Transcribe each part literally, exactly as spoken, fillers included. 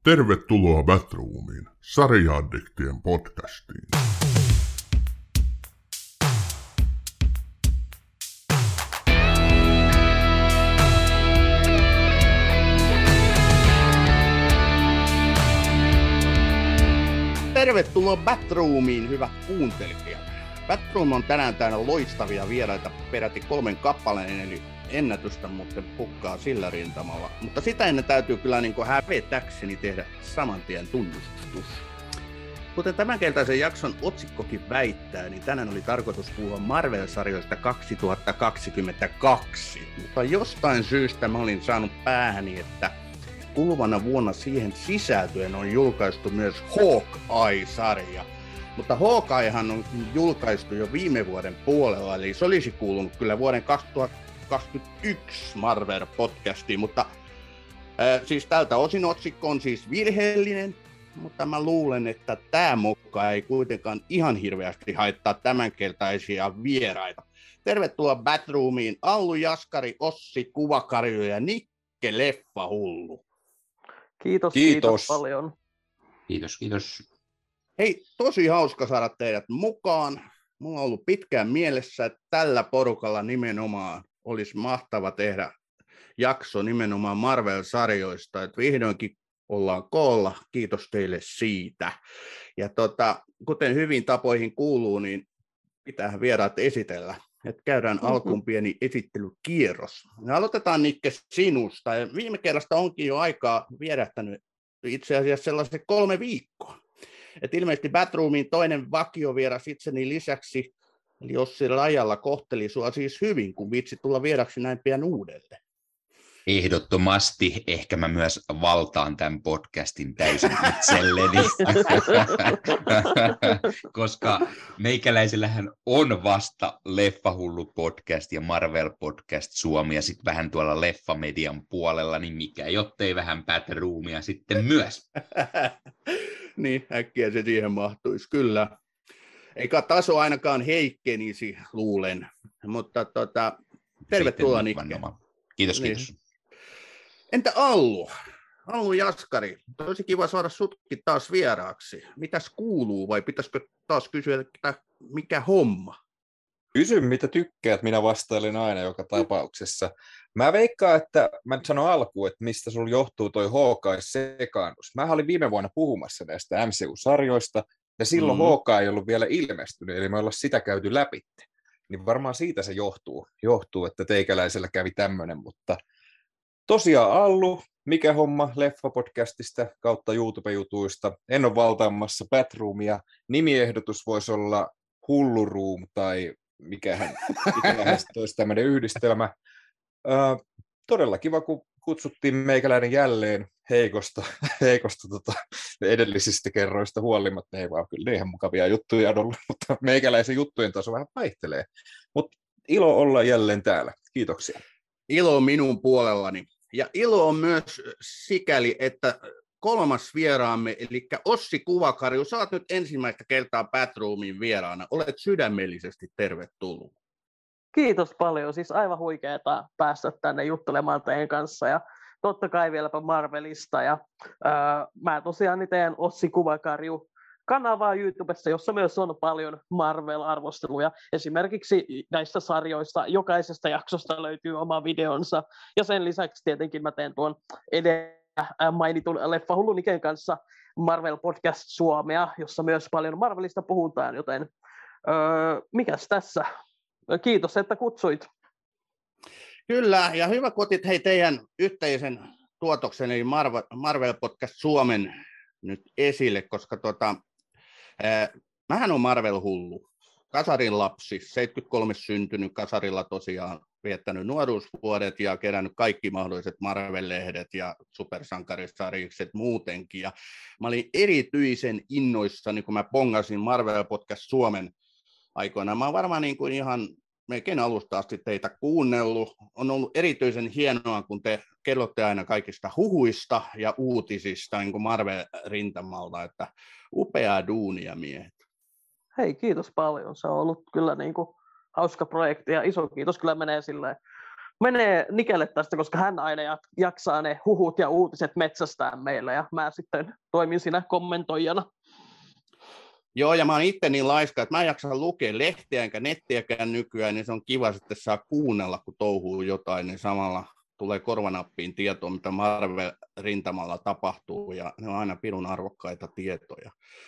Tervetuloa Batroomiin, sarja-addiktien podcastiin. Tervetuloa Batroomiin, hyvät kuuntelijat. Batroom on tänään täynnä loistavia vieraita, peräti kolmen kappaleen, eli ennätystä muuten pukkaa sillä rintamalla. Mutta sitä ennen täytyy kyllä niin kuin hävetäkseni tehdä saman tien tunnustus. Kuten tämänkeltaisen jakson otsikkokin väittää, niin tänään oli tarkoitus puhua Marvel-sarjoista kaksituhattakaksikymmentäkaksi. Mutta jostain syystä mä olin saanut päähäni, että kuluvana vuonna siihen sisältyen on julkaistu myös Hawkeye-sarja. Mutta Hawkeyehan on julkaistu jo viime vuoden puolella, eli se olisi kuulunut kyllä vuoden kaksituhattakaksikymmentäyksi Marvel-podcastiin, mutta äh, siis tältä osin otsikko on siis virheellinen, mutta mä luulen, että tämä mokka ei kuitenkaan ihan hirveästi haittaa tämänkeltaisia vieraita. Tervetuloa Batroomiin Allu Jaskari, Ossi Kuvakarju ja Nikke Leffahullu. Kiitos, kiitos, kiitos paljon. Kiitos, kiitos. Hei, tosi hauska saada teidät mukaan. Mulla on ollut pitkään mielessä, että tällä porukalla nimenomaan olisi mahtava tehdä jakso nimenomaan Marvel-sarjoista, että vihdoinkin ollaan koolla. Kiitos teille siitä. Ja tota, kuten hyvin tapoihin kuuluu, niin pitää vieraat esitellä. Et käydään mm-hmm. alkuun pieni esittelykierros. Ja aloitetaan Nikke sinusta. Ja viime kerrasta onkin jo aikaa vierähtänyt itse asiassa sellaiset kolme viikkoa. Et ilmeisesti Batroomin toinen vakiovieras itseni lisäksi, eli Ossi Rajala, kohteli sua siis hyvin, kun vitsi tulla vieraksi näin pian uudelleen. Ehdottomasti. Ehkä mä myös valtaan tämän podcastin täysin itselleni, koska meikäläisillähän on vasta Leffahullu podcast ja Marvel podcast Suomi, ja sitten vähän tuolla Leffamedian puolella, niin mikä jottei vähän Batroomia sitten myös. Niin, äkkiä se siihen mahtuisi, kyllä. Eikä taso ainakaan heikkenisi, luulen. Mutta tota, tervetuloa Nikke. Kiitos, niin. kiitos. Entä Allu? Allu Jaskari, tosi kiva saada sutkin taas vieraaksi. Mitäs kuuluu vai pitäisikö taas kysyä, että mikä homma? Kysy, mitä tykkäät, minä vastailen aina joka tapauksessa. Mä veikkaan, että mä nyt sanon alkuun, että mistä sulla johtuu toi Hawkeye-sekaannus. Mä olin viime vuonna puhumassa näistä M C U-sarjoista, ja silloin mm. Hawkeye ei ollut vielä ilmestynyt, eli me ollaan sitä käyty läpi. Niin varmaan siitä se johtuu, johtuu että teikäläisellä kävi tämmöinen, mutta tosiaan Allu, mikä homma Leffa-podcastista kautta YouTube-jutuista. En ole valtaamassa Batroomia. Nimiehdotus voisi olla Hulluroom tai mikähän, mikähän olisi tämmöinen yhdistelmä. Ö, todella kiva, kun kutsuttiin meikäläinen jälleen heikosta, heikosta tota, edellisistä kerroista huolimatta. Ei vaan kyllä ihan mukavia juttuja on ollut, mutta meikäläisen juttujen taso vähän vaihtelee. Mutta ilo olla jälleen täällä. Kiitoksia. Ilo on minun puolellani. Ja ilo on myös sikäli, että kolmas vieraamme, eli Ossi Kuvakarju, sä oot nyt ensimmäistä kertaa Batroomin vieraana. Olet sydämellisesti tervetullut. Kiitos paljon. Siis aivan huikeaa päästä tänne juttelemaan teidän kanssa. Ja totta kai vieläpä Marvelista. Ja, ää, mä tosiaan niin teen Ossi Kuvakarju kanavaa YouTubessa, jossa myös on paljon Marvel-arvosteluja. Esimerkiksi näistä sarjoista jokaisesta jaksosta löytyy oma videonsa. Ja sen lisäksi tietenkin mä teen tuon edellä mainitun Leffahullu Niken kanssa Marvel Podcast Suomea, jossa myös paljon Marvelista puhutaan, joten öö, mikäs tässä? Kiitos, että kutsuit. Kyllä, ja hyvä kotit hei teidän yhteisen tuotoksen, eli Marvel, Marvel Podcast Suomen nyt esille, koska tota, ää, mähän on Marvel-hullu. Kasarin lapsi, seitsemänkymmentäkolme syntynyt, kasarilla tosiaan viettänyt nuoruusvuodet ja kerännyt kaikki mahdolliset Marvel-lehdet ja supersankarisarjikset muutenkin. Ja mä olin erityisen innoissani, kun mä pongasin Marvel Podcast Suomen aikoina. Mä oon varmaan niin kuin ihan melkein alusta asti teitä kuunnellut. On ollut erityisen hienoa, kun te kerrotte aina kaikista huhuista ja uutisista niin kuin Marvel-rintamalta, että upeaa duunia miehet. Hei, kiitos paljon. Se on ollut kyllä niin kuin hauska projekti ja iso kiitos kyllä menee silleen menee Nikelle tästä, koska hän aina jaksaa ne huhut ja uutiset metsästää meillä, ja mä sitten toimin siinä kommentoijana. Joo, ja mä oon itse niin laiska, että mä en jaksa lukea lehteä enkä nettiäkään nykyään, niin se on kiva sitten saa kuunnella, kun touhuu jotain, niin samalla tulee korvanappiin tietoa, mitä Marvel-rintamalla tapahtuu, ja ne on aina pirun arvokkaita tietoja.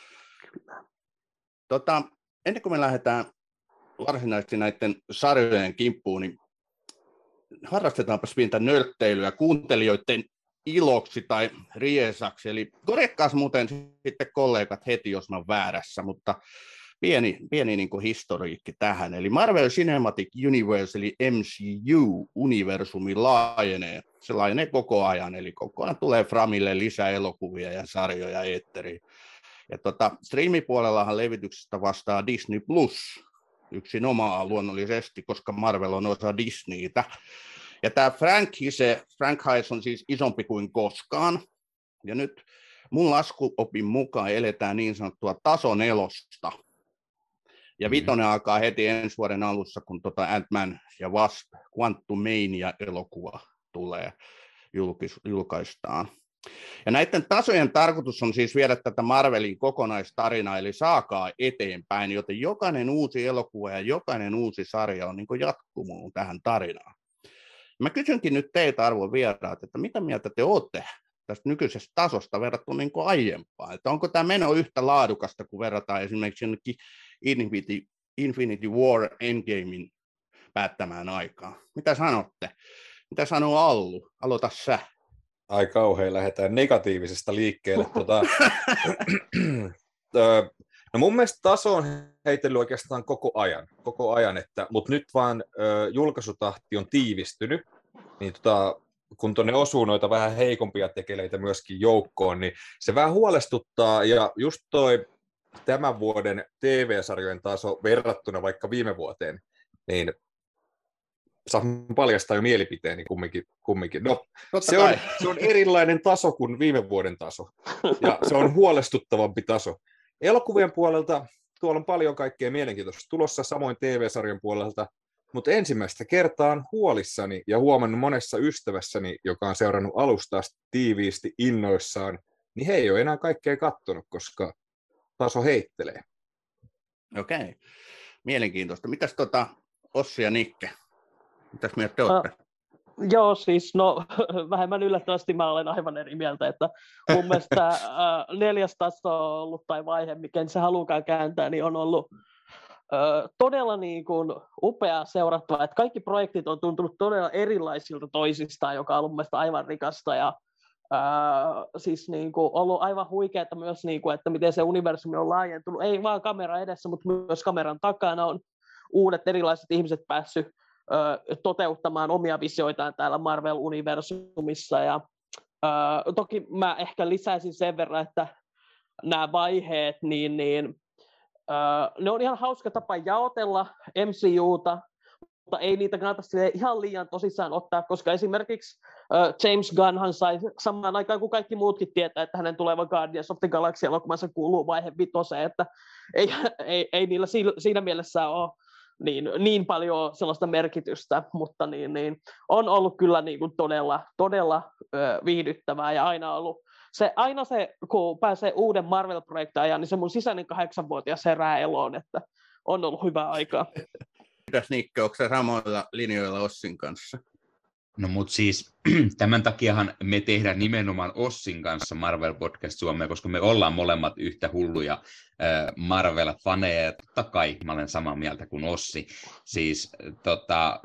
Tota, ennen kuin me lähdetään varsinaisesti näiden sarjojen kimppuun, niin harrastetaanpas pientä nörtteilyä kuuntelijoiden iloksi tai riesaksi. Eli korjekkaas muuten sitten kollegat heti, jos mä oon väärässä, mutta pieni, pieni niin kuin historiikki tähän. Eli Marvel Cinematic Universe, eli M C U-universumi laajenee. Se laajenee koko ajan, eli koko ajan tulee Framille lisää elokuvia ja sarjoja eetteriin. Ja tota, striimipuolellahan levityksestä vastaa Disney Plus, yksin omaa luonnollisesti, koska Marvel on osa Disneytä. Ja tämä franchise, franchise on siis isompi kuin koskaan. Ja nyt mun laskuopin mukaan eletään niin sanottua tasonelosta. Ja vitonen alkaa heti ensi vuoden alussa, kun tota Ant-Man ja Wasp Quantumania-elokuva tulee julkis, julkaistaan. Ja näiden tasojen tarkoitus on siis viedä tätä Marvelin kokonaistarinaa, eli saakaa eteenpäin, joten jokainen uusi elokuva ja jokainen uusi sarja on niin kuin jatkumoon tähän tarinaan. Mä kysynkin nyt teitä, arvon vieraat, että mitä mieltä te olette tästä nykyisestä tasosta verrattuna niin kuin aiempaan? Että onko tämä meno yhtä laadukasta, kun verrataan esimerkiksi jonnekin Infinity, Infinity War Endgamein päättämään aikaan? Mitä sanotte? Mitä sanoo Allu? Aloita sä. Ai kauhean, lähdetään negatiivisesta liikkeelle. Tuota, no mun mielestä taso on heitellyt oikeastaan koko ajan, koko ajan että, mutta nyt vaan ö, julkaisutahti on tiivistynyt, niin tota, kun tuonne osuu noita vähän heikompia tekeleitä myöskin joukkoon, niin se vähän huolestuttaa, ja just toi tämän vuoden T V-sarjojen taso verrattuna vaikka viime vuoteen, niin saan paljastaa jo mielipiteeni kumminkin. kumminkin. No, se, on, se on erilainen taso kuin viime vuoden taso, ja se on huolestuttavampi taso. Elokuvien puolelta tuolla on paljon kaikkea mielenkiintoista tulossa, samoin T V-sarjan puolelta, mutta ensimmäistä kertaa on huolissani ja huomannut monessa ystävässäni, joka on seurannut alusta asti tiiviisti innoissaan, niin he ei ole enää kaikkea kattonut, koska taso heittelee. Okei, mielenkiintoista. Mitäs tota Ossi ja Nikke? Mitäs mieltä te olette? Uh, joo, siis no vähemmän yllättävästi mä olen aivan eri mieltä, että mun mielestä uh, neljäs taso on ollut tai vaihe, mikä se halukaan kääntää, niin on ollut uh, todella niin kuin upea seurattava, että kaikki projektit on tuntunut todella erilaisilta toisistaan, joka on mun mielestä aivan rikasta ja Uh, siis niin kuin ollut aivan huikeaa myös, niin kuin, että miten se universumi on laajentunut, ei vaan kamera edessä, mutta myös kameran takana on uudet erilaiset ihmiset päässyt uh, toteuttamaan omia visioitaan täällä Marvel-universumissa. Ja, uh, toki mä ehkä lisäisin sen verran, että nämä vaiheet, niin, niin, uh, ne on ihan hauska tapa jaotella M C U:ta, mutta ei niitä kannata ihan liian tosissaan ottaa, koska esimerkiksi uh, James Gunnhan sai samaan aikaan kuin kaikki muutkin tietää, että hänen tuleva Guardians of the Galaxy-elokuvansa kuuluu vaihe vitoseen, että ei, ei, ei niillä siinä, siinä mielessä ole niin, niin paljon sellaista merkitystä, mutta niin, niin, on ollut kyllä niin kuin todella, todella uh, viihdyttävää ja aina ollut se, aina se, kun pääsee uuden Marvel-projektin ajan, niin se mun sisäinen kahdeksanvuotias herää eloon, että on ollut hyvää aikaa. Mitäs Nikke, onko se samoilla linjoilla Ossin kanssa? No mut siis tämän takiahan me tehdään nimenomaan Ossin kanssa Marvel Podcast Suomea, koska me ollaan molemmat yhtä hulluja äh, Marvel-faneja, ja totta kai mä olen samaa mieltä kuin Ossi. Siis tota,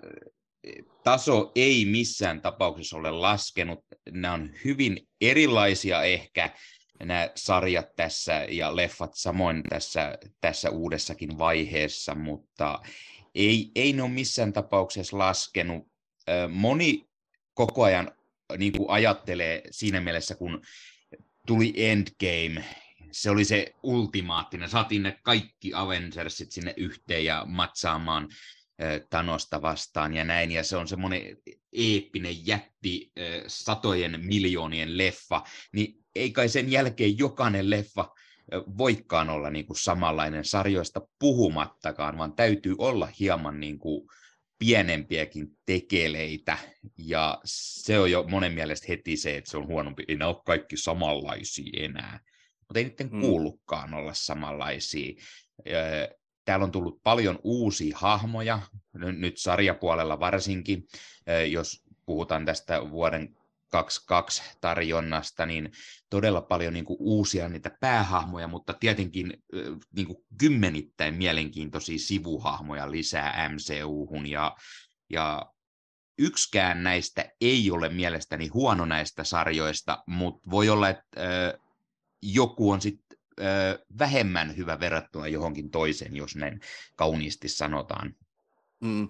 taso ei missään tapauksessa ole laskenut, nämä on hyvin erilaisia ehkä, nämä sarjat tässä ja leffat samoin tässä, tässä uudessakin vaiheessa, mutta ei, ei ne ole missään tapauksessa laskenut. Moni koko ajan niin kuin ajattelee siinä mielessä, kun tuli Endgame, se oli se ultimaattinen, saatiin ne kaikki Avengersit sinne yhteen ja matsaamaan Thanosta vastaan ja näin, ja se on semmoinen eeppinen jätti, satojen miljoonien leffa, niin ei kai sen jälkeen jokainen leffa voikaan olla niin kuin samanlainen sarjoista puhumattakaan, vaan täytyy olla hieman niin kuin pienempiäkin tekeleitä, ja se on jo monen mielestä heti se, että se on huonompi. Ei ne ole kaikki samanlaisia enää, mutta ei niiden kuulukaan olla samanlaisia. Täällä on tullut paljon uusia hahmoja, nyt sarjapuolella varsinkin, jos puhutaan tästä vuoden kaksikymmentäkaksi tarjonnasta, niin todella paljon niin kuin uusia niitä päähahmoja, mutta tietenkin niin kuin kymmenittäin mielenkiintoisia sivuhahmoja lisää M C U:hun, ja, ja yksikään näistä ei ole mielestäni huono näistä sarjoista, mutta voi olla, että äh, joku on sitten äh, vähemmän hyvä verrattuna johonkin toiseen, jos näin kauniisti sanotaan. Mm.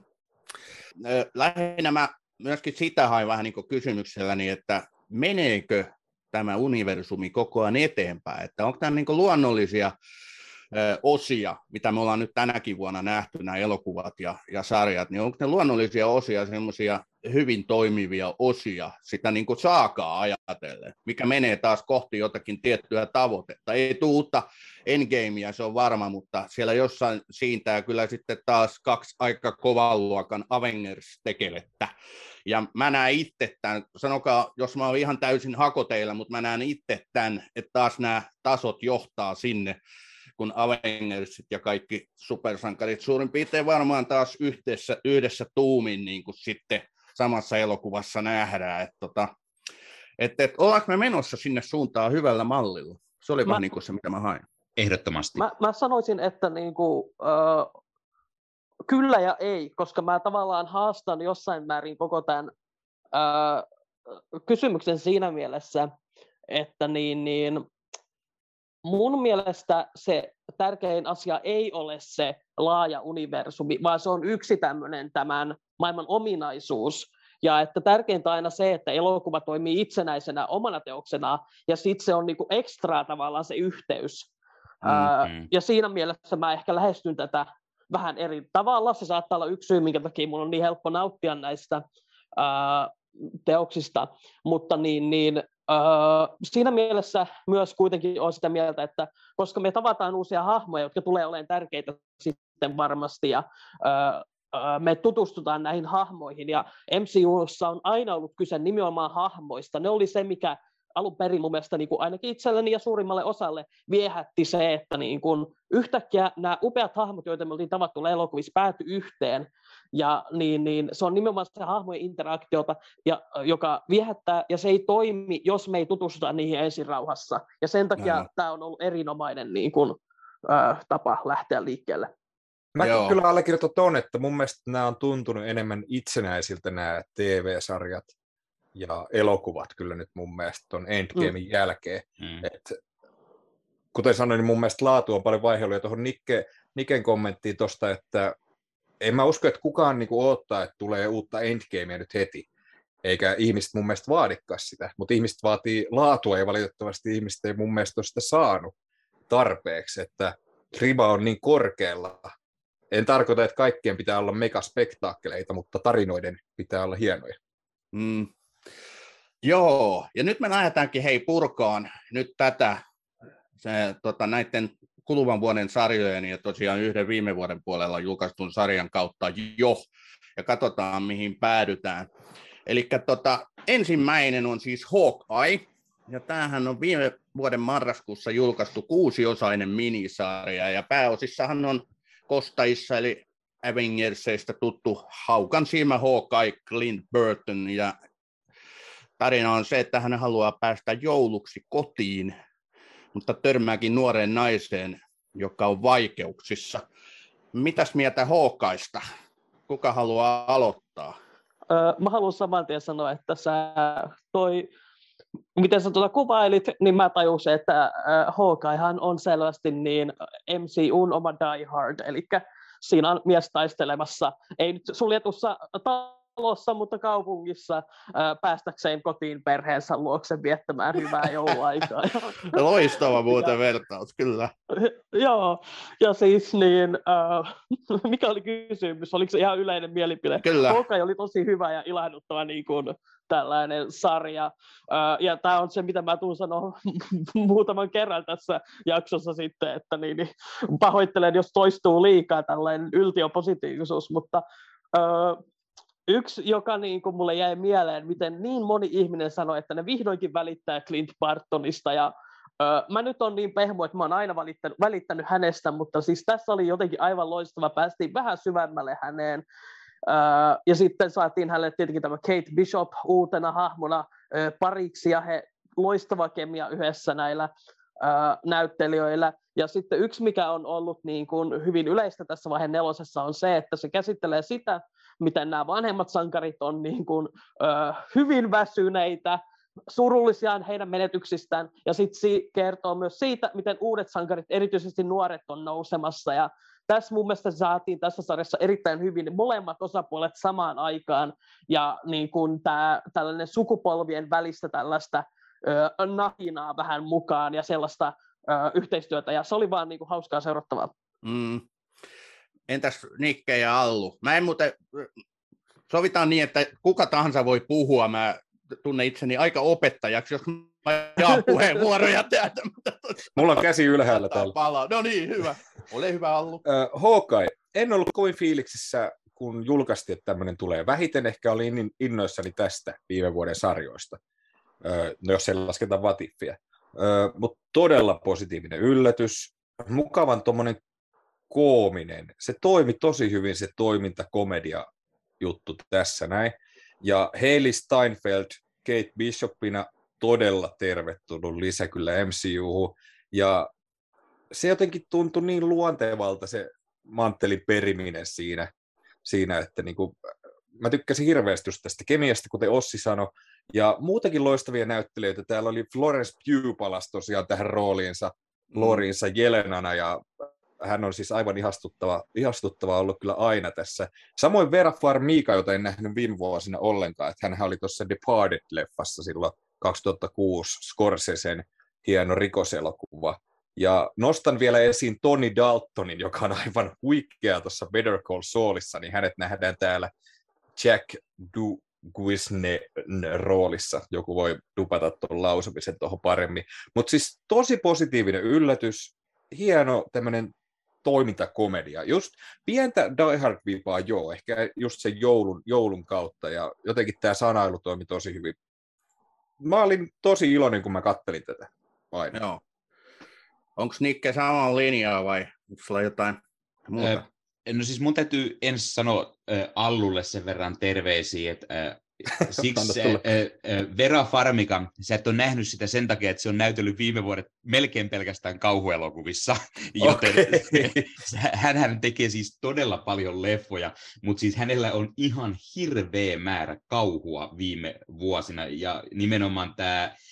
Lähinnä mä myöskin sitä hain vähän niin kuin kysymykselläni, että meneekö tämä universumi koko ajan eteenpäin, että onko tämä niin kuin luonnollisia ö, osia, mitä me ollaan nyt tänäkin vuonna nähty, nämä elokuvat ja, ja sarjat, niin onko ne luonnollisia osia, semmoisia hyvin toimivia osia sitä niin kuin saakaa ajatellen, mikä menee taas kohti jotakin tiettyä tavoitetta. Ei tule uutta Endgamea, se on varma, mutta siellä jossain siintää kyllä sitten taas kaksi aika kovan luokan Avengers-tekelettä. Ja mä näen itse tämän, sanokaa, jos mä oon ihan täysin hakoteilla, mutta mä näen itse tämän, että taas nämä tasot johtaa sinne, kun Avengersit ja kaikki supersankarit suurin piirtein varmaan taas yhdessä, yhdessä tuumin niin kuin sitten samassa elokuvassa nähdään, että tota, et, et, ollaanko me menossa sinne suuntaan hyvällä mallilla? Se oli mä, vaan niin kuin se, mitä mä hain. Ehdottomasti. Mä, mä sanoisin, että niin kuin, äh, kyllä ja ei, koska mä tavallaan haastan jossain määrin koko tämän äh, kysymyksen siinä mielessä, että niin, niin, mun mielestä se tärkein asia ei ole se laaja universumi, vaan se on yksi tämmöinen tämän maailman ominaisuus. Ja että tärkeintä on aina se, että elokuva toimii itsenäisenä omana teoksena, ja sitten se on niinku ekstra tavallaan se yhteys. Mm-hmm. Ja siinä mielessä mä ehkä lähestyn tätä vähän eri tavalla. Se saattaa olla yksi syy, minkä takia mun on niin helppo nauttia näistä ää, teoksista, mutta niin, niin, ää, siinä mielessä myös kuitenkin on sitä mieltä, että koska me tavataan uusia hahmoja, jotka tulee olemaan tärkeitä sitten varmasti, ja ää, me tutustutaan näihin hahmoihin, ja M C U:ssa on aina ollut kyse nimenomaan hahmoista. Ne oli se, mikä alun perin mun mielestä niin kuin ainakin itselleni ja suurimmalle osalle viehätti se, että niin kuin yhtäkkiä nämä upeat hahmot, joita me oltiin tavattu elokuvissa, päätyi yhteen, ja niin, niin se on nimenomaan se hahmojen interaktiota, ja, joka viehättää, ja se ei toimi, jos me ei tutustuta niihin ensin rauhassa, ja sen takia no. Tämä on ollut erinomainen niin kuin, äh, tapa lähteä liikkeelle. Mäkin Joo. kyllä allekirjoitan tuon, että mun mielestä nämä on tuntunut enemmän itsenäisiltä nämä T V-sarjat ja elokuvat kyllä nyt mun mielestä tuon Endgamein mm. jälkeen. Mm. Et, kuten sanoin, niin mun mielestä laatu on paljon vaihdella. Ja tuohon Nikke, Niken kommenttiin tuosta, että en mä usko, että kukaan niinku odottaa, että tulee uutta Endgamea nyt heti. Eikä ihmiset mun mielestä vaadikaan sitä, mutta ihmiset vaatii laatua ja valitettavasti ihmiset ei mun mielestä ole sitä saanut tarpeeksi, että riba on niin korkealla. En tarkoita, että kaikkien pitää olla megaspektaakkeleita, mutta tarinoiden pitää olla hienoja. Mm. Joo, ja nyt me lähdetäänkin hei purkaan nyt tätä se, tota, näiden kuluvan vuoden sarjojen ja tosiaan yhden viime vuoden puolella julkaistun sarjan kautta jo, ja katsotaan mihin päädytään. Eli tota, ensimmäinen on siis Hawkeye, ja tämähän on viime vuoden marraskuussa julkaistu kuusiosainen minisarja, ja pääosissahan on kostajissa, eli Avengersista tuttu haukan silmä Hawkeye Clint Burton, ja tarina on se, että hän haluaa päästä jouluksi kotiin, mutta törmääkin nuoreen naiseen, joka on vaikeuksissa. Mitäs mieltä Hawkeyesta? Kuka haluaa aloittaa? Öö, mä haluan saman tien sanoa, että sä toi, miten sä tuota kuvailit, niin mä tajusin, että äh, Hawkeyehan on selvästi niin M C U:n oma Die Hard, eli siinä on mies taistelemassa, ei nyt suljetussa talossa, mutta kaupungissa äh, päästäkseen kotiin perheensä luokse viettämään hyvää jouluaikaa. Loistava muuten vertaus, kyllä. Joo, ja siis niin, äh, mikä oli kysymys? Oliko se ihan yleinen mielipide? Kyllä. Hawkeye oli tosi hyvä ja ilahduttava niin kuin tällainen sarja, uh, ja tämä on se, mitä mä tuun sanoa muutaman kerran tässä jaksossa sitten, että niin, niin, pahoittelen, jos toistuu liikaa tällainen yltiöpositiivisuus, mutta Öö, yksi, joka niin kuin mulle jäi mieleen, miten niin moni ihminen sanoi, että ne vihdoinkin välittää Clint Bartonista, ja öö, mä nyt on niin pehmo, että mä oon aina välittänyt, välittänyt hänestä, mutta siis tässä oli jotenkin aivan loistava, päästiin vähän syvemmälle häneen, öö, ja sitten saatiin hänelle tietenkin tämä Kate Bishop uutena hahmona öö, pariksi, ja he loistava kemia yhdessä näillä öö, näyttelijöillä. Ja sitten yksi, mikä on ollut niin kuin hyvin yleistä tässä vaiheen nelosessa, on se, että se käsittelee sitä, miten nämä vanhemmat sankarit on niin kuin, ö, hyvin väsyneitä, surullisia heidän menetyksistään, ja sitten se kertoo myös siitä, miten uudet sankarit, erityisesti nuoret, on nousemassa. Ja tässä mun mielestä saatiin tässä sarjassa erittäin hyvin molemmat osapuolet samaan aikaan, ja niin kuin tää, tällainen sukupolvien välistä tällaista ö, nahinaa vähän mukaan, ja sellaista ö, yhteistyötä, ja se oli vaan niin kuin hauskaa seurattavaa. Mm. Entäs Nikke ja Allu? Mä en muuten, sovitaan niin, että kuka tahansa voi puhua. Mä tunnen itseni aika opettajaksi, jos mä jaan puheenvuoroja täältä. Mulla on käsi ylhäällä täällä. Palaa. No niin, hyvä. Ole hyvä, Allu. Uh, Hawkeye. En ollut kovin fiiliksissä, kun julkaistiin, että tämmöinen tulee. Vähiten ehkä olin innoissani tästä viime vuoden sarjoista, uh, no jos ei lasketa What Ifia. Uh, mutta todella positiivinen yllätys. Mukavan tommonen koominen. Se toimi tosi hyvin, se toimintakomedia juttu tässä näin. Ja Hailey Steinfeld Kate Bishopina todella tervetullut lisä kyllä M C U:hun. Ja se jotenkin tuntui niin luontevalta se manttelin periminen siinä, siinä että niinku, mä tykkäsin hirveästi tästä kemiasta, kuten Ossi sanoi. Ja muutenkin loistavia näyttelijöitä. Täällä oli Florence Pugh palasi tosiaan tähän rooliinsa, Loriinsa Jelenana, ja hän on siis aivan ihastuttava, ihastuttava ollut kyllä aina tässä. Samoin Vera Farmiga, jota en nähnyt viime vuosina ollenkaan, että hänhän oli tuossa Departed-leffassa silloin kaksituhattakuusi, Scorsesen hieno rikoselokuva. Ja nostan vielä esiin Tony Daltonin, joka on aivan huikea tuossa Better Call Saulissa, niin hänet nähdään täällä Jack Duguisne roolissa. Joku voi dupata tuon lausumisen tuohon paremmin. Mutta siis tosi positiivinen yllätys, hieno tämmöinen toimintakomedia. Just pientä Die Hard-vipaa, joo, ehkä just sen joulun, joulun kautta, ja jotenkin tämä sanailu toimi tosi hyvin. Mä olin tosi iloinen, kun mä kattelin tätä aina. Joo. Onko Nikke saman linjaa vai onko sulla jotain muuta? Äh, no siis mun täytyy ensin sanoa äh, Allulle sen verran terveisiä, että äh, siksi äh, äh, Vera Farmiga, sä et ole nähnyt sitä sen takia, että se on näytellyt viime vuodet melkein pelkästään kauhuelokuvissa, joten okay. Hänhän tekee siis todella paljon leffoja, mutta siis hänellä on ihan hirveä määrä kauhua viime vuosina, ja nimenomaan tämä äh,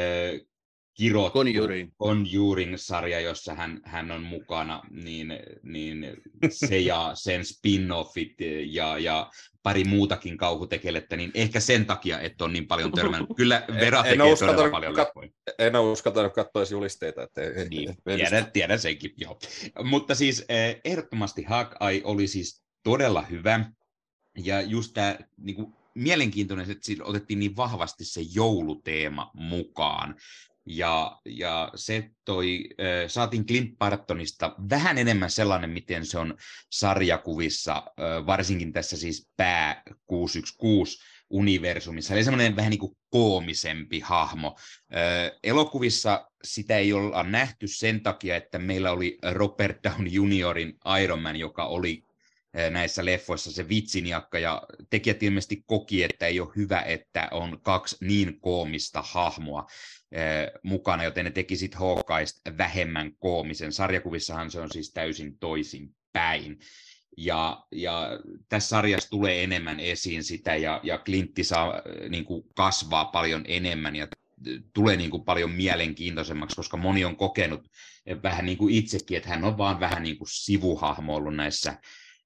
kirottu Conjuring. Conjuring-sarja, jossa hän, hän on mukana, niin, niin se ja sen spin-offit ja, ja pari muutakin kauhutekelettä, niin ehkä sen takia, että on niin paljon törmännyt. Kyllä Vera tekee en todella paljon leffoja. En ole uskaltanut katsoa julisteita. Että niin, tiedän, tiedän senkin, joo. Mutta siis ehdottomasti Hawkeye oli siis todella hyvä, ja just tämä niin kuin mielenkiintoinen, että siinä otettiin niin vahvasti se jouluteema mukaan. Ja, ja se toi, äh, saatiin Clint Bartonista vähän enemmän sellainen, miten se on sarjakuvissa, äh, varsinkin tässä siis pää kuusi yksi kuusi-universumissa, eli semmoinen vähän niin kuin koomisempi hahmo. Äh, elokuvissa sitä ei olla nähty sen takia, että meillä oli Robert Downey juniorin Iron Man, joka oli näissä leffoissa se vitsiniakka, ja tekijät ilmeisesti koki, että ei ole hyvä, että on kaksi niin koomista hahmoa eh, mukana, joten ne teki sitten Hawkeista vähemmän koomisen. Sarjakuvissahan se on siis täysin toisin päin. Ja, ja tässä sarjassa tulee enemmän esiin sitä, ja, ja Clintti saa niin kuin kasvaa paljon enemmän, ja tulee niin kuin paljon mielenkiintoisemmaksi, koska moni on kokenut vähän niin kuin itsekin, että hän on vaan vähän niin kuin sivuhahmo ollut näissä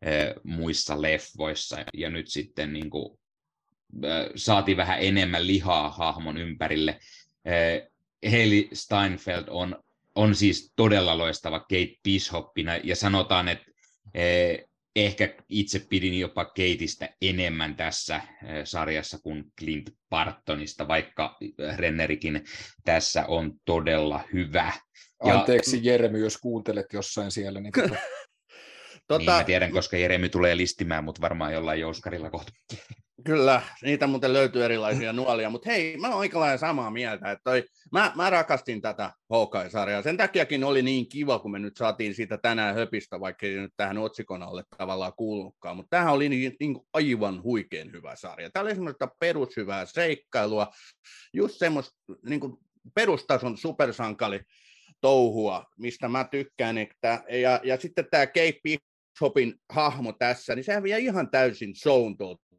muissa leffoissa, ja nyt sitten niin kuin, äh, saatiin vähän enemmän lihaa hahmon ympärille. Äh, Hailey Steinfeld on, on siis todella loistava Kate Bishopina, ja sanotaan, että äh, ehkä itse pidin jopa Kateistä enemmän tässä äh, sarjassa kuin Clint Bartonista, vaikka Rennerikin tässä on todella hyvä. Ja... Anteeksi Jeremy, jos kuuntelet jossain siellä, niin... Tota, niin mä tiedän, koska Jeremy tulee listimään, mutta varmaan jollain jouskarilla kohta. Kyllä, niitä muuten löytyy erilaisia nuolia, mutta hei, mä oon aika lailla samaa mieltä, että toi, mä, mä rakastin tätä Hawkeye-sarjaa. Sen takiakin oli niin kiva, kun me nyt saatiin siitä tänään höpistä, vaikka ei nyt tähän otsikon alle tavallaan kuulunutkaan, mutta tämähän oli niin, niin aivan huikean hyvä sarja. Tämä oli semmoista perushyvää seikkailua, just semmoista niin kuin perustason supersankali touhua, mistä mä tykkään. Että, ja, ja sitten tämä Kate Bishopin hahmo tässä, niin sehän vie ihan täysin shown tuolta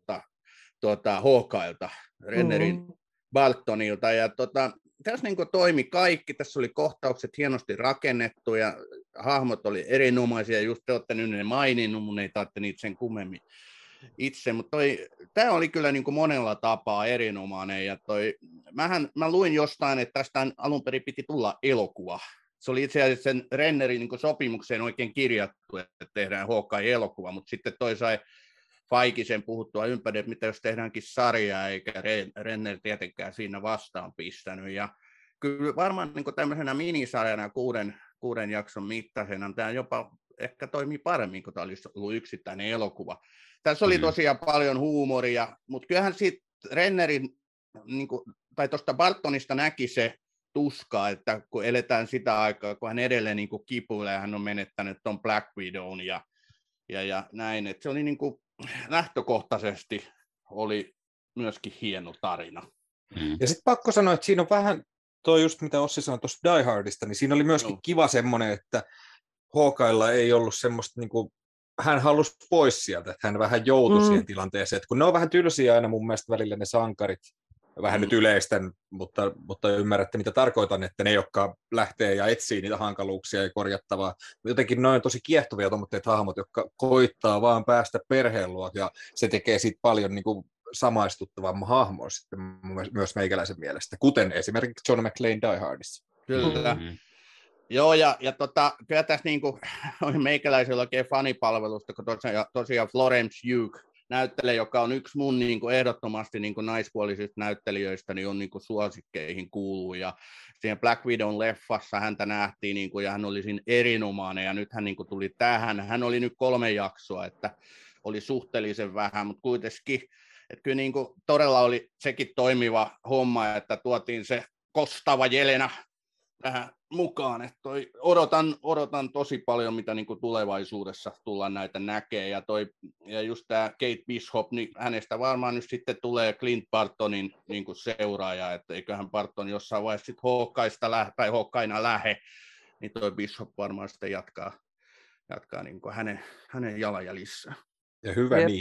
tuota, Hawkeilta, Rennerin mm-hmm. Baltonilta. Ja tota, tässä niin kuin toimi kaikki, tässä oli kohtaukset hienosti rakennettu ja hahmot oli erinomaisia, just te olette nyt ne maininnut, mun ei tarvitse niitä sen kummemmin itse, mutta tämä oli kyllä niin kuin monella tapaa erinomainen. Ja toi, mähän, mä luin jostain, että tästä alun perin piti tulla elokuva. Se oli itse asiassa sen Rennerin niin kuin sopimukseen oikein kirjattu, että tehdään Hawkeye-elokuva, mutta sitten toi sai Faikisen puhuttua ympäri, että mitä jos tehdäänkin sarjaa, eikä Renner tietenkään siinä vastaan pistänyt. Ja kyllä varmaan niin tämmöisenä minisarjana kuuden, kuuden jakson mittaisena tämä jopa ehkä toimii paremmin, kun tämä olisi ollut yksittäinen elokuva. Tässä oli tosiaan paljon huumoria, mutta kyllähän siitä Rennerin, niin kuin, tai tuosta Bartonista näki se tuska, että kun eletään sitä aikaa, kun hän edelleen niin kuin kipuilee, hän on menettänyt tuon Black Widown ja, ja, ja näin, että se oli niin kuin lähtökohtaisesti oli myöskin hieno tarina. Mm. Ja sitten pakko sanoa, että siinä on vähän, tuo just mitä Ossi sanoi tuossa Die Hardista, niin siinä oli myöskin no. kiva semmoinen, että Hawkeyella ei ollut semmoista, niin kuin, hän halusi pois sieltä, että hän vähän joutui mm. siihen tilanteeseen, että kun ne on vähän tylsiä aina mun mielestä välillä ne sankarit, vähän mm. nyt yleisten, mutta, mutta ymmärrätte mitä tarkoitan, että ne, jotka lähtee ja etsii niitä hankaluuksia ja korjattavaa, jotenkin ne on tosi kiehtovia tuommoitteet hahmot, jotka koittaa vaan päästä perheen luo, ja se tekee siitä paljon niin kuin samaistuttavamman hahmon sitten myös meikäläisen mielestä, kuten esimerkiksi John McClane Die Hardissa. Kyllä. Mm-hmm. Joo, ja, ja tota, kyllä tässä niin kuin, oli meikäläisellä oikein fanipalvelusta, kun tosiaan, tosiaan Florence Pugh näyttelijä, joka on yksi mun niin kuin ehdottomasti niin kuin naispuolisista näyttelijöistä, niin on niin kuin suosikkeihin kuuluu. Ja siihen Black Widown leffassa häntä nähtiin, niin kuin, ja hän oli siinä erinomainen, ja nyt hän niin kuin tuli tähän. Hän oli nyt kolme jaksoa, että oli suhteellisen vähän, mutta kuitenkin, että kyllä niin kuin todella oli sekin toimiva homma, että tuotiin se kostava Jelena tähän mukaan, että toi, odotan, odotan tosi paljon, mitä niin kuin tulevaisuudessa tullaan näitä näkee, ja, toi, ja just tämä Kate Bishop, niin hänestä varmaan nyt sitten tulee Clint Bartonin niin kuin seuraaja, että eiköhän Barton jossain vaiheessa sitten Hawkeista lähe, tai Hawkeina lähe, niin toi Bishop varmaan sitten jatkaa, jatkaa niin kuin hänen, hänen jalanjäljissään. Ja hyvä Jep. niin.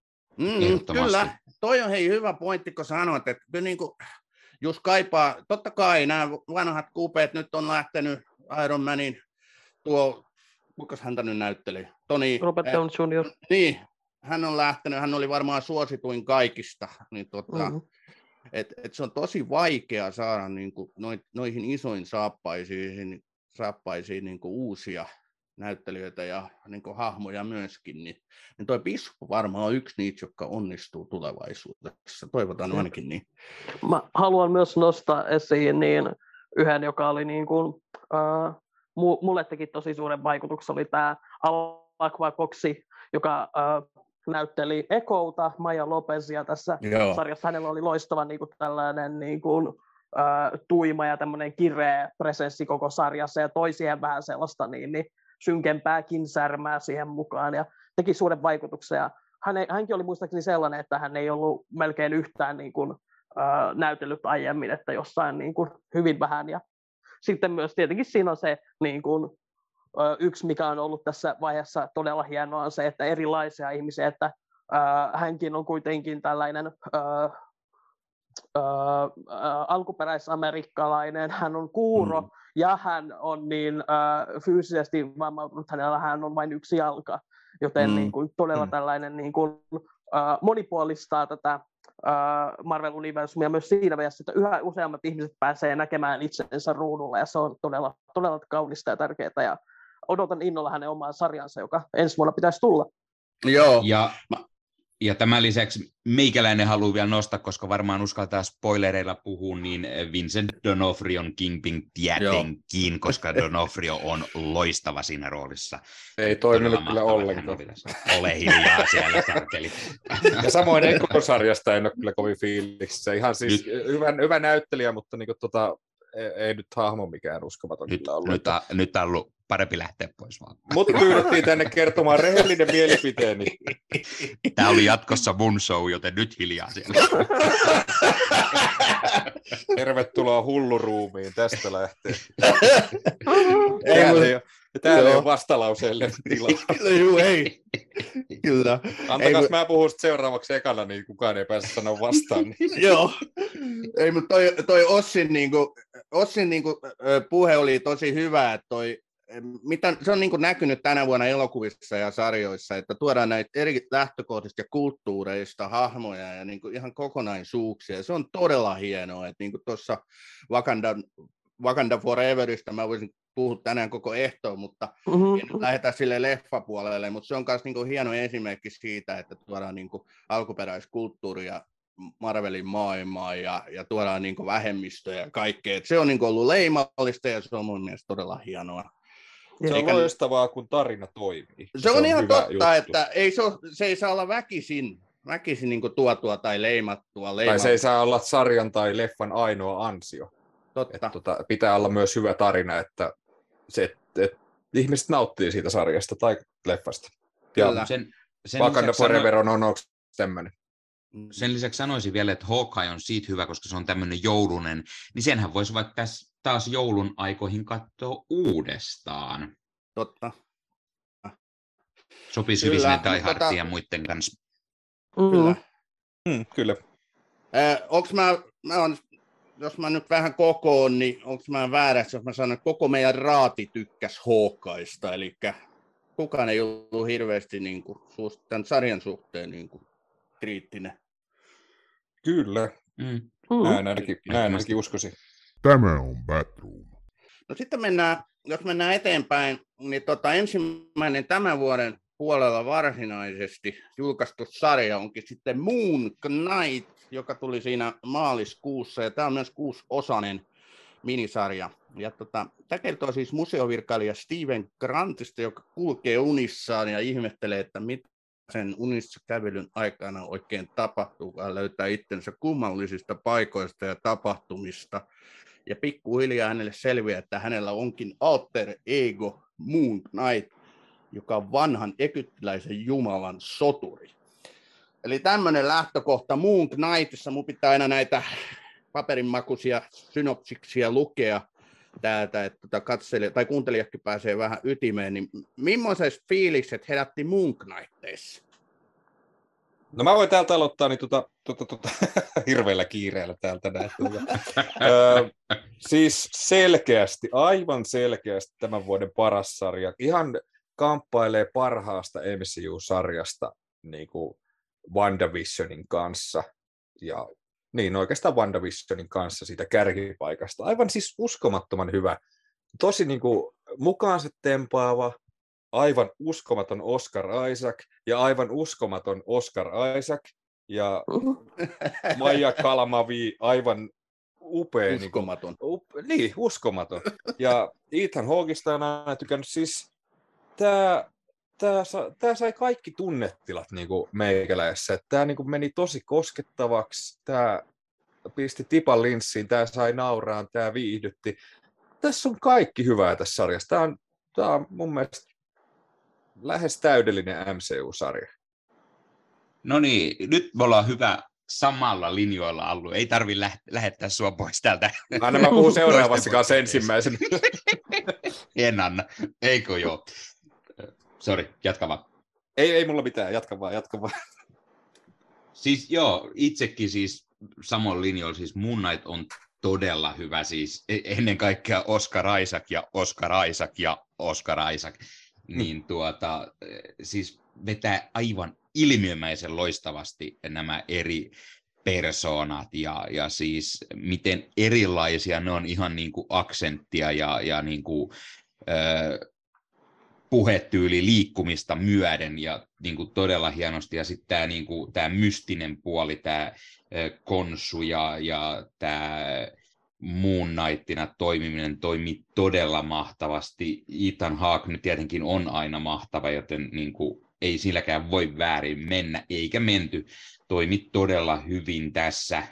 Mm, kyllä, toi on hei hyvä pointti, kun sanoit, että kyllä niin kuin jos kaipaa, totta kai nämä vanhat kupeet nyt on lähtenyt Iron Manin tuo, kuinka häntä nyt näytteli? Tony, Robert Downey juniori Niin, hän on lähtenyt, hän oli varmaan suosituin kaikista, niin tota, mm-hmm. et, et se on tosi vaikea saada niin kuin, noihin isoin saappaisiin, saappaisiin niin kuin uusia näyttelijöitä ja niin kuin hahmoja myöskin, niin, niin toi Bishop varmaan on yksi niitä, jotka onnistuu tulevaisuudessa. Toivotaan ainakin niin. Mä haluan myös nostaa esiin niin yhden, joka oli niin kuin, äh, mulle teki tosi suuren vaikutuksen, oli tämä Alaqua Coxi, joka äh, näytteli Echoota, Maya Lopezia tässä Joo. sarjassa. Hänellä oli loistava niin kuin tällainen niin kuin, äh, tuima ja tämmöinen kireä presenssi koko sarjassa ja toi siihen vähän sellaista niin, niin synkempääkin särmää siihen mukaan ja teki suuren vaikutuksen. Ja hän ei, hänkin oli muistaakseni sellainen, että hän ei ollut melkein yhtään niin kuin, äh, näytellyt aiemmin, että jossain niin kuin, hyvin vähän. Ja sitten myös tietenkin siinä on se niin kuin, äh, yksi, mikä on ollut tässä vaiheessa todella hienoa, on se, että erilaisia ihmisiä, että äh, hänkin on kuitenkin tällainen äh, äh, äh, alkuperäisamerikkalainen, hän on kuuro, mm. ja hän on niin äh, fyysisesti vammautunut, hänellä hän on vain yksi jalka, joten mm. niin kuin, todella mm. tällainen niin kuin, äh, monipuolistaa tätä äh, Marvel-universumia myös siinä mielessä, että yhä useammat ihmiset pääsee näkemään itsensä ruudulla, ja se on todella, todella kaunista ja tärkeää, ja odotan innolla hänen omaan sarjansa, joka ensi vuonna pitäisi tulla. Joo, ja mä, Ja tämän lisäksi meikäläinen haluaa vielä nostaa, koska varmaan uskaltaa spoilereilla puhua, niin Vincent D'Onofrion Kingpin tietenkin, koska D'Onofrio on loistava siinä roolissa. Ei toiminut kyllä ollenkaan. Ole hiljaa siellä, sarkeli. Ja samoin Ekosarjasta en ole kyllä kovin fiiliksissä. Ihan siis hyvä, hyvä näyttelijä, mutta niin kuin, tota, ei, ei nyt hahmo mikään uskomaton nyt, kyllä ollut. Nyt, a, nyt on ollut parempi lähteä pois vaan. Mut pyydettiin tänne kertomaan rehellinen mielipiteeni. Tämä oli jatkossa mun show, joten nyt hiljaa siellä. Tervetuloa hulluruumiin, tästä lähtee. Ei, Täällä ei, mut- täällä ei Joo. ole vastalauseelle tilaa. Kyllä, juu, ei. Kyllä. Antakas Ei, mä puhun sit seuraavaksi ekana, niin kukaan ei pääse sanoa vastaan. Niin. Joo. Ei, mutta toi, toi Ossin, niinku, Ossin niinku, ö, puhe oli tosi hyvä, että toi, mitä, se on niinku näkynyt tänä vuonna elokuvissa ja sarjoissa, että tuodaan näitä eri lähtökohdista ja kulttuureista hahmoja ja niinku ihan kokonaisuuksia. Se on todella hienoa, että niinku tuossa Wakanda, Wakanda Foreverista mä voisin puhua tänään koko ehtoon, mutta Mm-hmm. ei nyt lähdetä sille leffapuolelle, mutta se on myös niinku hieno esimerkki siitä, että tuodaan niinku alkuperäiskulttuuria Marvelin maailmaan ja, ja tuodaan niinku vähemmistöjä ja kaikkea. Et se on niinku ollut leimallista ja se on mun mielestä todella hienoa. Se on Eikä- loistavaa, kun tarina toimii. Se on, ihan hyvä totta, juttu. että ei se, ole, se ei saa olla väkisin, väkisin niinku tuotua tai leimattua. Tai leimattua. se ei saa olla sarjan tai leffan ainoa ansio. Totta. Et, tota, pitää olla myös hyvä tarina, että se, et, et, ihmiset nauttii siitä sarjasta tai leffasta. Kyllä. Ja Sen, sen, Wakanda lisäksi sano, Forever on onneksi tämmöinen. sen lisäksi sanoisin vielä, että Hawkeye on siitä hyvä, koska se on tämmöinen joulunen, niin senhän voisi vaikka tässä taas joulun aikoihin katsoa uudestaan. Totta. Sopisi Kyllä, hyvin sinne mutta Die Hardin tota- ja muiden kanssa. Kyllä. Mm, kyllä. Äh, onks mä, mä on, jos mä nyt vähän kokoon, niin onko mä väärässä, jos mä sanon, että koko meidän raati tykkäs Hawkeista, eli kukaan ei ollut hirveästi niin kuin, tämän sarjan suhteen niin kuin, kriittinen. Kyllä. Mm. Näin ainakin, näin ainakin uskoisin. Tämä on Batroom. No sitten mennään, jos mennään eteenpäin, niin tota, ensimmäinen tämän vuoden puolella varsinaisesti julkaistu sarja onkin sitten Moon Knight, joka tuli siinä maaliskuussa, ja tämä on myös kuusiosainen minisarja. Ja tota, tämä kertoo siis museovirkailija Steven Grantista, joka kulkee unissaan ja ihmettelee, että mitä sen unissa kävelyn aikana oikein tapahtuu, vaan löytää itsensä kummallisista paikoista ja tapahtumista. Ja pikkuhiljaa hänelle selviää, että hänellä onkin alter ego Moon Knight, joka on vanhan egyptiläisen jumalan soturi. Eli tämmöinen lähtökohta Moon Knightissa. Mun pitää aina näitä paperinmakuisia synopsiksia lukea täältä, että tota katselija, tai kuuntelijatkin pääsee vähän ytimeen. Niin millaiset fiilikset herätti Moon Knightissa? No mä voin täältä aloittaa niin tota, tota, tota, hirveällä kiireellä täältä näin. Tota. Öö, siis selkeästi, aivan selkeästi tämän vuoden paras sarja. Ihan kamppailee parhaasta M C U-sarjasta niin kuin WandaVisionin kanssa. Ja niin oikeastaan WandaVisionin kanssa siitä kärkipaikasta. Aivan siis uskomattoman hyvä. Tosi niin kuin mukaansa tempaava. Aivan uskomaton Oscar Isaac ja aivan uskomaton Oscar Isaac ja Maija Kalamavi aivan upea. Uskomaton. Niin, up, niin, uskomaton. Ja Ethan Hawkeista on aina tykännyt. Siis tämä tää, tää sai kaikki tunnetilat niin kuin meikäläisessä. Tämä niin kuin meni tosi koskettavaksi. Tämä pisti tipan linssiin. Tämä sai nauraan. Tämä viihdytti. Tässä on kaikki hyvää tässä sarjassa. Tämä on, tämä on mun mielestä lähes täydellinen M C U-sarja. No niin, nyt me ollaan hyvä samalla linjoilla ollut. Ei tarvi lä- lähettää sua pois täältä. Anna mä puhun seuraavassa kanssa ensimmäisenä. En anna. Eikö joo? Sori, jatka vaan. Ei, ei mulla mitään, jatka vaan, jatka vaan. Siis joo, itsekin siis samoin linjoilla, siis Moon Knight on todella hyvä, siis ennen kaikkea Oscar Isaac ja Oscar Isaac ja Oscar Isaac, niin tuota, siis vetää aivan ilmiömäisen loistavasti nämä eri persoonat ja, ja siis miten erilaisia ne on ihan niin kuin aksenttia ja, ja niin kuin, ö, puhetyyli liikkumista myöden ja niin kuin todella hienosti. Ja sitten tämä niin kuin, tämä mystinen puoli, tämä Khonshu ja, ja tämä Moon Knightina toimiminen toimi todella mahtavasti. Ethan Hawke nyt tietenkin on aina mahtava, joten niin kuin, ei silläkään voi väärin mennä, eikä menty. Toimi todella hyvin tässä.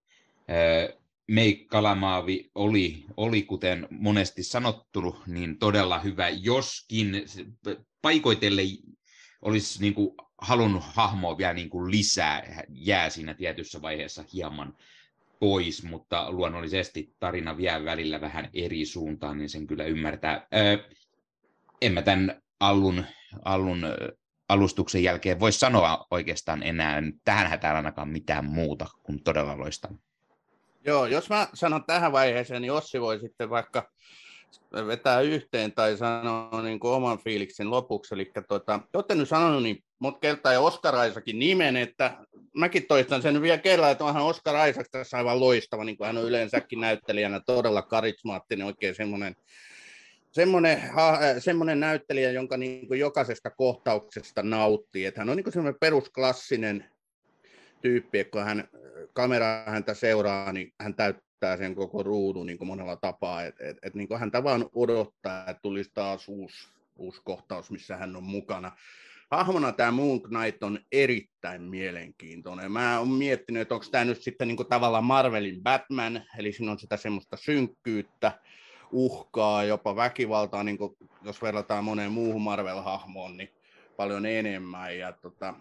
May Kalamaavi oli, oli, kuten monesti sanottu, niin todella hyvä, joskin paikoitelle olisi niin kuin halunnut hahmoa vielä niin kuin lisää, jää siinä tietyssä vaiheessa hieman pois, mutta luonnollisesti tarina vie välillä vähän eri suuntaan, niin sen kyllä ymmärtää. Öö, en mä tämän Allun, Allun alustuksen jälkeen voi sanoa oikeastaan enää tähän hätään ainakaan mitään muuta kuin todella loistava. Joo, jos mä sanon tähän vaiheeseen, niin Ossi voi sitten vaikka vetää yhteen tai sanoa niin kuin oman fiiliksen lopuksi. Eli tuota, olette nyt sanonut niin monta kertaa ja Oscar Isaacin nimen, että mäkin toistan sen vielä kerran, että onhan Oscar Isaac tässä aivan loistava, niin kuin hän on yleensäkin näyttelijänä todella karismaattinen, oikein semmoinen, semmoinen, semmoinen näyttelijä, jonka niin kuin jokaisesta kohtauksesta nauttii. Että hän on niin kuin semmoinen perusklassinen tyyppi, että kun hän kamera häntä seuraa, niin hän täyttää sen koko ruudun niin kuin monella tapaa. Et, et, et, niin kuin häntä vaan odottaa, että tulisi taas uusi, uusi kohtaus, missä hän on mukana. Hahmona tämä Moon Knight on erittäin mielenkiintoinen. Mä oon miettinyt, että onko tämä nyt sitten niin kuin tavallaan Marvelin Batman, eli siinä on sitä semmoista synkkyyttä, uhkaa, jopa väkivaltaa, niin kuin jos verrataan moneen muuhun Marvel-hahmoon, niin paljon enemmän. Ja tota,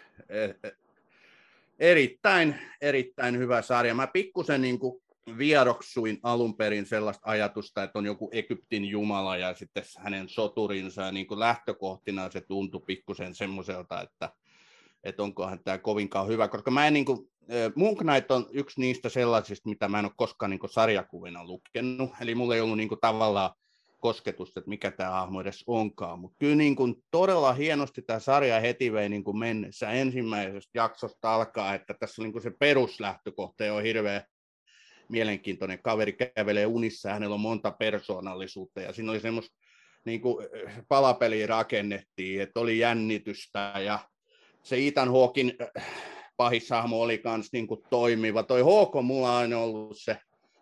erittäin, erittäin hyvä sarja. Mä pikkusen niin kuin vieroksuin alun perin sellaista ajatusta, että on joku Egyptin jumala ja sitten hänen soturinsa, ja niin kuin lähtökohtina se tuntui pikkusen semmoiselta, että, että onkohan tämä kovinkaan hyvä, koska mä en niin kuin, Moon Knight on yksi niistä sellaisista, mitä mä en ole koskaan niin kuin sarjakuvina lukenut, eli mulla ei ollut niin kuin tavallaan kosketusta, että mikä tämä hahmo edes onkaan, mutta kyllä niin kuin todella hienosti tämä sarja heti vei niin kuin mennessä ensimmäisestä jaksosta alkaa, että tässä on niin kuin se peruslähtökohta on hirveän mielenkiintoinen. Kaveri kävelee unissa ja hänellä on monta persoonallisuutta ja siinä oli semmoista niin kuin palapeliä rakennettiin, että oli jännitystä ja se Ethan Hawken pahishahmo oli myös niin kuin toimiva. Toi Hawke on mulla aina ollut se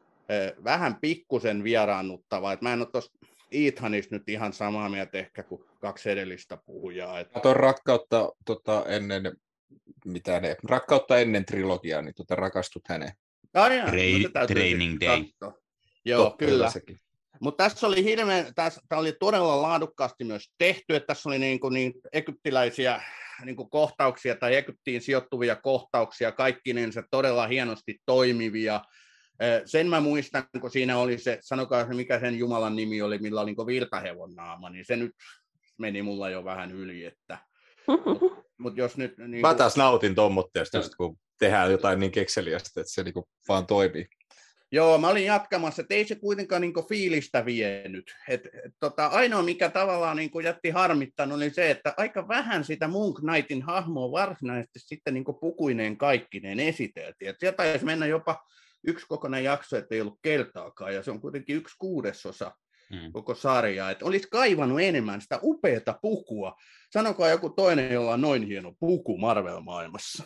vähän pikkusen vieraannuttava, että mä en ole tuosta Ethanista nyt ihan samaa mieltä ehkä kuin kaksi edellistä puhujaa. Että... Tuo rakkautta tota, ennen, mitä ne, rakkautta ennen trilogiaa, niin tota, rakastut häneen. Ah, jaa, Tra- no, training day. Katsoa. Joo, Totta, kyllä. Sekin. Mutta tässä oli hirveän, tässä oli todella laadukkaasti myös tehty, että tässä oli niin kuin niin egyptiläisiä niin kuin kohtauksia tai Egyptiin sijoittuvia kohtauksia, kaikkinensa todella hienosti toimivia. Sen mä muistan, kun siinä oli se, sanokaa se mikä sen Jumalan nimi oli, millä oli niin virtahevon naama, niin se nyt meni mulla jo vähän yli, että mut, mut jos nyt... Niin Mä kuin... taas nautin tommotteesta, just kun tehdään jotain niin kekseliästä, että se niin kuin vaan toimii. Joo, mä olin jatkamassa, että ei se kuitenkaan niin kuin fiilistä vienyt. Et, et, tota, ainoa, mikä tavallaan niin kuin jätti harmittanut, oli se, että aika vähän sitä Moon Knightin hahmoa varsinaisesti sitten niin kuin pukuineen kaikkineen esiteltiin. Et sieltä taisi mennä jopa yksi kokonainen jakso, että ei ollut kertaakaan, ja se on kuitenkin yksi kuudesosa hmm. koko sarjaa. Että olisi kaivannut enemmän sitä upeata pukua. Sanokaa joku toinen, jolla on noin hieno puku Marvel-maailmassa.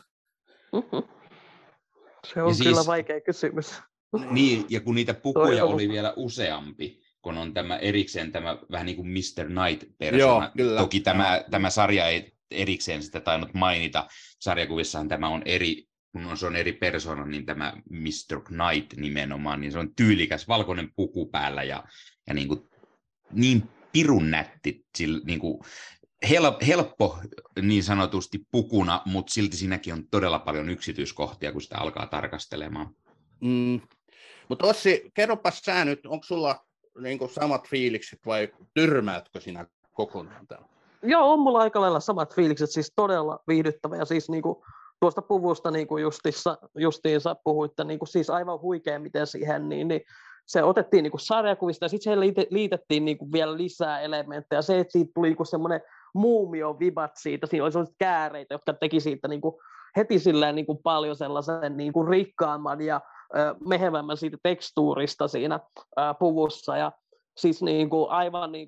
Se on ja kyllä siis... vaikea kysymys. Niin, ja kun niitä pukuja oli vielä useampi, kun on tämä erikseen tämä vähän niin kuin mister Knight-persona. Joo, Toki tämä, tämä sarja ei erikseen sitä tainnut mainita. Sarjakuvissahan tämä on eri, kun se on eri persona, niin tämä mister Knight nimenomaan, niin se on tyylikäs valkoinen puku päällä ja, ja niin, kuin, niin pirun nätti, niin kuin, helppo niin sanotusti pukuna, mutta silti siinäkin on todella paljon yksityiskohtia, kun sitä alkaa tarkastelemaan. Mm. Mutta Ossi, kerropas sä nyt, onko sulla niinku samat fiilikset vai tyrmäätkö sinä kokonaan tämän? Joo, on mulla aika lailla samat fiilikset, siis todella viihdyttävä ja siis niinku tuosta puvusta niinku justissa, justiinsa puhuitte, niinku siis aivan huikea miten siihen, niin, niin se otettiin niinku sarjakuvista ja sitten siihen liitettiin niinku vielä lisää elementtejä. Se, että siitä tuli niinku semmoinen muumio-vibat siitä, siinä oli sellaiset kääreitä, jotka teki siitä niinku heti silleen niinku paljon sellaisen niinku rikkaamman ja ö, mehevämmän siitä tekstuurista siinä ö, puvussa. Ja siis niinku aivan niinku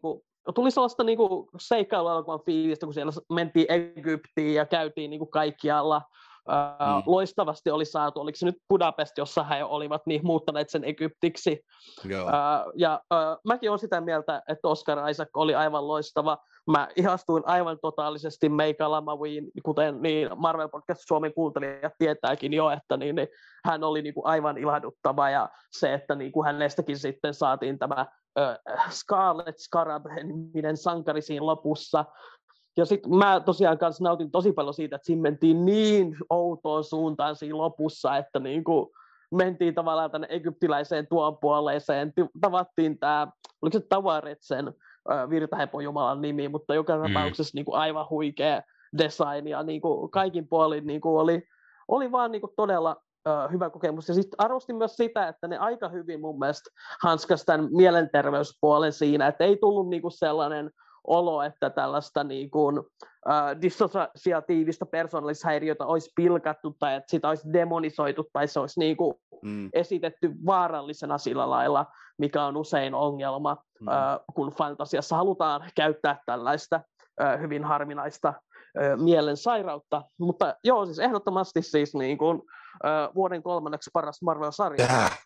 tuli sellaista niinku seikkailuelokuvan fiilistä, kun siellä mentiin Egyptiin ja käytiin niinku kaikkialla. Mm. Loistavasti oli saatu, oliko se nyt Budapest, jossa he olivat niin muuttaneet sen Egyptiksi. Joo. Uh, ja uh, mäkin olen sitä mieltä, että Oscar Isaac oli aivan loistava. Mä ihastuin aivan totaalisesti Meika Lamawiin, kuten niin Marvel Podcast Suomen kuuntelijat tietääkin jo, että niin, niin, hän oli niin kuin aivan ilahduttava, ja se, että niin kuin hänestäkin sitten saatiin tämä uh, Scarlet Scarab-niminen sankari siinä lopussa. Ja sitten mä tosiaan kanssa nautin tosi paljon siitä, että siinä mentiin niin outoon suuntaan siinä lopussa, että niinku mentiin tavallaan tänne egyptiläiseen tuon puoleeseen, tavattiin tämä, oliko se Tawaretsen äh, virtahepojumalan nimi, mutta joka mm. tapauksessa niinku aivan huikea design, ja niinku kaikin puolin niinku oli, oli vaan niinku todella äh, hyvä kokemus. Ja sitten arvostin myös sitä, että ne aika hyvin mun mielestä hanskas tämän mielenterveyspuolen siinä, että ei tullut niinku sellainen olo, että tällaista niin kuin, äh, dissosiatiivista persoonallishäiriötä olisi pilkattu tai että sitä olisi demonisoitu tai se olisi niin kuin, mm. esitetty vaarallisena sillä lailla, mikä on usein ongelma, mm. äh, kun fantasiassa halutaan käyttää tällaista äh, hyvin harvinaista äh, mielen sairautta. Mutta joo, siis ehdottomasti siis niin kuin, äh, vuoden kolmanneksi paras Marvel-sarja.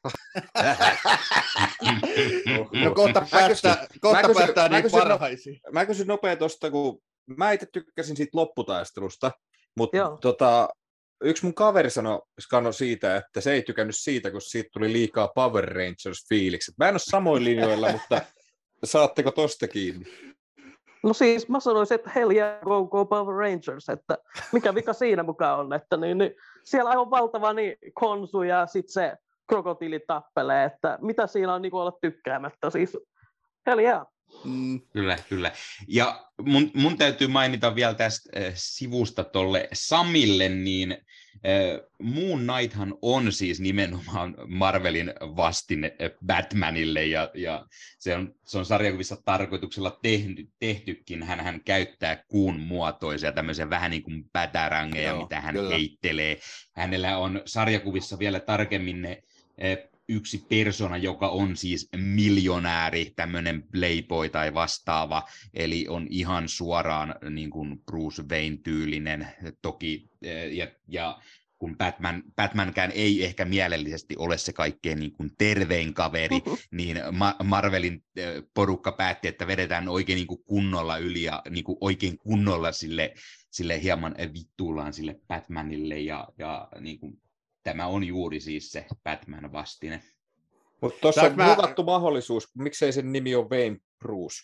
No kohta päästään, kohta päästään niin parhaisiin. Mä kysyn nopea tuosta, kun mä itse tykkäsin siitä lopputaistelusta, mutta tota, yksi mun kaveri sanoi skano siitä, että se ei tykännyt siitä, kun siitä tuli liikaa Power Rangers-fiilikset. Mä en ole samoin linjoilla, mutta saatteko tosta kiinni? No siis mä sanoisin, että hell yeah, go, go Power Rangers, että mikä vika siinä mukaan on, että niin, niin, siellä on valtava niin konsu ja sitten se krokotiili tappelee, että mitä siinä on niin olla tykkäämättä, siis hell yeah. Mm. Kyllä, kyllä. Ja mun, mun täytyy mainita vielä tästä äh, sivusta tolle Samille, niin äh, Moon Knighthan on siis nimenomaan Marvelin vastine äh, Batmanille, ja, ja se on, se on sarjakuvissa tarkoituksella tehty, tehtykin. Hän, hän käyttää kuun muotoisia, tämmöisiä vähän niin kuin batarangeja, Joo, mitä hän kyllä. heittelee. Hänellä on sarjakuvissa vielä tarkemmin ne äh, yksi persona, joka on siis miljonääri, tämmöinen playboy tai vastaava, eli on ihan suoraan niin kuin Bruce Wayne-tyylinen toki, ja, ja kun Batman, Batmankään ei ehkä mielellisesti ole se kaikkein niin kuin tervein kaveri, niin Ma- Marvelin porukka päätti, että vedetään oikein niin kuin kunnolla yli ja niin kuin oikein kunnolla sille, sille hieman vittuillaan sille Batmanille, ja, ja niin kuin tämä on juuri siis se Batman-vastine. Mutta tuossa on mä... luvattu mahdollisuus, miksei sen nimi ole Wayne Bruce.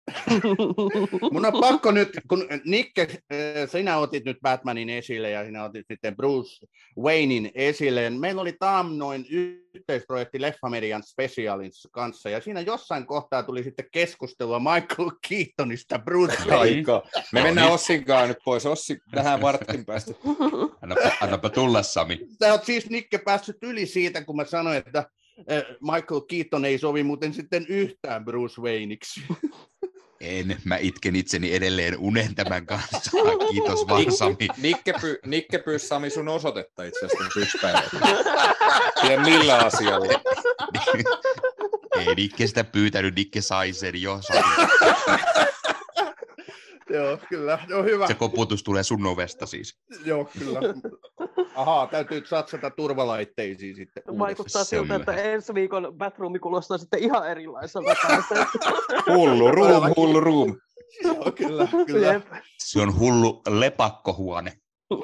Mun on pakko nyt, kun Nikke, sinä otit nyt Batmanin esille ja sinä otit sitten Bruce Waynein esille. Meillä oli taannoin yhteisprojekti Leffamedian Specialin kanssa, ja siinä jossain kohtaa tuli sitten keskustelua Michael Keatonista Bruce Wayne. Me mennään Ossinkaan nyt pois. Ossi tähän vartin päästä. Annapa, annapa tulla, Sami. Sä oot siis, Nikke, päässyt yli siitä, kun mä sanoin, että Michael Keaton ei sovi muuten sitten yhtään Bruce Wayneiksi. En, mä itken itseni edelleen unen tämän kanssa. Kiitos vaan, Sami. Nikke, py, Nikke pyysi Sami sun osoitetta itse asiassa yksi päivä. Tiedän millä asialla. Ei Nikke sitä pyytänyt, Nikke sai sen jo. Joo, kyllä. No, hyvä. Se koputus tulee sun ovesta siis. Joo, kyllä. Ahaa, täytyy satsata turvalaitteisiin sitten. Vaikuttaa siltä, että ensi viikon Batroomi kuulostaa sitten ihan erilaiselta. Hullu room, hullu room. Joo, kyllä, kyllä. Se on hullu lepakkohuone.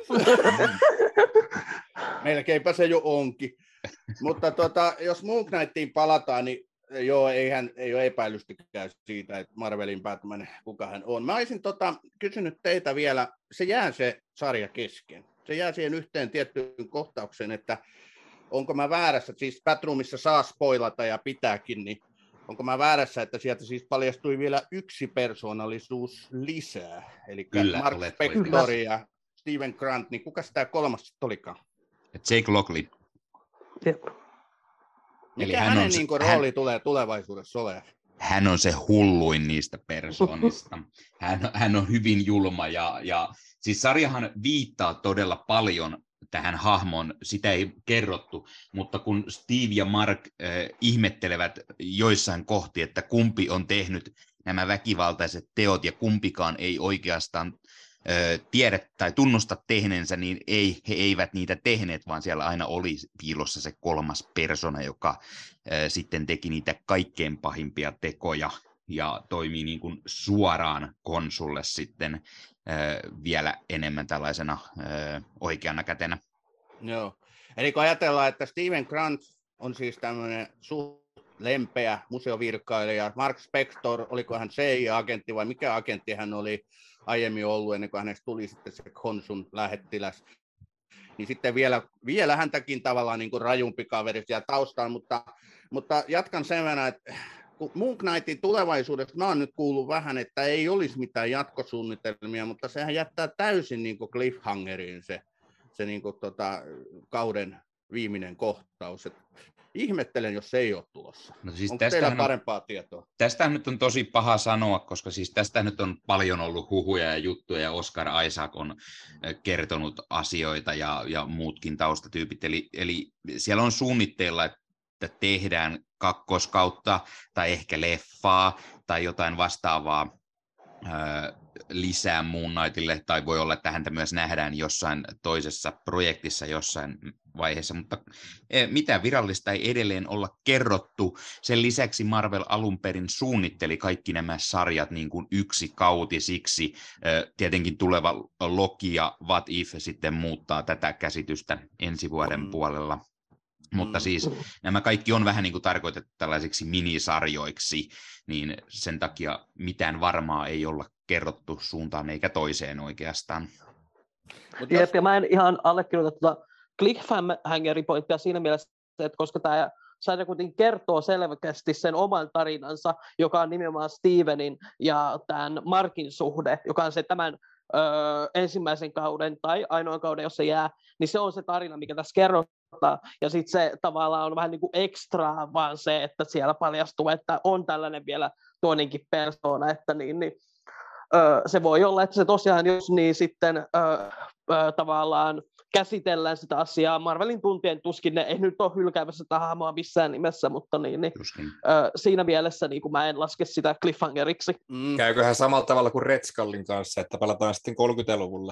Melkeinpä se jo onkin. Mutta tuota, jos Moon Knightiin palataan, niin joo, eihän, ei ole epäilystäkään siitä, että Marvelin Batman, kuka hän on. Mä olisin tota, kysynyt teitä vielä, se jää se sarja kesken. Se jää siihen yhteen tiettyyn kohtaukseen, että onko mä väärässä, siis Batroomissa saa spoilata ja pitääkin, niin onko mä väärässä, että sieltä siis paljastui vielä yksi persoonallisuus lisää, eli Kyllä, Mark Spector ja Steven Grant, niin kuka tämä kolmas sitten olikaan? Jake Lockley. Jep. Mikä Eli hänen on, niin kuin, rooli hän, tulee tulevaisuudessa olemaan? Hän on se hulluin niistä persoonista. Hän, hän on hyvin julma, ja, ja siis sarjahan viittaa todella paljon tähän hahmoon, sitä ei kerrottu, mutta kun Steve ja Mark äh, ihmettelevät joissain kohti, että kumpi on tehnyt nämä väkivaltaiset teot ja kumpikaan ei oikeastaan ö, tiedä tai tunnusta tehneensä, niin ei, he eivät niitä tehneet, vaan siellä aina oli piilossa se kolmas persona, joka ö, sitten teki niitä kaikkein pahimpia tekoja ja toimii niin kuin suoraan konsulle sitten ö, vielä enemmän tällaisena ö, oikeana kätenä. Joo. Eli kun ajatellaan, että Steven Grant on siis tämmöinen suht lempeä museovirkailija, Mark Spector, oliko hän C I A-agentti vai mikä agentti hän oli aiemmin ollut ennen kuin hänestä tuli sitten se konsun lähettiläs, niin sitten vielä, vielä häntäkin tavallaan niin kuin rajumpi kaveri siellä taustaan, mutta, mutta jatkan sen verran, että kun Moon Knightin tulevaisuudesta mä oon nyt kuullut vähän, että ei olisi mitään jatkosuunnitelmia, mutta sehän jättää täysin niin kuin cliffhangeriin se, se niin kuin tota, kauden viimeinen kohtaus. Et ihmettelen, jos se ei ole tulossa. No siis onko teillä parempaa on, tietoa? Tästä nyt on tosi paha sanoa, koska siis tästä nyt on paljon ollut huhuja ja juttuja, ja Oscar Isaac on kertonut asioita ja, ja muutkin taustatyypit. Eli, eli siellä on suunnitteilla, että tehdään kakkoskautta tai ehkä leffaa tai jotain vastaavaa öö, lisää Moon Knightille, tai voi olla, että häntä myös nähdään jossain toisessa projektissa jossain vaiheessa, mutta mitään virallista ei edelleen olla kerrottu. Sen lisäksi Marvel alun perin suunnitteli kaikki nämä sarjat niin kuin yksi kautisiksi. Tietenkin tuleva Loki ja What If sitten muuttaa tätä käsitystä ensi vuoden mm. puolella. Mutta siis nämä kaikki on vähän niin kuin tarkoitettu tällaisiksi minisarjoiksi, niin sen takia mitään varmaa ei olla kerrottu suuntaan eikä toiseen oikeastaan. Jep, jos... ja mä en ihan allekirjoita tuota cliffhangerin pointtia siinä mielessä, että koska tämä sarja kuitenkin kertoo selvästi sen oman tarinansa, joka on nimenomaan Stevenin ja tämän Markin suhde, joka on se tämän öö, ensimmäisen kauden tai ainoan kauden, jos se jää, niin se on se tarina, mikä tässä kerrotaan. Ja sitten se tavallaan on vähän niin kuin ekstraa vaan se, että siellä paljastuu, että on tällainen vielä toinenkin persona, että niin, niin öö, se voi olla, että se tosiaan, jos niin sitten öö, öö, tavallaan käsitellään sitä asiaa. Marvelin tuntien tuskin ne ei nyt ole hylkäämässä tätä hahmoa missään nimessä, mutta niin, niin, ö, siinä mielessä niin kuin mä en laske sitä cliffhangeriksi. Mm. Käyköhän samalla tavalla kuin Red Skullin kanssa, että palataan sitten kolmekymmentäluvulla.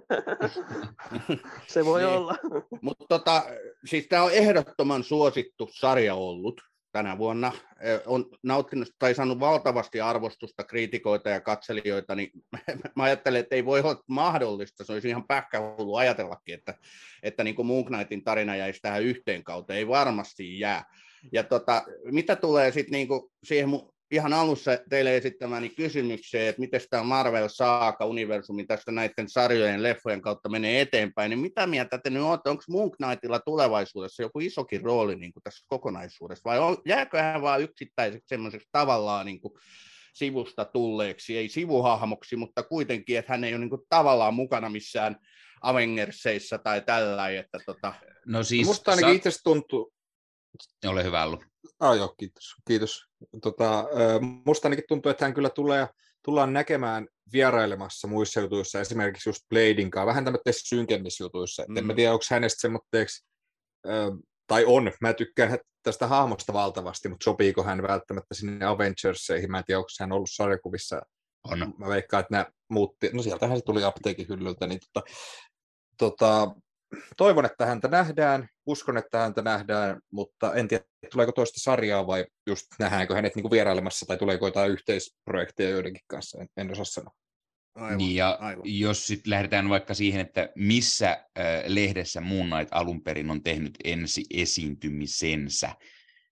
Se voi niin olla. Mutta tota, siis tämä on ehdottoman suosittu sarja ollut tänä vuonna. On nauttinut tai saanut valtavasti arvostusta kriitikoita ja katselijoita, niin mä ajattelen, että ei voi olla mahdollista. Se olisi ihan pähkähullu ajatellakin, että, että niin kuin Moon Knightin tarina jäisi tähän yhteen kauteen. Ei varmasti jää. Ja tota, mitä tulee sitten niin kuin siihen ihan alussa teille esittämäni kysymykseen, että miten tämä Marvel-saaka-universumi tästä näiden sarjojen, leffojen kautta menee eteenpäin, niin mitä mieltä te nyt olette? Onko Moon Knightilla tulevaisuudessa joku isokin rooli niin kuin tässä kokonaisuudessa, vai on, jääkö hän vaan yksittäiseksi semmoiseksi tavallaan niin kuin sivusta tulleeksi, ei sivuhahmoksi, mutta kuitenkin, että hän ei ole niin kuin tavallaan mukana missään Avengerseissa tai tällä, että tota... No siis... Musta ainakin itse tuntuu... Ole hyvä ollut. Ah, joo, kiitos. kiitos. Tota, musta ainakin tuntuu, että hän kyllä tulee, tullaan näkemään vierailemassa muissa jutuissa, esimerkiksi just Bladen kanssa, vähän tämmöisissä synkemmissä jutuissa. Mm. En mä tiedä, onko hänestä semmoitteeksi, tai on, mä tykkään tästä hahmosta valtavasti, mutta sopiiko hän välttämättä sinne Avengerseihin, mä en tiedä, onko hän ollut sarjakuvissa. On. Mä veikkaan, että nämä muutti, no sieltähän se tuli apteekin hyllyltä, niin tota, tota, toivon, että häntä nähdään, uskon, että häntä nähdään, mutta en tiedä, tuleeko toista sarjaa vai just nähdäänkö hänet niin kuin vierailemassa tai tuleeko jotain yhteisprojekteja joidenkin kanssa, en, en osaa sanoa. Aivan, niin ja aivan. Jos sitten lähdetään vaikka siihen, että missä äh, lehdessä Moon Knight alun perin on tehnyt ensi esiintymisensä, äh,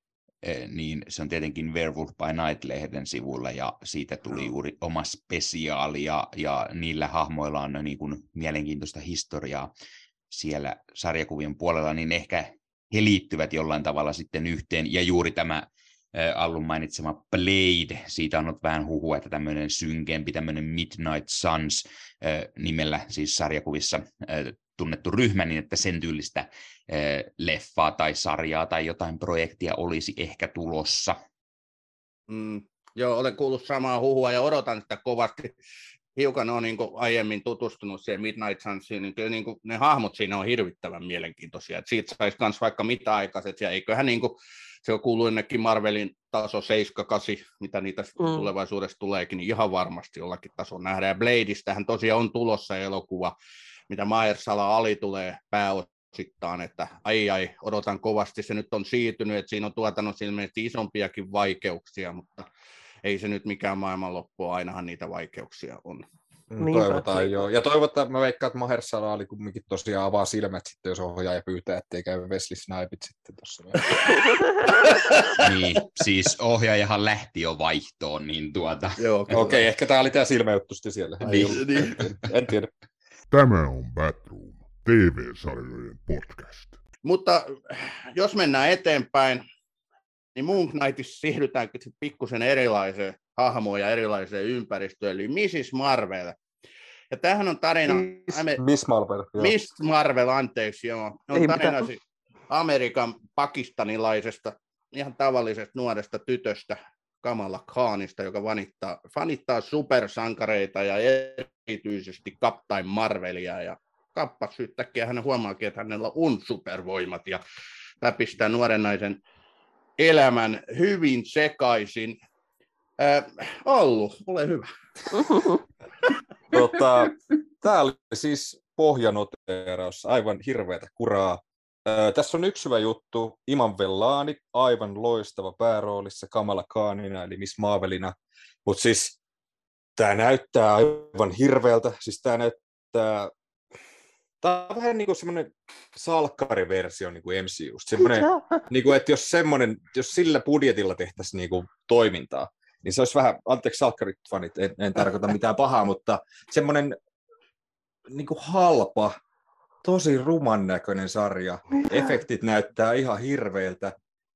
niin se on tietenkin Werewolf by Night-lehden sivuilla ja siitä tuli no. juuri oma spesiaali ja, ja niillä hahmoilla on niin kuin mielenkiintoista historiaa siellä sarjakuvien puolella, niin ehkä he liittyvät jollain tavalla sitten yhteen. Ja juuri tämä ä, Allun mainitsema Blade, siitä on ollut vähän huhua, että tämmöinen synkempi, tämmöinen Midnight Suns ä, nimellä siis sarjakuvissa ä, tunnettu ryhmä, niin että sen tyylistä ä, leffaa tai sarjaa tai jotain projektia olisi ehkä tulossa. Mm, joo, olen kuullut samaa huhua ja odotan sitä kovasti. Hiukan on niin kuin aiemmin tutustunut siihen Midnight Sunsiin, niin kyllä niin kuin ne hahmot siinä on hirvittävän mielenkiintoisia. Että siitä saisi myös vaikka mitä aikaiset, ja eiköhän niin kuin, se on kuullut jonnekin Marvelin taso seitsemän kahdeksan, mitä niitä mm. tulevaisuudessa tuleekin, niin ihan varmasti jollakin tasolla nähdään. Ja Bladeistähän tosiaan on tulossa elokuva, mitä Mahershala Ali tulee pääosittain, että ai ai, odotan kovasti, se nyt on siirtynyt, että siinä on tuotannossa ilmeisesti isompiakin vaikeuksia, mutta ei se nyt mikään maailmanloppu, ainahan niitä vaikeuksia on. Mm, toivotaan niin. Joo. Ja toivotaan, mä veikkaan, että Mahershala Ali kumminkin tosiaan avaa silmät sitten, jos ohjaaja pyytää, ettei käy Wesley Snipeit sitten tuossa. Niin, siis ohjaajahan lähti jo vaihtoon, niin tuota. Okei, okay, ehkä tää oli tää silmäjuttu sitten siellä. Niin, niin. En tiedä. Tämä on Batroom, T V-sarjojen podcast. Mutta jos mennään eteenpäin, niin Moon Knightissa siirrytäänkin pikkusen erilaiseen hahmoon ja erilaiseen ympäristöön, eli missis Marvel. Ja tämähän on tarina... Miss, Amer... Miss Marvel. Joo. Miss Marvel, anteeksi, joo. On Ei tarina Amerikan pakistanilaisesta, ihan tavallisesta nuoresta tytöstä, Kamala Khanista, joka vanittaa, fanittaa supersankareita ja erityisesti Captain Marvelia. Ja kappas yhtäkkiä hän huomaakin, että hänellä on supervoimat ja tämä pistää nuoren naisen elämän hyvin sekaisin. Äh, Ollu, ole hyvä. tota, Tämä oli siis pohjanoteeraus, aivan hirveätä kuraa. Äh, tässä on yksi hyvä juttu. Iman Vellani, aivan loistava pääroolissa Kamala Khanina, eli Miss Marvelina. Mutta siis tämä näyttää aivan hirveältä. Siis tämä näyttää... Tämä on vähän niin kuin semmoinen salkkariversio niin kuin M C U:sta. Semmoinen, niin kuin, että jos, semmoinen, jos sillä budjetilla tehtäisiin niin kuin toimintaa, niin se olisi vähän, anteeksi salkkarifanit, en, en tarkoita mitään pahaa, mutta semmoinen niin kuin halpa, tosi ruman näköinen sarja. Efektit näyttää ihan hirveiltä.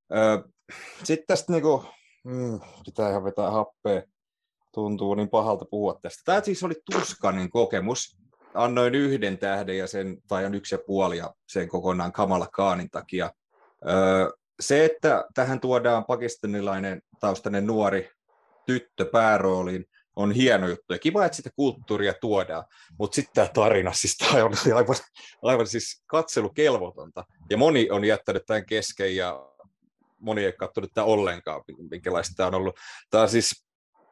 Sitten tästä niin kuin, mm, pitää ihan vetää happea, tuntuu niin pahalta puhua tästä. Tämä siis oli tuskainen kokemus. Annoin yhden tähden ja sen, tai on yksi ja puoli ja sen kokonaan Kamala Khanin takia. Öö, se, että tähän tuodaan pakistanilainen taustainen nuori tyttö päärooliin, on hieno juttu. Ja kiva, että sitä kulttuuria tuodaan, mutta sitten tämä tarina, siis tämä on aivan, aivan siis katselukelvotonta. Ja moni on jättänyt tämän kesken ja moni ei katsonut tätä ollenkaan, minkälaista tämä on ollut. Tämä siis,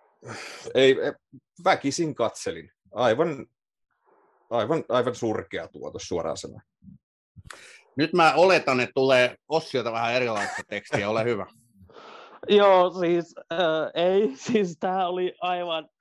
ei, väkisin katselin. Aivan Aivan, aivan surkea tuotos suoraan sanoen. Nyt mä oletan, että tulee Ossiota vähän erilaista tekstiä, ole hyvä. Joo, siis äh, ei, siis tää oli aivan,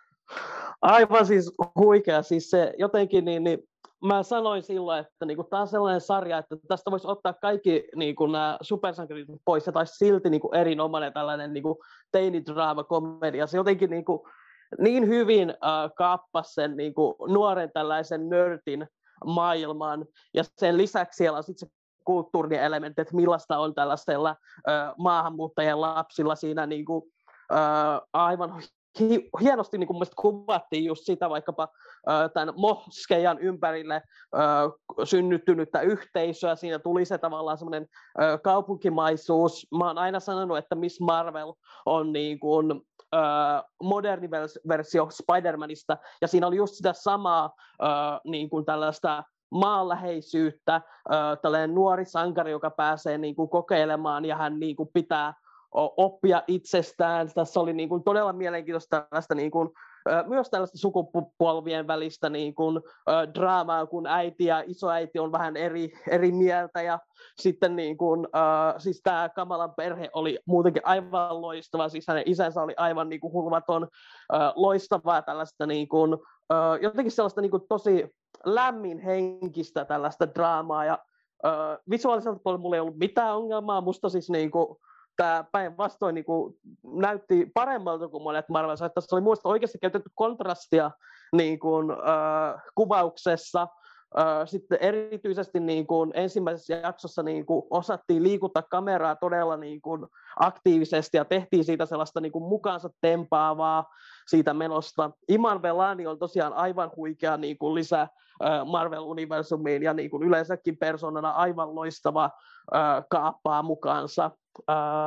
aivan siis huikea. Siis se jotenkin, niin, niin mä sanoin silloin, että niinku, tää on sellainen sarja, että tästä voisi ottaa kaikki niinku, nämä supersankarit pois, ja taisi silti niinku, erinomainen tällainen niinku, teinidraama-komedia. Se jotenkin niinku, niin hyvin äh, kaappasi sen niin kuin, nuoren tällaisen nörtin maailman, ja sen lisäksi siellä on sitten se kulttuurielementti, että millaista on tällaisella äh, maahanmuuttajien lapsilla siinä niin kuin, äh, aivan hi- hienosti niin kuin kuvattiin just sitä vaikkapa äh, tämän moskeijan ympärille äh, synnyttynyttä yhteisöä, siinä tuli se tavallaan semmoinen äh, kaupunkimaisuus. Mä oon aina sanonut, että Miss Marvel on niin kuin moderni versio Spider-Manista, ja siinä oli just sitä samaa uh, niin kuin tällaista maanläheisyyttä, uh, tällainen nuori sankari, joka pääsee niin kuin kokeilemaan, ja hän niin kuin pitää oppia itsestään. Tässä oli niin kuin todella mielenkiintoista tällaista niin kuin, uh, myös tällaista sukupolvien välistä niin kuin, uh, draamaa, kun äiti ja isoäiti on vähän eri, eri mieltä, ja sitten niin kuin, uh, siis tämä Kamalan perhe oli muutenkin aivan loistava, siis hänen isänsä oli aivan niin kuin hulvaton, uh, loistavaa tällaista niin kuin, uh, jotenkin sellaista niin kuin tosi lämmin henkistä tällaista draamaa, ja uh, visuaaliselta puolella mulla ei ollut mitään ongelmaa, musta siis niin kuin tämä päinvastoin niin kuin näytti paremmalta kuin monet Marvel, että tässä oli muista oikeasti käytetty kontrastia niin kuin, uh, kuvauksessa. Uh, sitten erityisesti niin kuin ensimmäisessä jaksossa niin kuin osattiin liikuttaa kameraa todella niin kuin aktiivisesti ja tehtiin siitä sellaista niin kuin mukaansa tempaavaa siitä menosta. Iman Vellani on tosiaan aivan huikea niin kuin lisä uh, Marvel-universumiin ja niin kuin yleensäkin persoonana aivan loistava uh, kaappaa mukaansa. Uh,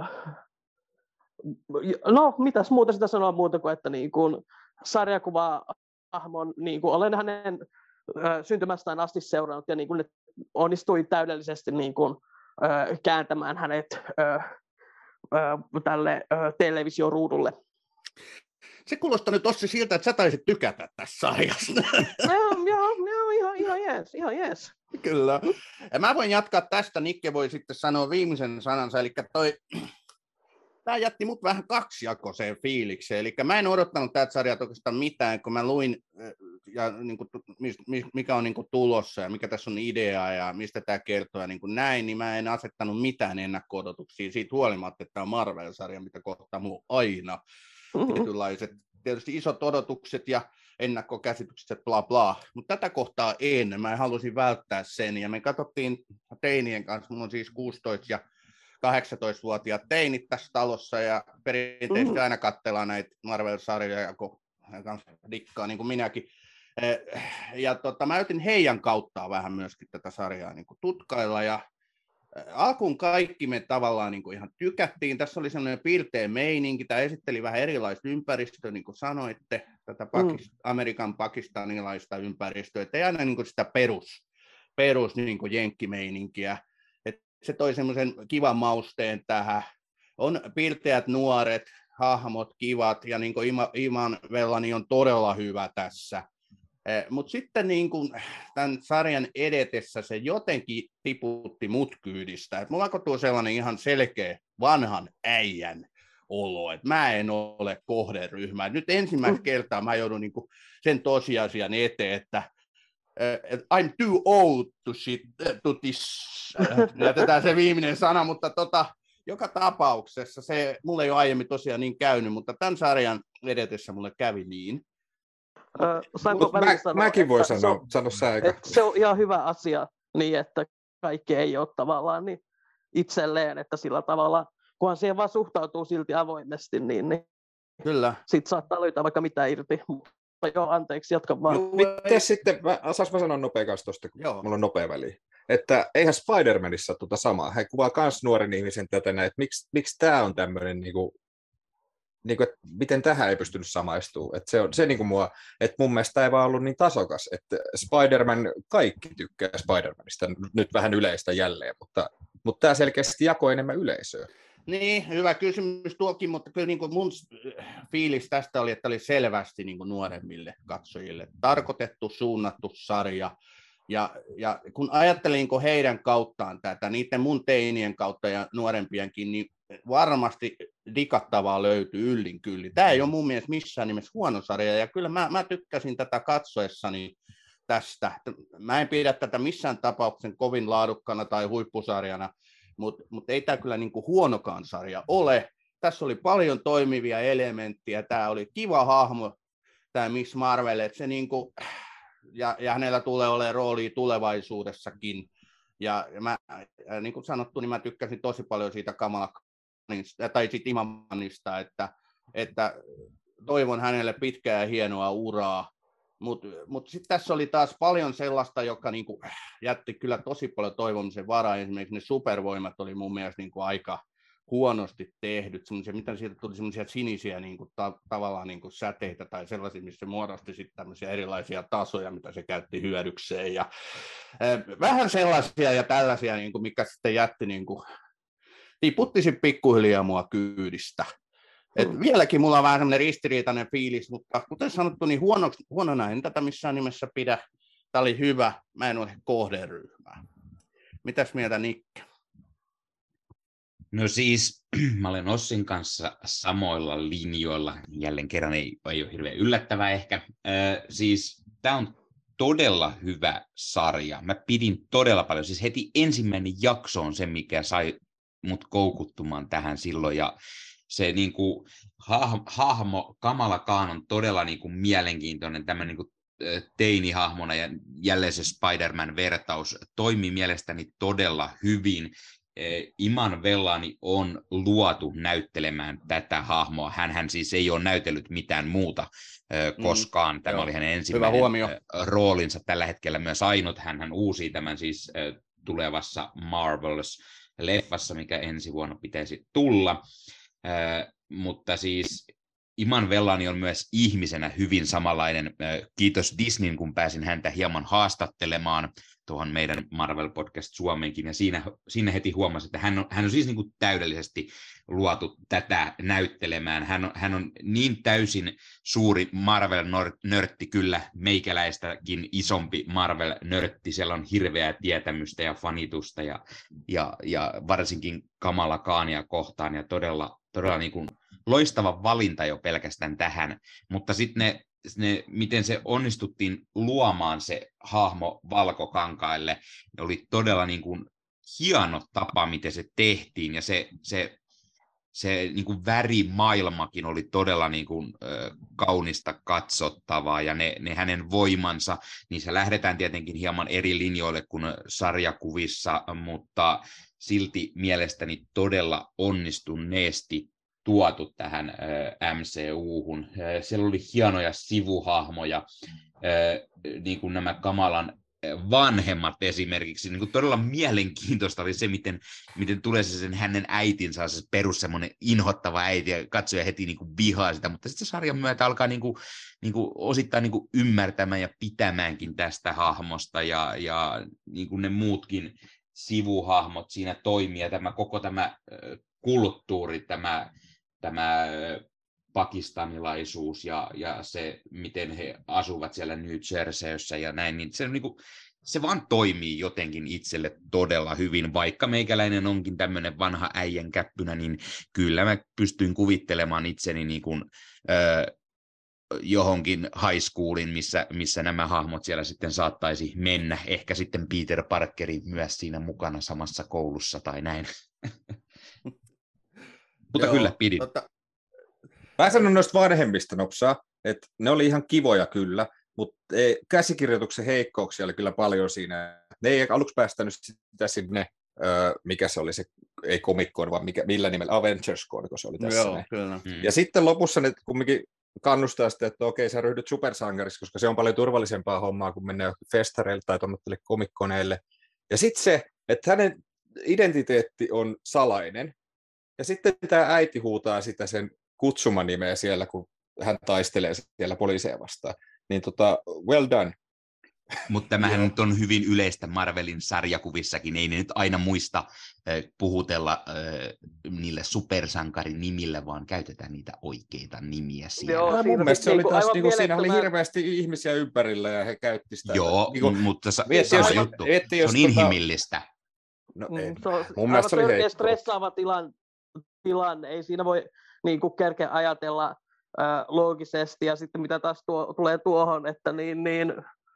no, mitäs muuta sitä sanoa muuta kuin, että niin kuin sarjakuva-hahmon, niin kuin olen hänen syntymästään asti seurannut, ja niin kuin ne onnistui täydellisesti niin kuin, ö, kääntämään hänet ö, ö, tälle ö, televisioruudulle. Se kuulostaa nyt Ossi siltä, että sä taisit tykätä tässä sarjassa. No, joo, joo, ihan, ihan jees, ihan jees. Kyllä. Ja mä voin jatkaa tästä, Nikke voi sitten sanoa viimeisen sanansa, eli toi, tämä jätti mut vähän kaksijakoiseen fiilikseen, eli mä en odottanut tätä sarjaa oikeastaan mitään, kun mä luin, ja niin kuin, mikä on niin kuin tulossa ja mikä tässä on idea ja mistä tämä kertoo ja niin kuin näin, niin mä en asettanut mitään ennakko-odotuksia siitä huolimatta, että tämä on Marvel-sarja, mitä kohtaa mulla aina mm-hmm. tietynlaiset, tietysti isot odotukset ja ennakkokäsitykset, bla bla, mutta tätä kohtaa en, mä halusin välttää sen, ja me katsottiin teinien kanssa, mulla on siis kuusitoista ja kahdeksantoistavuotiaat teinit tässä talossa, ja perinteisesti mm. aina katsellaan näitä Marvel-sarjoja, kun dikkaa, niin kuin minäkin, ja tota, mä yritin heidän kauttaan vähän myöskin tätä sarjaa niin kuin tutkailla, ja alkuun kaikki me tavallaan niin kuin ihan tykättiin. Tässä oli sellainen pirteä meininki. Tämä esitteli vähän erilaista ympäristöä, niin kuin sanoitte, tätä Pakist- mm. Amerikan pakistanilaista ympäristöä. Että ei aina niin kuin sitä perus, perus niin kuin jenkkimeininkiä. Et se toi semmoisen kivan mausteen tähän. On pirteät nuoret, hahmot kivat, ja niin kuin Iman Vellani on todella hyvä tässä. Mutta sitten niin kun tämän sarjan edetessä se jotenkin tiputti mut kyydistä. Et mulla alkoi tuo sellainen ihan selkeä vanhan äijän olo, että mä en ole kohderyhmä. Nyt ensimmäistä kertaa mä joudun niin kun sen tosiasian eteen, että I'm too old to shit, to this. Jätetään se viimeinen sana, mutta tota, joka tapauksessa se mulle ei ole aiemmin tosiaan niin käynyt, mutta tämän sarjan edetessä mulle kävi niin. Saanko mä, sanoa, mäkin voi sanoa, sanoa, sano sä eikä. Se on ihan hyvä asia, niin että kaikki ei ole tavallaan niin itselleen, että sillä tavalla, kunhan siihen vaan suhtautuu silti avoimesti, niin, niin kyllä. Sitten saattaa löytää vaikka mitä irti. Mutta joo, anteeksi, jatka vaan. Miten sitten, saanko mä sanoa nopea kanssa tuosta, kun joo. Mulla on nopea väliin. Että eihän Spider-Manissa tuota samaa. He kuvaa myös nuoren ihmisen tätä näin, että miksi, miksi tämä on tämmöinen niinku, niin kuin, että miten tähän ei pystynyt samaistumaan. Että se on se niin kuin mua, että mun mielestä tämä ei vaan ollut niin tasokas, että Spider-Man, kaikki tykkää Spider-Manista, nyt vähän yleistä jälleen, mutta, mutta tämä selkeästi jakoi enemmän yleisöä. Niin, hyvä kysymys tuokin, mutta kyllä niin kuin mun fiilis tästä oli, että oli selvästi niin kuin nuoremmille katsojille tarkoitettu, suunnattu sarja. Ja, ja kun ajattelin niin heidän kauttaan tätä, niiden mun teinien kautta ja nuorempienkin, niin varmasti dikattavaa löytyy yllin kyllin. Tämä ei ole mun mielestä missään nimessä huono sarja, ja kyllä mä, mä tykkäsin tätä katsoessani tästä. Mä en pidä tätä missään tapauksessa kovin laadukkana tai huippusarjana, mutta mut ei tämä kyllä niinku huonokaan sarja ole. Tässä oli paljon toimivia elementtejä, tämä oli kiva hahmo, tämä Miss Marvel, että se niinku, ja, ja hänellä tulee olemaan roolia tulevaisuudessakin. Ja mä, niin kuin sanottu, niin mä tykkäsin tosi paljon siitä Kamala tai siitä Imanista, että, että toivon hänelle pitkää ja hienoa uraa. Mutta mut sitten tässä oli taas paljon sellaista, joka niinku jätti kyllä tosi paljon toivomisen varaa. Esimerkiksi ne supervoimat oli mun mielestä niinku aika huonosti tehdyt. Mitä sieltä tuli semmoisia sinisiä niinku, ta- tavallaan niinku säteitä tai sellaisia, missä se muodosti sitten tämmöisiä erilaisia tasoja, mitä se käytti hyödykseen. Ja, äh, vähän sellaisia ja tällaisia, niinku, mikä sitten jätti, niinku, tiputti sitten pikkuhiljaa mua kyydistä. Et mm. Vieläkin mulla on vähän semmoinen ristiriitainen fiilis, mutta kuten sanottu, niin huonoksi, huonona en tätä missään nimessä pidä. Tämä oli hyvä, mä en ole kohderyhmää. Mitäs mieltä Nikke? No siis, mä olen Ossin kanssa samoilla linjoilla. Jälleen kerran ei, ei ole hirveän yllättävää ehkä. Äh, siis tämä on todella hyvä sarja. Mä pidin todella paljon. Siis heti ensimmäinen jakso on se, mikä sai mut koukuttumaan tähän silloin. Ja se niin kuin, hah, hahmo Kamala Khan on todella niin kuin, mielenkiintoinen tämmöinen niin kuin, teinihahmona, ja jälleen se Spider-Man-vertaus toimii mielestäni todella hyvin. Iman Vellani on luotu näyttelemään tätä hahmoa. Hänhän siis ei ole näytellyt mitään muuta koskaan. Tämä mm, oli hänen ensimmäinen roolinsa tällä hetkellä myös ainut. Hänhän uusii tämän siis tulevassa Marvels-leffassa, mikä ensi vuonna pitäisi tulla. Äh, mutta siis Iman Vellani on myös ihmisenä hyvin samanlainen. Äh, kiitos Disneyn, kun pääsin häntä hieman haastattelemaan. tuohon meidän Marvel Podcast Suomeenkin, ja siinä, siinä heti huomasi, että hän on, hän on siis niin kuin täydellisesti luotu tätä näyttelemään. Hän on, hän on niin täysin suuri Marvel-nörtti, kyllä meikäläistäkin isompi Marvel-nörtti, siellä on hirveää tietämystä ja fanitusta, ja, ja, ja varsinkin Kamala Khania kohtaan, ja todella, todella niin kuin loistava valinta jo pelkästään tähän, mutta sitten ne Ne, miten se onnistuttiin luomaan se hahmo valkokankaille, oli todella niin kuin hieno tapa, miten se tehtiin, ja se, se, se niin kuin värimaailmakin oli todella niin kuin, ö, kaunista katsottavaa, ja ne, ne hänen voimansa, niissä lähdetään tietenkin hieman eri linjoille kuin sarjakuvissa, mutta silti mielestäni todella onnistuneesti tuotu tähän M C U:hun. Siellä oli hienoja sivuhahmoja, niin kuin nämä Kamalan vanhemmat esimerkiksi. Niin kuin todella mielenkiintoista oli se, miten, miten tulee se sen hänen äitinsä, se perus semmoinen inhottava äiti, ja katsoja heti niin kuin vihaa sitä, mutta sitten sarjan myötä alkaa niin kuin, niin kuin osittain niin kuin ymmärtämään ja pitämäänkin tästä hahmosta, ja, ja niin kuin ne muutkin sivuhahmot siinä toimii, ja tämä, koko tämä kulttuuri, tämä tämä pakistanilaisuus ja, ja se, miten he asuvat siellä New Jerseyssä ja näin, niin se, niin kuin, se vaan toimii jotenkin itselle todella hyvin, vaikka meikäläinen onkin tämmöinen vanha äijän käppynä, niin kyllä mä pystyin kuvittelemaan itseni niin kuin, ö, johonkin high schoolin, missä, missä nämä hahmot siellä sitten saattaisi mennä, ehkä sitten Peter Parkeri myös siinä mukana samassa koulussa tai näin. Mutta Joo, kyllä, pidin. Tota... Mä sanon noista vanhemmista nopsaa, että ne oli ihan kivoja kyllä, mutta ei, käsikirjoituksen heikkouksia oli kyllä paljon siinä. Ne ei aluksi päästänyt sitä sinne, öö, mikä se oli se, ei komikkoon, vaan mikä, millä nimellä, Avengers-koon, kun se oli tässä. Joo, kyllä. Mm. Ja sitten lopussa ne kumminkin kannustaa sitä, että okei, sä ryhdyt supersankariksi, koska se on paljon turvallisempaa hommaa, kun mennään festareille tai tuommoisille komikkoneille. Ja sitten se, että hänen identiteetti on salainen, ja sitten tämä äiti huutaa sitä sen kutsumanimeä siellä, kun hän taistelee siellä poliiseja vastaan. Niin tota, well done. Mutta tämähän nyt on hyvin yleistä Marvelin sarjakuvissakin. Ei ne nyt aina muista äh, puhutella äh, niille supersankarin nimillä, vaan käytetään niitä oikeita nimiä siellä. Joo, mun mielestä se oli taas, niinku, siinä oli hirveästi ihmisiä ympärillä ja he käytti sitä. Joo, niinku, mutta sa- vietti, sama jos, juttu. vietti, se on tota... inhimillistä. No, mm, ei. se on Mun mielestä se oli heikko. stressaava tilan, tilanne. Ei siinä voi niin kuin kerkeä ajatella äh, loogisesti, ja sitten mitä taas tuo, tulee tuohon, että niin, niin,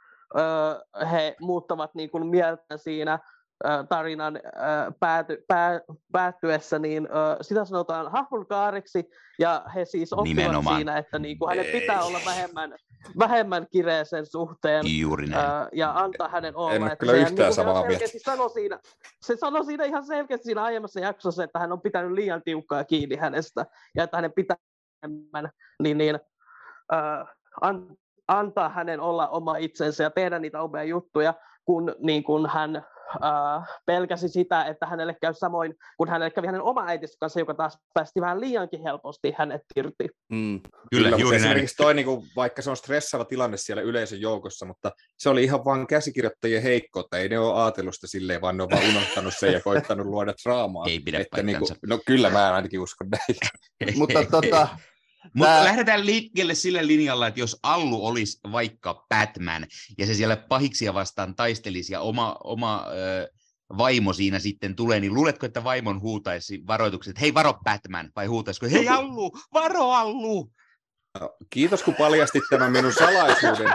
äh, he muuttavat niin kuin mieltä siinä äh, tarinan äh, pääty, pää, päättyessä, niin äh, sitä sanotaan hahmonkaariksi, ja he siis oppivat Nimenomaan. Siinä, että niin kuin hänen pitää olla vähemmän, vähemmän kireä sen suhteen. Juuri näin. Äh, ja antaa hänen olla. En ole että kyllä se yhtään niin samaa mieltä. Sanoi siinä, se sanoi siinä ihan selkeästi siinä aiemmassa jaksossa, että hän on pitänyt liian tiukkaa kiinni hänestä, ja että hänen pitää enemmän niin, niin, äh, an, antaa hänen olla oma itsensä ja tehdä niitä omia juttuja, kun, niin kun hän äh, pelkäsi sitä, että hänelle käy samoin, kun hänelle kävi hänen oma äitinsä kanssa, joka taas päästi vähän liiankin helposti hänet irti. Mm. Kyllä, Kyllä, juuri näin. esimerkiksi toi, niin kuin, vaikka se on stressaava tilanne siellä yleisön joukossa, mutta se oli ihan vaan käsikirjoittajien heikkoutta. Ei ne ole ajatellut sitä silleen, vaan ne on vaan unohtanut sen ja koittanut luoda draamaa. Ei pidä että, niin kuin, paikkansa. no kyllä, mä ainakin uskon näin. Mutta tota... Mutta Tää... lähdetään liikkeelle sillä linjalla, että jos Allu olisi vaikka Batman, ja se siellä pahiksia vastaan taistelisi, ja oma, oma ö, vaimo siinä sitten tulee, niin luuletko, että vaimon huutaisi varoitukset, että hei, varo Batman, vai huutaisiko, hei Allu, varo Allu! No, kiitos, kun paljastit tämän minun salaisuuden.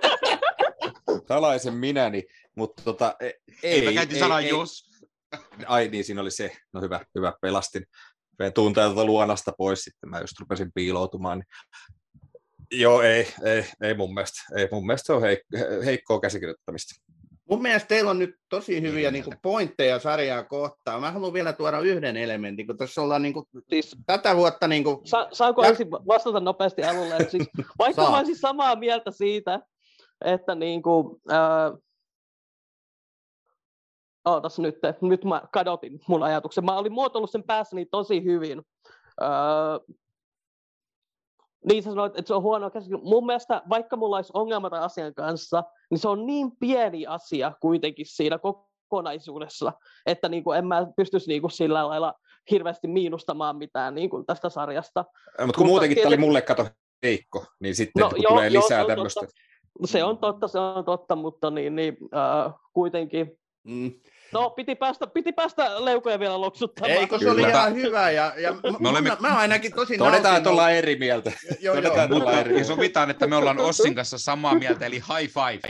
Salaisen minäni, mutta tota, ei. Ei, mä käytin sanaa jos. Ai niin, siinä oli se. No hyvä, hyvä, pelastin. Tuun täältä luonasta pois sitten, mä just rupesin piiloutumaan. Niin... Joo, ei, ei, ei mun mielestä. Ei, mun mielestä se on heik- heikkoa käsikirjoittamista. Mun mielestä teillä on nyt tosi hyviä niin kuin pointteja sarjaa kohtaan. Mä haluan vielä tuoda yhden elementin, kun tässä ollaan niin kuin, siis tätä vuotta... Niin kuin... Sa- saanko ja... ensin vastata nopeasti alulle? Siis, vaikka mä olisin samaa mieltä siitä, että niin kuin, äh... ootas nyt, nyt mä kadotin mun ajatuksen. Mä olin muotoillut sen päässäni tosi hyvin. Öö, Niin sä sanoit, että se on huono käsitys. Mun mielestä, vaikka mulla olisi ongelma tämän asian kanssa, niin se on niin pieni asia kuitenkin siinä kokonaisuudessa, että niin kuin en mä pystyisi niin kuin sillä lailla hirveästi miinustamaan mitään niin kuin tästä sarjasta. Ja, mutta kun muutenkin tietysti... tämä oli mulle kato heikko, niin sitten no, joo, tulee lisää joo, tämmöistä. Totta. Se on totta, se on totta, mutta niin, niin, äh, kuitenkin. Mm. No, piti päästä, piti päästä leukoja vielä loksuttamaan. Eikö se oli ihan hyvä, ja, ja me olemme... mä, mä ainakin tosi Todetaan, nautin... että ollaan eri mieltä. Jo, jo, Todetaan, jo, ollaan eri mieltä. Ja sovitaan, että me ollaan Ossin kanssa samaa mieltä, eli high five.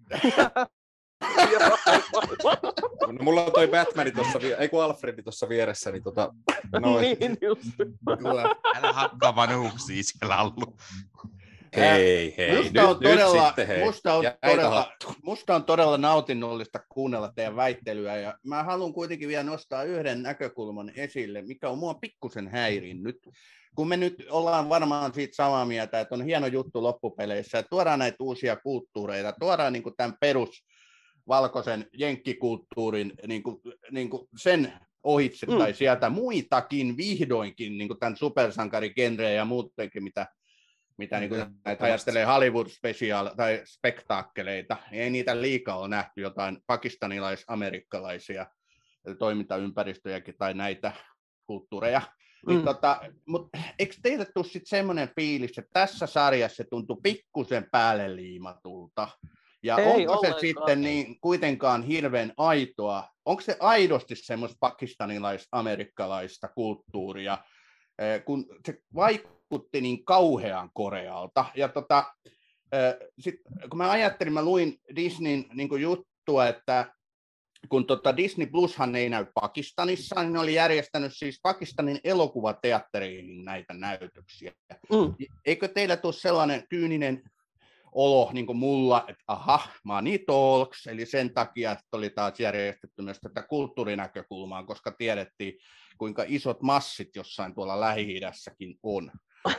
No, mulla on toi Batmani tuossa, ei kun Alfredi tuossa vieressä, niin tota... No, niin just. Älä hakkaa vanhuksia siellä Allu. Hei, hei, musta nyt, on todella, nyt sitten hei. Musta on, todella, musta on todella nautinnollista kuunnella teidän väittelyä, ja mä haluan kuitenkin vielä nostaa yhden näkökulman esille, mikä on mua pikkusen häirinnyt. Kun me nyt ollaan varmaan siitä samaa mieltä, että on hieno juttu loppupeleissä, että tuodaan näitä uusia kulttuureita, tuodaan niin kuin tämän perus valkoisen jenkkikulttuurin niin kuin, niin kuin sen ohitse mm. tai sieltä muitakin vihdoinkin, niin kuin tämän supersankarigenrejä ja muutenkin, mitä mitä niin kuin näitä ajattelee Hollywood-special- tai spektaakkeleita, ei niitä liikaa ole nähty, jotain pakistanilais-amerikkalaisia toimintaympäristöjäkin tai näitä kulttuureja. Mm. Niin tota, mutta eikö teille tule sitten semmoinen fiilis, että tässä sarjassa se tuntuu pikkusen päälle liimatulta? Ja ei onko ollenkaan. Se sitten niin kuitenkaan hirveän aitoa? Onko se aidosti semmoista pakistanilais-amerikkalaista kulttuuria, kun se vaikutti niin kauhean korealta. Ja tota, sit, kun mä ajattelin, mä luin Disneyn niin kuin juttua, että kun tota Disney Plushan ei näy Pakistanissa, niin ne oli järjestänyt siis Pakistanin elokuvateattereihin näitä näytöksiä. Mm. Eikö teillä tule sellainen kyyninen olo niin kuin mulla, että aha, money talks, eli sen takia, että oli taas järjestetty myös tätä kulttuurinäkökulmaa, koska tiedettiin, kuinka isot massit jossain tuolla Lähi-idässäkin on.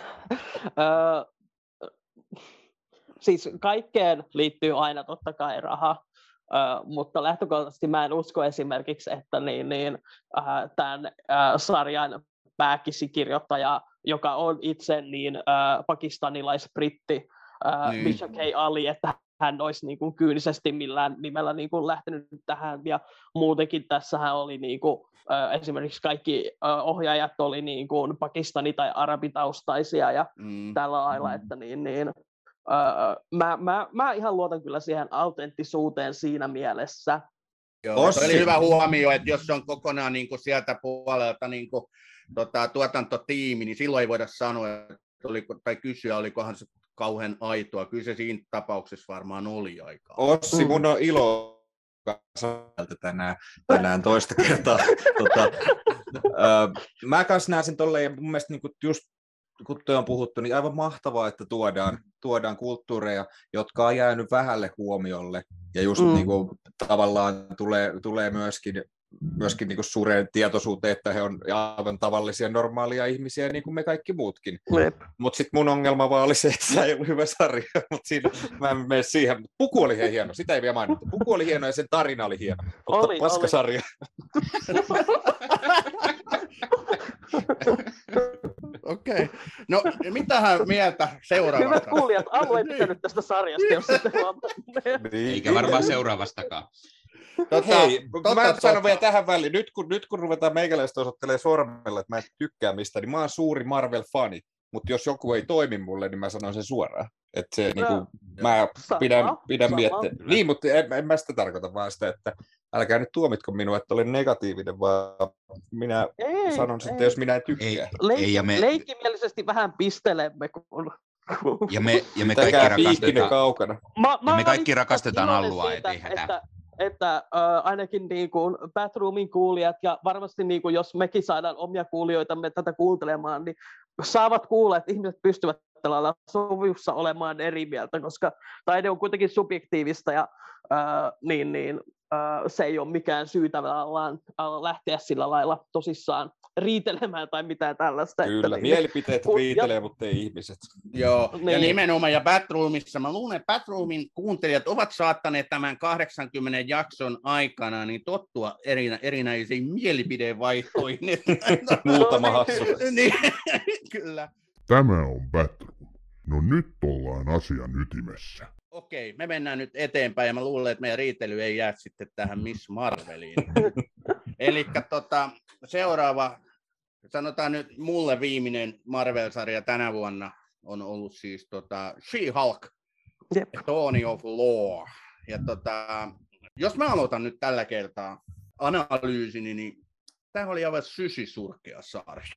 Siis kaikkeen liittyy aina totta kai raha, mutta lähtökohtaisesti mä en usko esimerkiksi, että niin, niin, tämän sarjan pääkisikirjoittaja, joka on itse niin pakistanilais-britti, niin. Misha K. Ali, että hän olisi niin kuin kyynisesti millään nimellä niin kuin lähtenyt tähän, ja muutenkin tässähän oli niin kuin, äh, esimerkiksi kaikki äh, ohjaajat oli niin kuin pakistani- tai arabitaustaisia ja mm. tällä lailla, että niin, niin, äh, mä, mä, mä ihan luotan kyllä siihen autenttisuuteen siinä mielessä. Joo, se oli hyvä huomio, että jos on kokonaan niin kuin sieltä puolelta niin kuin, tota, tuotantotiimi, niin silloin ei voida sanoa, että oliko, tai kysyä, olikohan se kauhean aitoa. Kyllä se siinä tapauksessa varmaan oli aikaa. Ossi, mun on ilo kanssa tänään, tänään toista kertaa. tota, äh, mä kanssa näen sen tolleen, ja mun mielestä niin just kun toi on puhuttu, niin aivan mahtavaa, että tuodaan, tuodaan kulttuureja, jotka on jäänyt vähälle huomiolle. Ja just mm. niin kuin, tavallaan tulee, tulee myöskin myöskin niin kuin suureen tietoisuuteen, että he on aivan tavallisia, normaalia ihmisiä, niin kuin me kaikki muutkin. Mutta sitten mun ongelma vaan oli se, että se ei ollut hyvä sarja, mutta siinä mä en mene siihen. Puku oli hieno, sitä ei vielä mainittu. Puku oli hieno ja sen tarina oli hieno, mutta oli, paskasarja. Okei. Okay. No, mitähän mieltä seuraavasta? Hyvät kuulijat, Allu ei pitänyt tästä sarjasta, jos sitten vaan... Eikä varmaan seuraavastakaan. Tota, Hei, totta, mä totta. sanon vielä tähän väliin, nyt kun, nyt kun ruvetaan meikäläistä osoittelemaan sormella, että mä en tykkää mistään, niin mä oon suuri Marvel-fani, mutta jos joku ei toimi mulle, niin mä sanon sen suoraan. Että se, niin kuin, mä pidän, pidän miettiä. Niin, mutta en, en mä sitä tarkoita vaan sitä, että älkää nyt tuomitko minua, että olen negatiivinen, vaan minä ei, sanon sitten, jos minä en tykkää. Ei, Leik- ei, me... Leikimielisesti vähän pistelemme, kun... Ja me, ja me kaikki rakastetaan, kaukana. Mä, mä ja me kaikki rakastetaan Allua, ettei hätää. Että, että äh, ainakin niin kuin Batroomin kuulijat, ja varmasti niin kuin, jos mekin saadaan omia kuulijoitamme tätä kuuntelemaan, niin saavat kuulla, että ihmiset pystyvät tällä lailla sovussa olemaan eri mieltä, koska taide on kuitenkin subjektiivista, ja äh, niin, niin, äh, se ei ole mikään syy tavallaan lähteä sillä lailla tosissaan riitelemään tai mitään tällaista. Kyllä, että, mielipiteet niin, riitelee, ja, mutta ei ihmiset. Joo, niin. Ja nimenomaan, ja Batroomissa, mä luulen, että Batroomin kuuntelijat ovat saattaneet tämän kahdeksankymmenen jakson aikana niin tottua erinä, erinäisiin mielipidevaihtoihin. Muutama hassu. Niin, kyllä. Tämä on Batroom. No nyt ollaan asian ytimessä. Okei, me mennään nyt eteenpäin ja mä luulen, että meidän riitely ei jää sitten tähän Miss Marveliin. Eli tota, seuraava, sanotaan nyt mulle viimeinen Marvel-sarja tänä vuonna on ollut siis tota, She-Hulk, Jep. Dawn of Law. Ja tota, jos mä aloitan nyt tällä kertaa analyysini, niin tämä oli aivan sysisurkea sarja.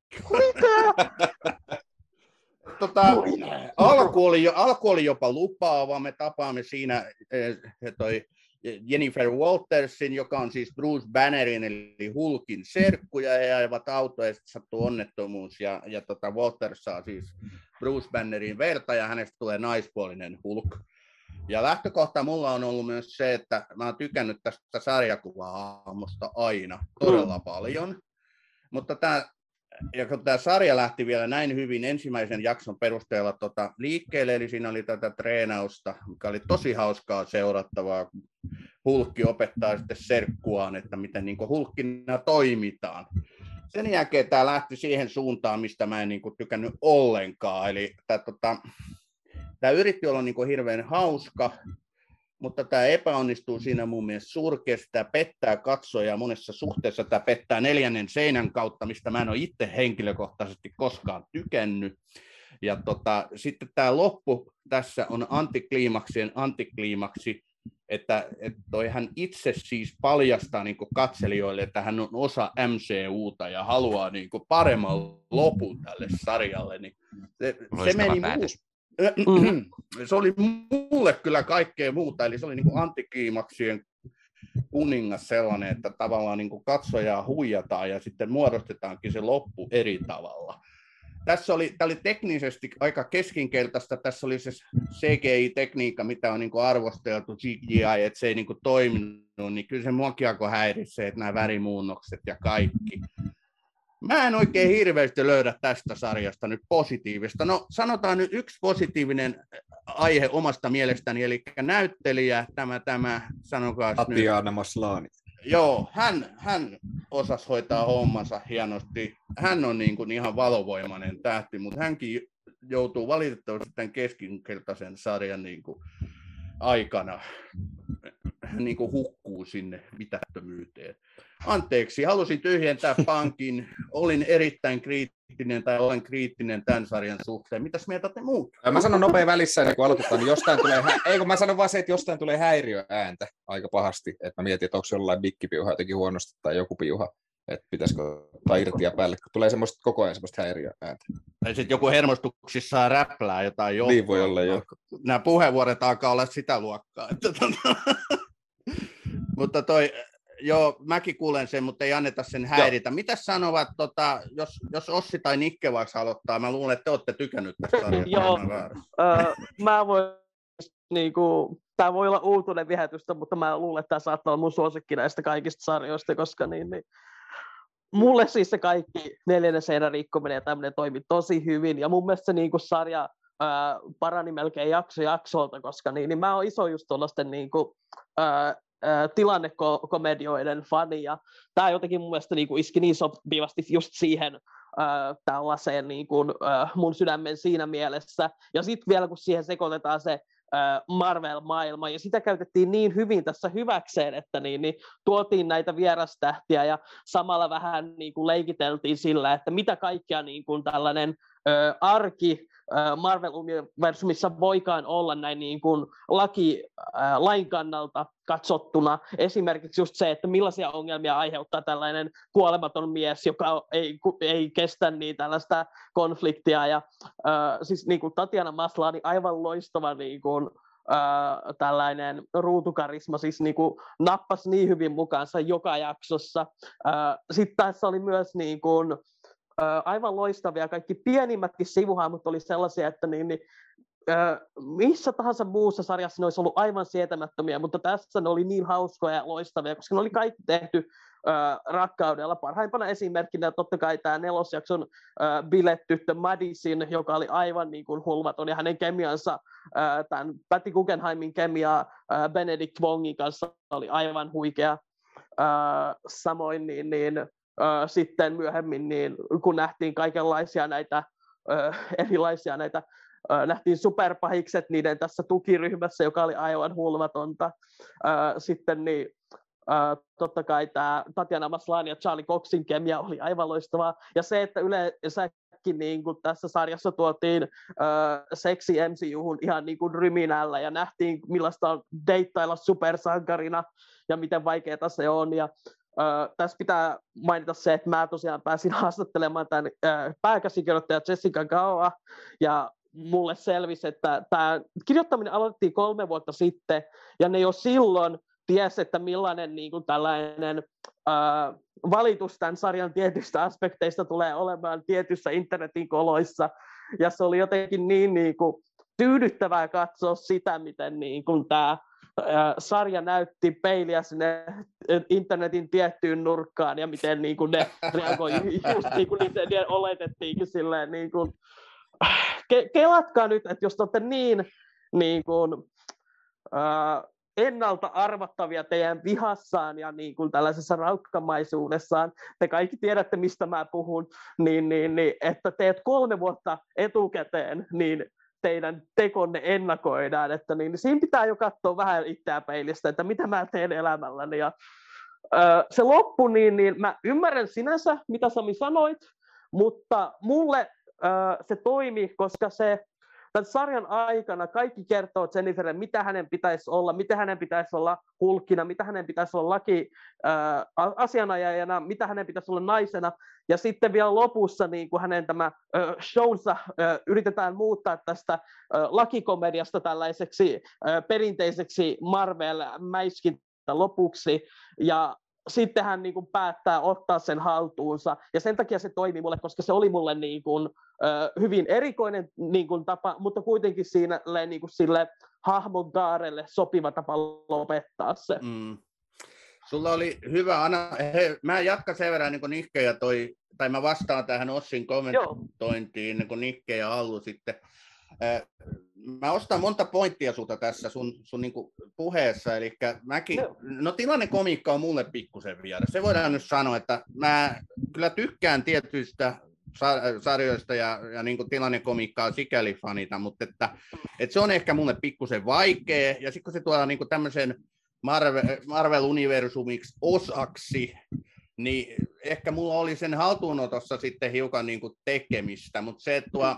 Tota, alku, oli jo, alku oli jopa lupaava. Me tapaamme siinä eh, toi Jennifer Waltersin, joka on siis Bruce Bannerin eli Hulkin serkku, ja he ajavat autoa ja sitten sattuu onnettomuus. Ja, ja tota Walters saa siis Bruce Bannerin verta ja hänestä tulee naispuolinen Hulk. Ja lähtökohta mulla on ollut myös se, että mä oon tykännyt tästä sarjakuva-hahmosta aina todella paljon. Mutta tämä, ja kun tämä sarja lähti vielä näin hyvin ensimmäisen jakson perusteella tota, liikkeelle, eli siinä oli tätä treenausta, mikä oli tosi hauskaa seurattavaa, kun Hulkki opettaa sitten serkkuaan, että miten niin kuin Hulkkina toimitaan. Sen jälkeen tämä lähti siihen suuntaan, mistä mä en niin kuin tykännyt ollenkaan, eli tämä tota, Tämä yritti olla niin kuin hirveän hauska, mutta tämä epäonnistuu siinä mun mielestä surkeasti. Tämä pettää katsojaa monessa suhteessa. Tämä pettää neljännen seinän kautta, mistä mä en ole itse henkilökohtaisesti koskaan tykännyt. Ja tota, sitten tämä loppu tässä on antikliimaksien antikliimaksi, että, että toi hän itse siis paljastaa niin kuin katselijoille, että hän on osa M C U:ta ja haluaa niin kuin paremman lopun tälle sarjalle. Niin se, se meni päätös. Mm. Se oli mulle kyllä kaikkea muuta, eli se oli niin kuin antikliimaksien kuningas sellainen, että tavallaan niin kuin katsojaa huijataan ja sitten muodostetaankin se loppu eri tavalla. Tässä oli, tämä oli teknisesti aika keskinkertaista, tässä oli se C G I-tekniikka, mitä on niin kuin arvosteltu, C G I, että se ei niin kuin toiminut, niin kyllä se muakin alkoi häiritsee, että nämä värimuunnokset ja kaikki. Mä en oikein hirveästi löydä tästä sarjasta nyt positiivista. No sanotaan nyt yksi positiivinen aihe omasta mielestäni, eli näyttelijä, tämä, tämä sanokaa Tatiana Maslany. Joo, hän, hän osasi hoitaa hommansa hienosti. Hän on niin kuin ihan valovoimainen tähti, mutta hänkin joutuu valitettavasti tämän keskinkertaisen sarjan niin kuin aikana niin kuin hukkuu sinne mitättömyyteen. Anteeksi, halusin tyhjentää pankin. Olin erittäin kriittinen tai olen kriittinen tämän sarjan suhteen. Mitäs mieltä te muut? Mä sanon nopea välissä, ennen kuin aloitetaan, niin jostain tulee, hä- ei kun mä sanon vaan se, että jostain tulee häiriöääntä aika pahasti. Että mä mietin, että onko jollain mikkipiuha jotenkin huonosti tai joku piuha. Että pitäisikö ottaa irti ja päälle, kun tulee semmoista, koko ajan semmoista häiriöääntä. Tai sitten joku hermostuksissaan räplää jotain johtoa. Niin voi olla jo. Nämä puheenvuorot alkaa olla sitä luokkaa. Mutta toi... Joo, mäkin kuulen sen, mutta ei anneta sen häiritä. Mitä sanovat, tota, jos, jos Ossi tai Nikke vaikka aloittaa? Mä luulen, että te olette tykännyt tästä sarjasta. Joo, öö, mä voin, niinku, tää voi olla uutuuden viehätystä, mutta mä luulen, että tää saattaa olla mun suosikki näistä kaikista sarjoista, koska niin, niin, mulle siis se kaikki neljännen seinän rikkominen ja tämmöinen toimi tosi hyvin, ja mun mielestä se niinku sarja öö, parani melkein jakso jaksolta, koska niin, niin mä oon iso just tuollaisten niinku, öö, tilannekomedioiden fani, ja tämä jotenkin mun mielestä niin kuin iski niin sopivasti just siihen äh, tällaiseen niin kuin, äh, mun sydämen siinä mielessä, ja sitten vielä kun siihen sekoitetaan se äh, Marvel-maailma, ja sitä käytettiin niin hyvin tässä hyväkseen, että niin, niin tuotiin näitä vierastähtiä, ja samalla vähän niin kuin leikiteltiin sillä, että mitä kaikkea niin kuin tällainen äh, arki Marvel-universumissa voikaan olla näin niin kuin laki, äh, lain kannalta katsottuna. Esimerkiksi just se, että millaisia ongelmia aiheuttaa tällainen kuolematon mies, joka ei, ei kestä niin tällaista konfliktia. Ja, äh, siis niin kuin Tatiana Maslany aivan loistava niin kuin, äh, tällainen ruutukarisma, siis niin kuin nappasi niin hyvin mukaansa joka jaksossa. Äh, Sitten tässä oli myös niin kuin, aivan loistavia. Kaikki pienimmätkin sivuhahmot oli sellaisia, että niin, niin, äh, missä tahansa muussa sarjassa ne olisi ollut aivan sietämättömiä, mutta tässä ne oli niin hauskoja ja loistavia, koska ne oli kaikki tehty äh, rakkaudella. Parhaimpana esimerkkinä totta kai tämä nelosjakson äh, bilettyttö Madison, joka oli aivan niin kuin hulvaton, ja hänen kemiansa, äh, tämän Patty Guggenheimin kemia äh, Benedict Wongin kanssa oli aivan huikea. Äh, samoin niin, niin Uh, sitten myöhemmin, niin, kun nähtiin kaikenlaisia näitä uh, erilaisia näitä nähtiin superpahikset niiden tässä tukiryhmässä, joka oli aivan hulvatonta. Sitten niin, totta kai tämä Tatiana Maslany ja Charlie Coxin kemia oli aivan loistavaa. Ja se, että yleensäkin niin kuin tässä sarjassa tuotiin seksi M C U:hun ihan niin kuin ryminällä ja nähtiin millaista on deittailla supersankarina ja miten vaikeaa se on. Ja Uh, tässä pitää mainita se, että mä tosiaan pääsin haastattelemaan tämän uh, pääkäsikirjoittaja Jessica Gaoa, ja mulle selvisi, että tämä kirjoittaminen aloitettiin kolme vuotta sitten, ja ne jo silloin tiesi, että millainen niin kuin tällainen uh, valitus tämän sarjan tietyistä aspekteista tulee olemaan tietyissä internetin koloissa, ja se oli jotenkin niin, niin kuin tyydyttävää katsoa sitä, miten niin kuin tämä sarja näytti peiliä sinne internetin tiettyyn nurkkaan ja miten niin kuin ne reagoi just niin kuin niitä, ne oletettiinkin silleen niin kuin, ke, kelatkaa nyt, että jos te olette niin, niin kuin, äh, ennalta arvattavia teidän vihassaan ja niin kuin tällaisessa raukkamaisuudessaan, te kaikki tiedätte mistä mä puhun, niin, niin, niin että teet kolme vuotta etukäteen, niin teidän tekonne ennakoidaan, että niin, niin siinä pitää jo katsoa vähän itseään peilistä, että mitä mä teen elämälläni. Ja, ö, se loppu, niin, niin mä ymmärrän sinänsä, mitä Sami sanoit, mutta mulle ö, se toimi, koska se tämän sarjan aikana kaikki kertoo Jenniferille, mitä hänen pitäisi olla, mitä hänen pitäisi olla Hulkina, mitä hänen pitäisi olla laki äh, asianajajana, mitä hänen pitäisi olla naisena. Ja sitten vielä lopussa niin kuin hänen tämä äh, shownsa äh, yritetään muuttaa tästä äh, lakikomediasta tällaiseksi äh, perinteiseksi Marvel-mäiskintä lopuksi. Ja sitten hän niin kuin päättää ottaa sen haltuunsa, ja sen takia se toimi mulle, koska se oli mulle niin kuin, ö, hyvin erikoinen niin kuin tapa, mutta kuitenkin siinä niin kuin sille hahmon Gaarelle sopiva tapa lopettaa se. Mm. Sulla oli hyvä, Anna. He, mä jatkan sen verran, niin kuin Nikke ja toi, tai mä vastaan tähän Ossin kommentointiin, niin kuin Nikke ja Allu sitten. Mä ostan monta pointtia sulta tässä sun, sun niinku puheessa, eli mäkin, no. no tilannekomiikka on mulle pikkusen viera. Se voidaan nyt sanoa, että mä kyllä tykkään tietyistä sarjoista ja, ja niinku tilannekomiikkaa sikäli fanita, mutta että, että se on ehkä mulle pikkusen vaikea, ja sitten kun se tuodaan niinku tämmöisen Marvel, Marvel-universumiksi osaksi, niin ehkä mulla oli sen haltuunotossa sitten hiukan niinku tekemistä, mutta se, että tuo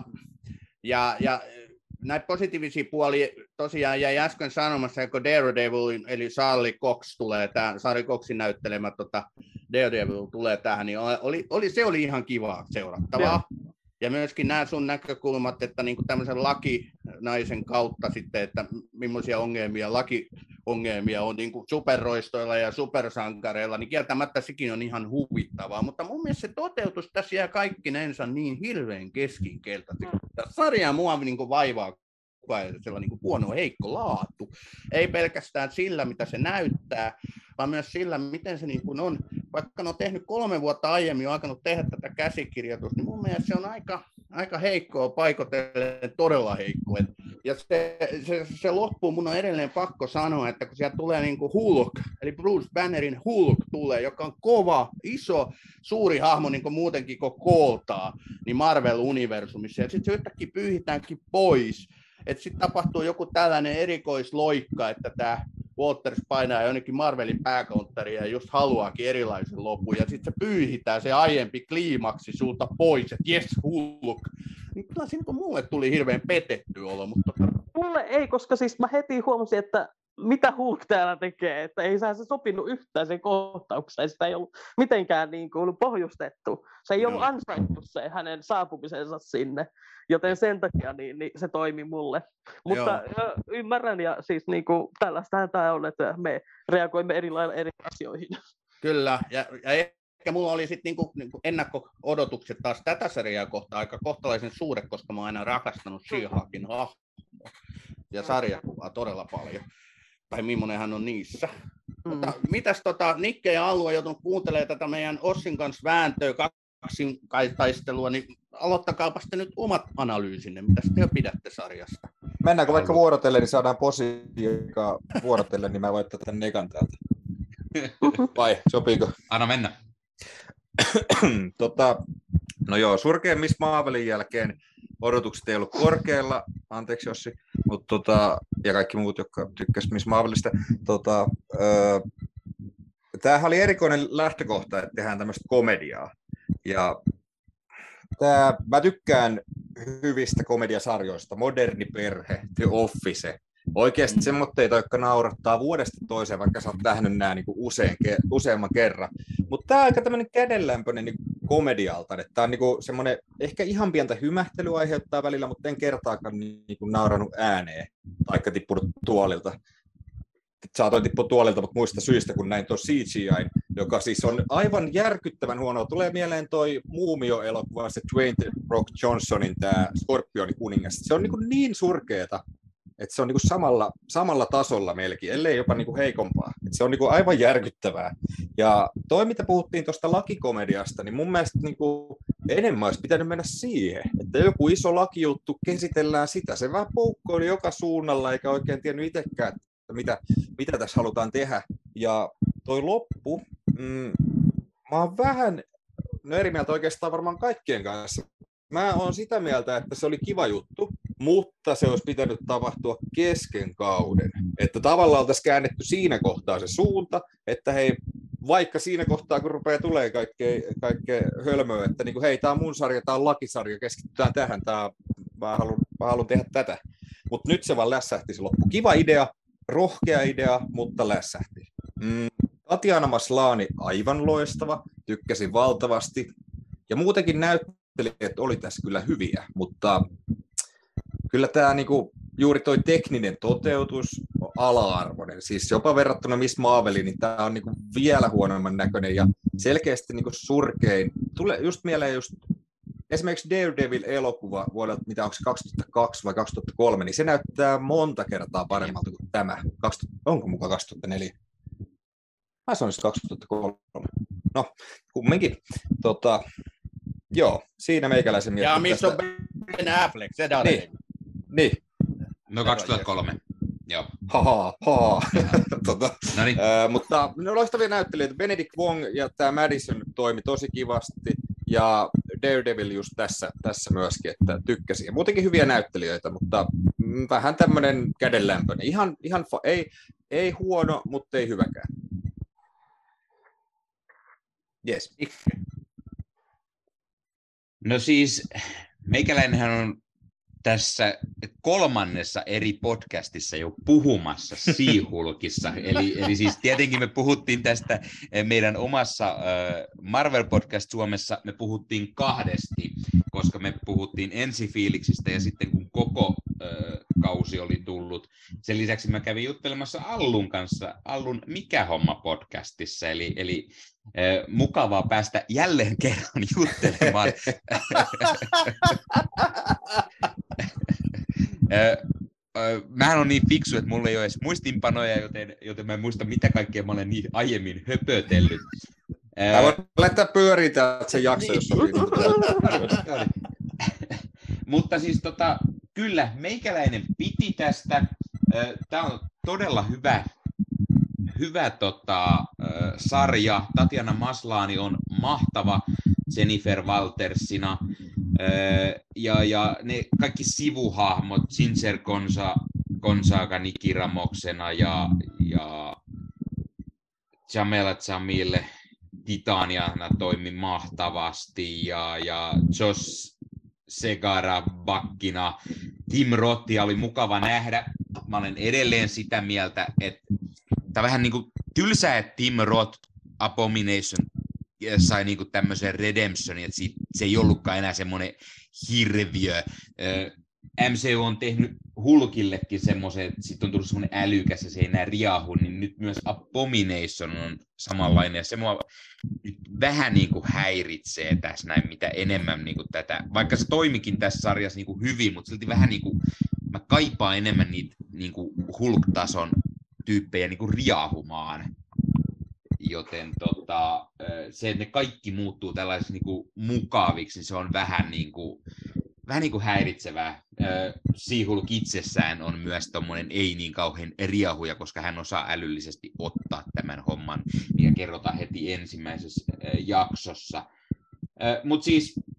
Ja, ja näitä positiivisia puolia tosiaan jäi äsken sanomassa, kun Daredevil, eli Charlie Cox tulee tähän, Charlie Coxin näyttelemä tota, Daredevil tulee tähän, niin oli, oli, se oli ihan kivaa seurattavaa. Ja, ja myöskin nämä sun näkökulmat, että niinku tämmöisen lakinaisen kautta sitten, että millaisia ongelmia, lakiongelmia on niinku superroistoilla ja supersankareilla, niin kieltämättä sekin on ihan huvittavaa. Mutta mun mielestä se toteutus tässä jää kaikkinensa niin hirveän keskinkertaisesti. Sarjaa mua niinku vaivaa sellainen niin kuin huono, heikko laatu. Ei pelkästään sillä, mitä se näyttää, vaan myös sillä, miten se niin kuin on. Vaikka ne on tehnyt kolme vuotta aiemmin, on alkanut tehdä tätä käsikirjoitusta, niin mun mielestä se on aika, aika heikkoa paikotellen, todella heikkoa. Ja se, se, se loppuun mun on edelleen pakko sanoa, että kun sieltä tulee niin kuin Hulk, eli Bruce Bannerin Hulk tulee, joka on kova, iso, suuri hahmo niin kuin muutenkin kuin kooltaa, niin Marvel-universumissa, ja sitten se yhtäkkiä pyyhitäänkin pois. Että sitten tapahtuu joku tällainen erikoisloikka, että tämä Walters painaa jonnekin Marvelin pääkonttoriin ja just haluaakin erilaisen lopun. Ja sitten se pyyhitään se aiempi kliimaksi sulta pois, että jes, Hulk. Niin kyllä siinä kun mulle tuli hirveän petetty olo. Mutta... Mulle ei, koska siis mä heti huomasin, että mitä Hulk täällä tekee, että ei se sopinut yhtään sen kohtaukseen, sitä ei ollut mitenkään niin kuin pohjustettu. Se ei ollut ansaittu se hänen saapumisensa sinne, joten sen takia niin, niin se toimi mulle. Mutta Joo. ymmärrän, ja siis niin kuin, tällaistähän tämä on, että me reagoimme eri lailla eri asioihin. Kyllä, ja, ja ehkä mulla oli sitten niinku, niinku ennakko-odotukset taas tätä sarjaa kohtaan aika kohtalaisen suuret, koska mä oon aina rakastanut She-Hulkin hahmoa ja sarjakuvaa todella paljon. Tai millainen hän on niissä. Mm. Mutta mitäs tota, Nikke ja Allu on joutunut kuuntelemaan tätä meidän Ossin kanssa vääntöä, kaksintaistelua, niin aloittakaapas te nyt omat analyysinne. Mitä te pidätte sarjasta? Mennäänkö Allu. Vaikka vuorotellen, niin saadaan posi, joka vuorotellen, niin mä voin ottaa tämän nekan täältä. Vai, sopiiko? Anna mennä. tota, no joo, surkean Miss Marvelin jälkeen odotukset ei ollut korkealla, anteeksi Jossi, mutta tota, ja kaikki muut, jotka tykkäsivät Miss Marvelista. Tota, öö, tämähän oli erikoinen lähtökohta, että tehdään tämmöistä komediaa. Ja tää, mä tykkään hyvistä komediasarjoista, Moderni perhe, The Office. Oikeasti semmoitteita, jotka naurattaa vuodesta toiseen, vaikka sä oot nähnyt nämä niin usein, useamman kerran. Mutta tämä on aika tämmöinen kädenlämpöinen niin komedialta. Tämä on niin semmoinen, ehkä ihan pientä hymähtelyä aiheuttaa välillä, mutta en kertaakaan niin nauranut ääneen, taikka tippunut tuolilta. Saatoin tippua tuolilta, mutta muista syistä, kun näin tuon C G I, joka siis on aivan järkyttävän huonoa. Tulee mieleen toi Muumio-elokuva, se Dwayne Rock Johnsonin tämä Skorpionin kuningas. Se on niin, niin surkeeta, että se on niin samalla, samalla tasolla melkein, ellei jopa niin heikompaa. Et se on niin aivan järkyttävää. Ja toi, mitä puhuttiin tuosta lakikomediasta, niin mun mielestä niin enemmän olisi pitänyt mennä siihen, että joku iso lakijuttu, käsitellään sitä. Se vähän poukkoili joka suunnalla, eikä oikein tiennyt itsekään, että mitä, mitä tässä halutaan tehdä. Ja toi loppu, mm, mä oon vähän, no eri mieltä oikeastaan varmaan kaikkien kanssa. Mä oon sitä mieltä, että se oli kiva juttu, mutta se olisi pitänyt tapahtua kesken kauden. Että tavallaan oltaisiin käännetty siinä kohtaa se suunta, että hei, vaikka siinä kohtaa, kun rupeaa tulee kaikkea, kaikkea hölmöä, että niin kuin, hei, tämä on mun sarja, tämä on lakisarja, keskitytään tähän, tää, mä, haluan, mä haluan tehdä tätä. Mutta nyt se vaan lässähti se loppu. Kiva idea, rohkea idea, mutta lässähti. Mm, Tatiana Maslany aivan loistava, tykkäsin valtavasti. Ja muutenkin näyttelijät oli tässä kyllä hyviä, mutta kyllä tämä niinku, juuri toi tekninen toteutus on ala-arvoinen. Siis jopa verrattuna Miss Marveliin, niin tämä on niinku vielä huonomman näköinen ja selkeästi niinku surkein. Tulee just mieleen just esimerkiksi Daredevil-elokuva vuodelta, mitä onko se kaksituhattakaksi vai kaksituhattakolme, niin se näyttää monta kertaa paremmalta kuin tämä. Onko mukaan kaksituhattaneljä? Mä sanoisin kaksituhattakolme. No, kumminkin. Tota, joo, siinä meikäläisen mielestä. Ja missä on Ben Affleck, se on niin. niin. No kaksituhattakolme, joo. Haha, haha. tota, no niin. äh, mutta ne on loistavia näyttelijöitä. Benedict Wong ja tämä Madison toimi tosi kivasti. Ja Daredevil just tässä, tässä myöskin, että tykkäsin. Ja muutenkin hyviä näyttelijöitä, mutta vähän tämmöinen kädenlämpöinen. Ihan, ihan fa- ei, ei huono, mutta ei hyväkään. Yes. No siis, meikäläinenhän on tässä kolmannessa eri podcastissa jo puhumassa She-Hulkissa. Eli, eli siis tietenkin me puhuttiin tästä meidän omassa äh, Marvel-podcast Suomessa, me puhuttiin kahdesti, koska me puhuttiin ensifiiliksistä ja sitten kun koko äh, kausi oli tullut. Sen lisäksi mä kävin juttelemassa Allun kanssa, Allun Mikä homma podcastissa, eli, eli äh, mukavaa päästä jälleen kerran juttelemaan. Mähän on niin fiksu, että mulla ei ole edes muistinpanoja, joten, joten mä en muista, mitä kaikkea mä olen niin aiemmin höpötellyt. Mä voin laittaa pyöriin täältä sen jakso, jos on Mutta siis tota, kyllä, meikäläinen piti tästä. Tää on todella hyvä, hyvä tota, sarja. Tatiana Maslany on mahtava Jennifer Waltersina. Ja, ja ne kaikki sivuhahmot, Ginger Gonza, Gonzaga Nikki Ramoksena ja, ja Jamela Jamil Titaniana toimi mahtavasti ja, ja Josh Segara Bakkina. Tim Rothia oli mukava nähdä. Mä olen edelleen sitä mieltä, että tämä vähän niin kuin tylsää, että Tim Roth Abomination sai niinku tämmöisen redemptionin, että siitä, se ei ollutkaan enää semmoinen hirviö. M C U on tehnyt Hulkillekin semmoisen, että siitä on tullut semmoinen älykäs ja se ei enää riahu, niin nyt myös Abomination on samanlainen. Ja se mua nyt vähän niin kuin häiritsee tässä näin, mitä enemmän niin kuin tätä, vaikka se toimikin tässä sarjassa niin kuin hyvin, mutta silti vähän niin kuin, mä kaipaan enemmän niitä niin kuin Hulk-tason tyyppejä niin kuin riahumaan. Joten tota, se, että ne kaikki muuttuu tällaisiksi niin kuin mukaviksi, niin se on vähän niin kuin, vähän niin kuin häiritsevää. She-Hulk itsessään on myös tommoinen ei niin kauhean riahuja, koska hän osaa älyllisesti ottaa tämän homman, mikä kerrotaan heti ensimmäisessä jaksossa. Mutta siis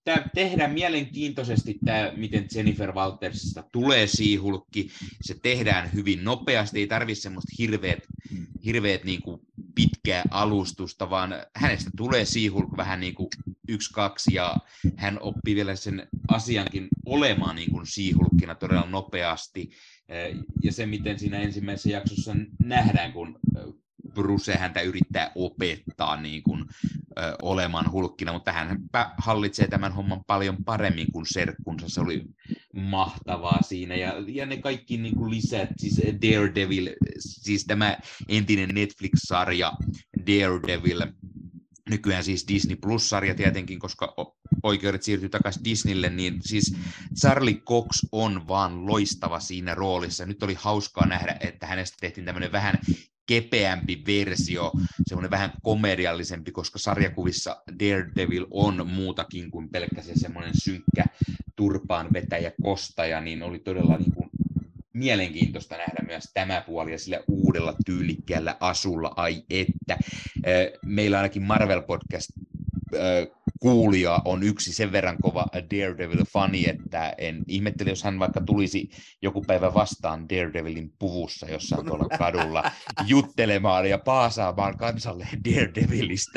tämä tehdään mielenkiintoisesti, tämä, miten Jennifer Waltersista tulee She-Hulkki. Se tehdään hyvin nopeasti, ei tarvitse semmoista hirveät, hirveät niin kuin pitkää alustusta, vaan hänestä tulee She-Hulk vähän niin kuin yksi, kaksi, ja hän oppii vielä sen asiankin olemaan niin kuin She-Hulkkina todella nopeasti. Ja se, miten siinä ensimmäisessä jaksossa nähdään, kun Bruce häntä yrittää opettaa niin kuin, ö, olemaan hulkkina, mutta hän hallitsee tämän homman paljon paremmin kuin serkkunsa. Se oli mahtavaa siinä. Ja, ja ne kaikki niin kuin lisät, siis Daredevil, siis tämä entinen Netflix-sarja Daredevil, nykyään siis Disney Plus-sarja tietenkin, koska oikeudet siirtyy takaisin Disneylle, niin siis Charlie Cox on vaan loistava siinä roolissa. Nyt oli hauskaa nähdä, että hänestä tehtiin tämmöinen vähän kepeämpi versio, semmoinen vähän komediallisempi, koska sarjakuvissa Daredevil on muutakin kuin pelkkä se semmoinen synkkä turpaan vetäjä kostaja, niin oli todella niin kuin mielenkiintoista nähdä myös tämä puoli ja sillä uudella tyylikkäällä asulla, ai että. Meillä ainakin Marvel-podcast kuulija on yksi sen verran kova Daredevil-fani, että en ihmettele, jos hän vaikka tulisi joku päivä vastaan Daredevilin puvussa jossain tuolla kadulla juttelemaan ja paasaamaan kansalle Daredevilistä.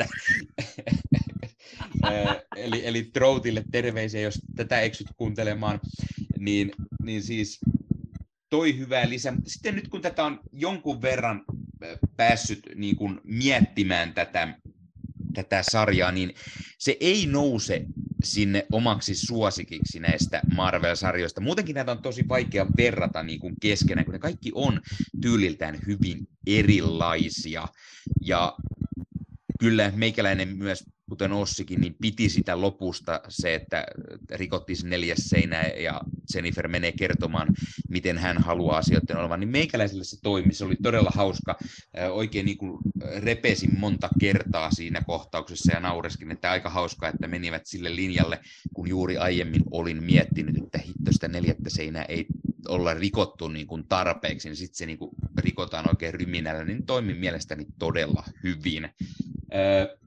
eli, eli Troutille terveisiä, jos tätä eksyt kuuntelemaan, niin, niin siis toi hyvää lisää. Mutta sitten nyt kun tätä on jonkun verran päässyt niin kuin miettimään tätä, tätä sarjaa, niin se ei nouse sinne omaksi suosikiksi näistä Marvel-sarjoista. Muutenkin näitä on tosi vaikea verrata niin kuin keskenään, kun ne kaikki on tyyliltään hyvin erilaisia. Ja kyllä meikäläinen myös, kuten Ossikin, niin piti sitä lopusta se, että rikottiin se neljäs seinä ja Jennifer menee kertomaan, miten hän haluaa asioiden olevan, niin meikäläiselle se toimi. Se oli todella hauska. Oikein niin kuin repesin monta kertaa siinä kohtauksessa ja naureskin, että aika hauskaa, että menivät sille linjalle, kun juuri aiemmin olin miettinyt, että hitto sitä neljättä seinää ei olla rikottu niin kuin tarpeeksi, niin sitten se niin kuin rikotaan oikein ryminällä, niin toimi mielestäni todella hyvin. Öö,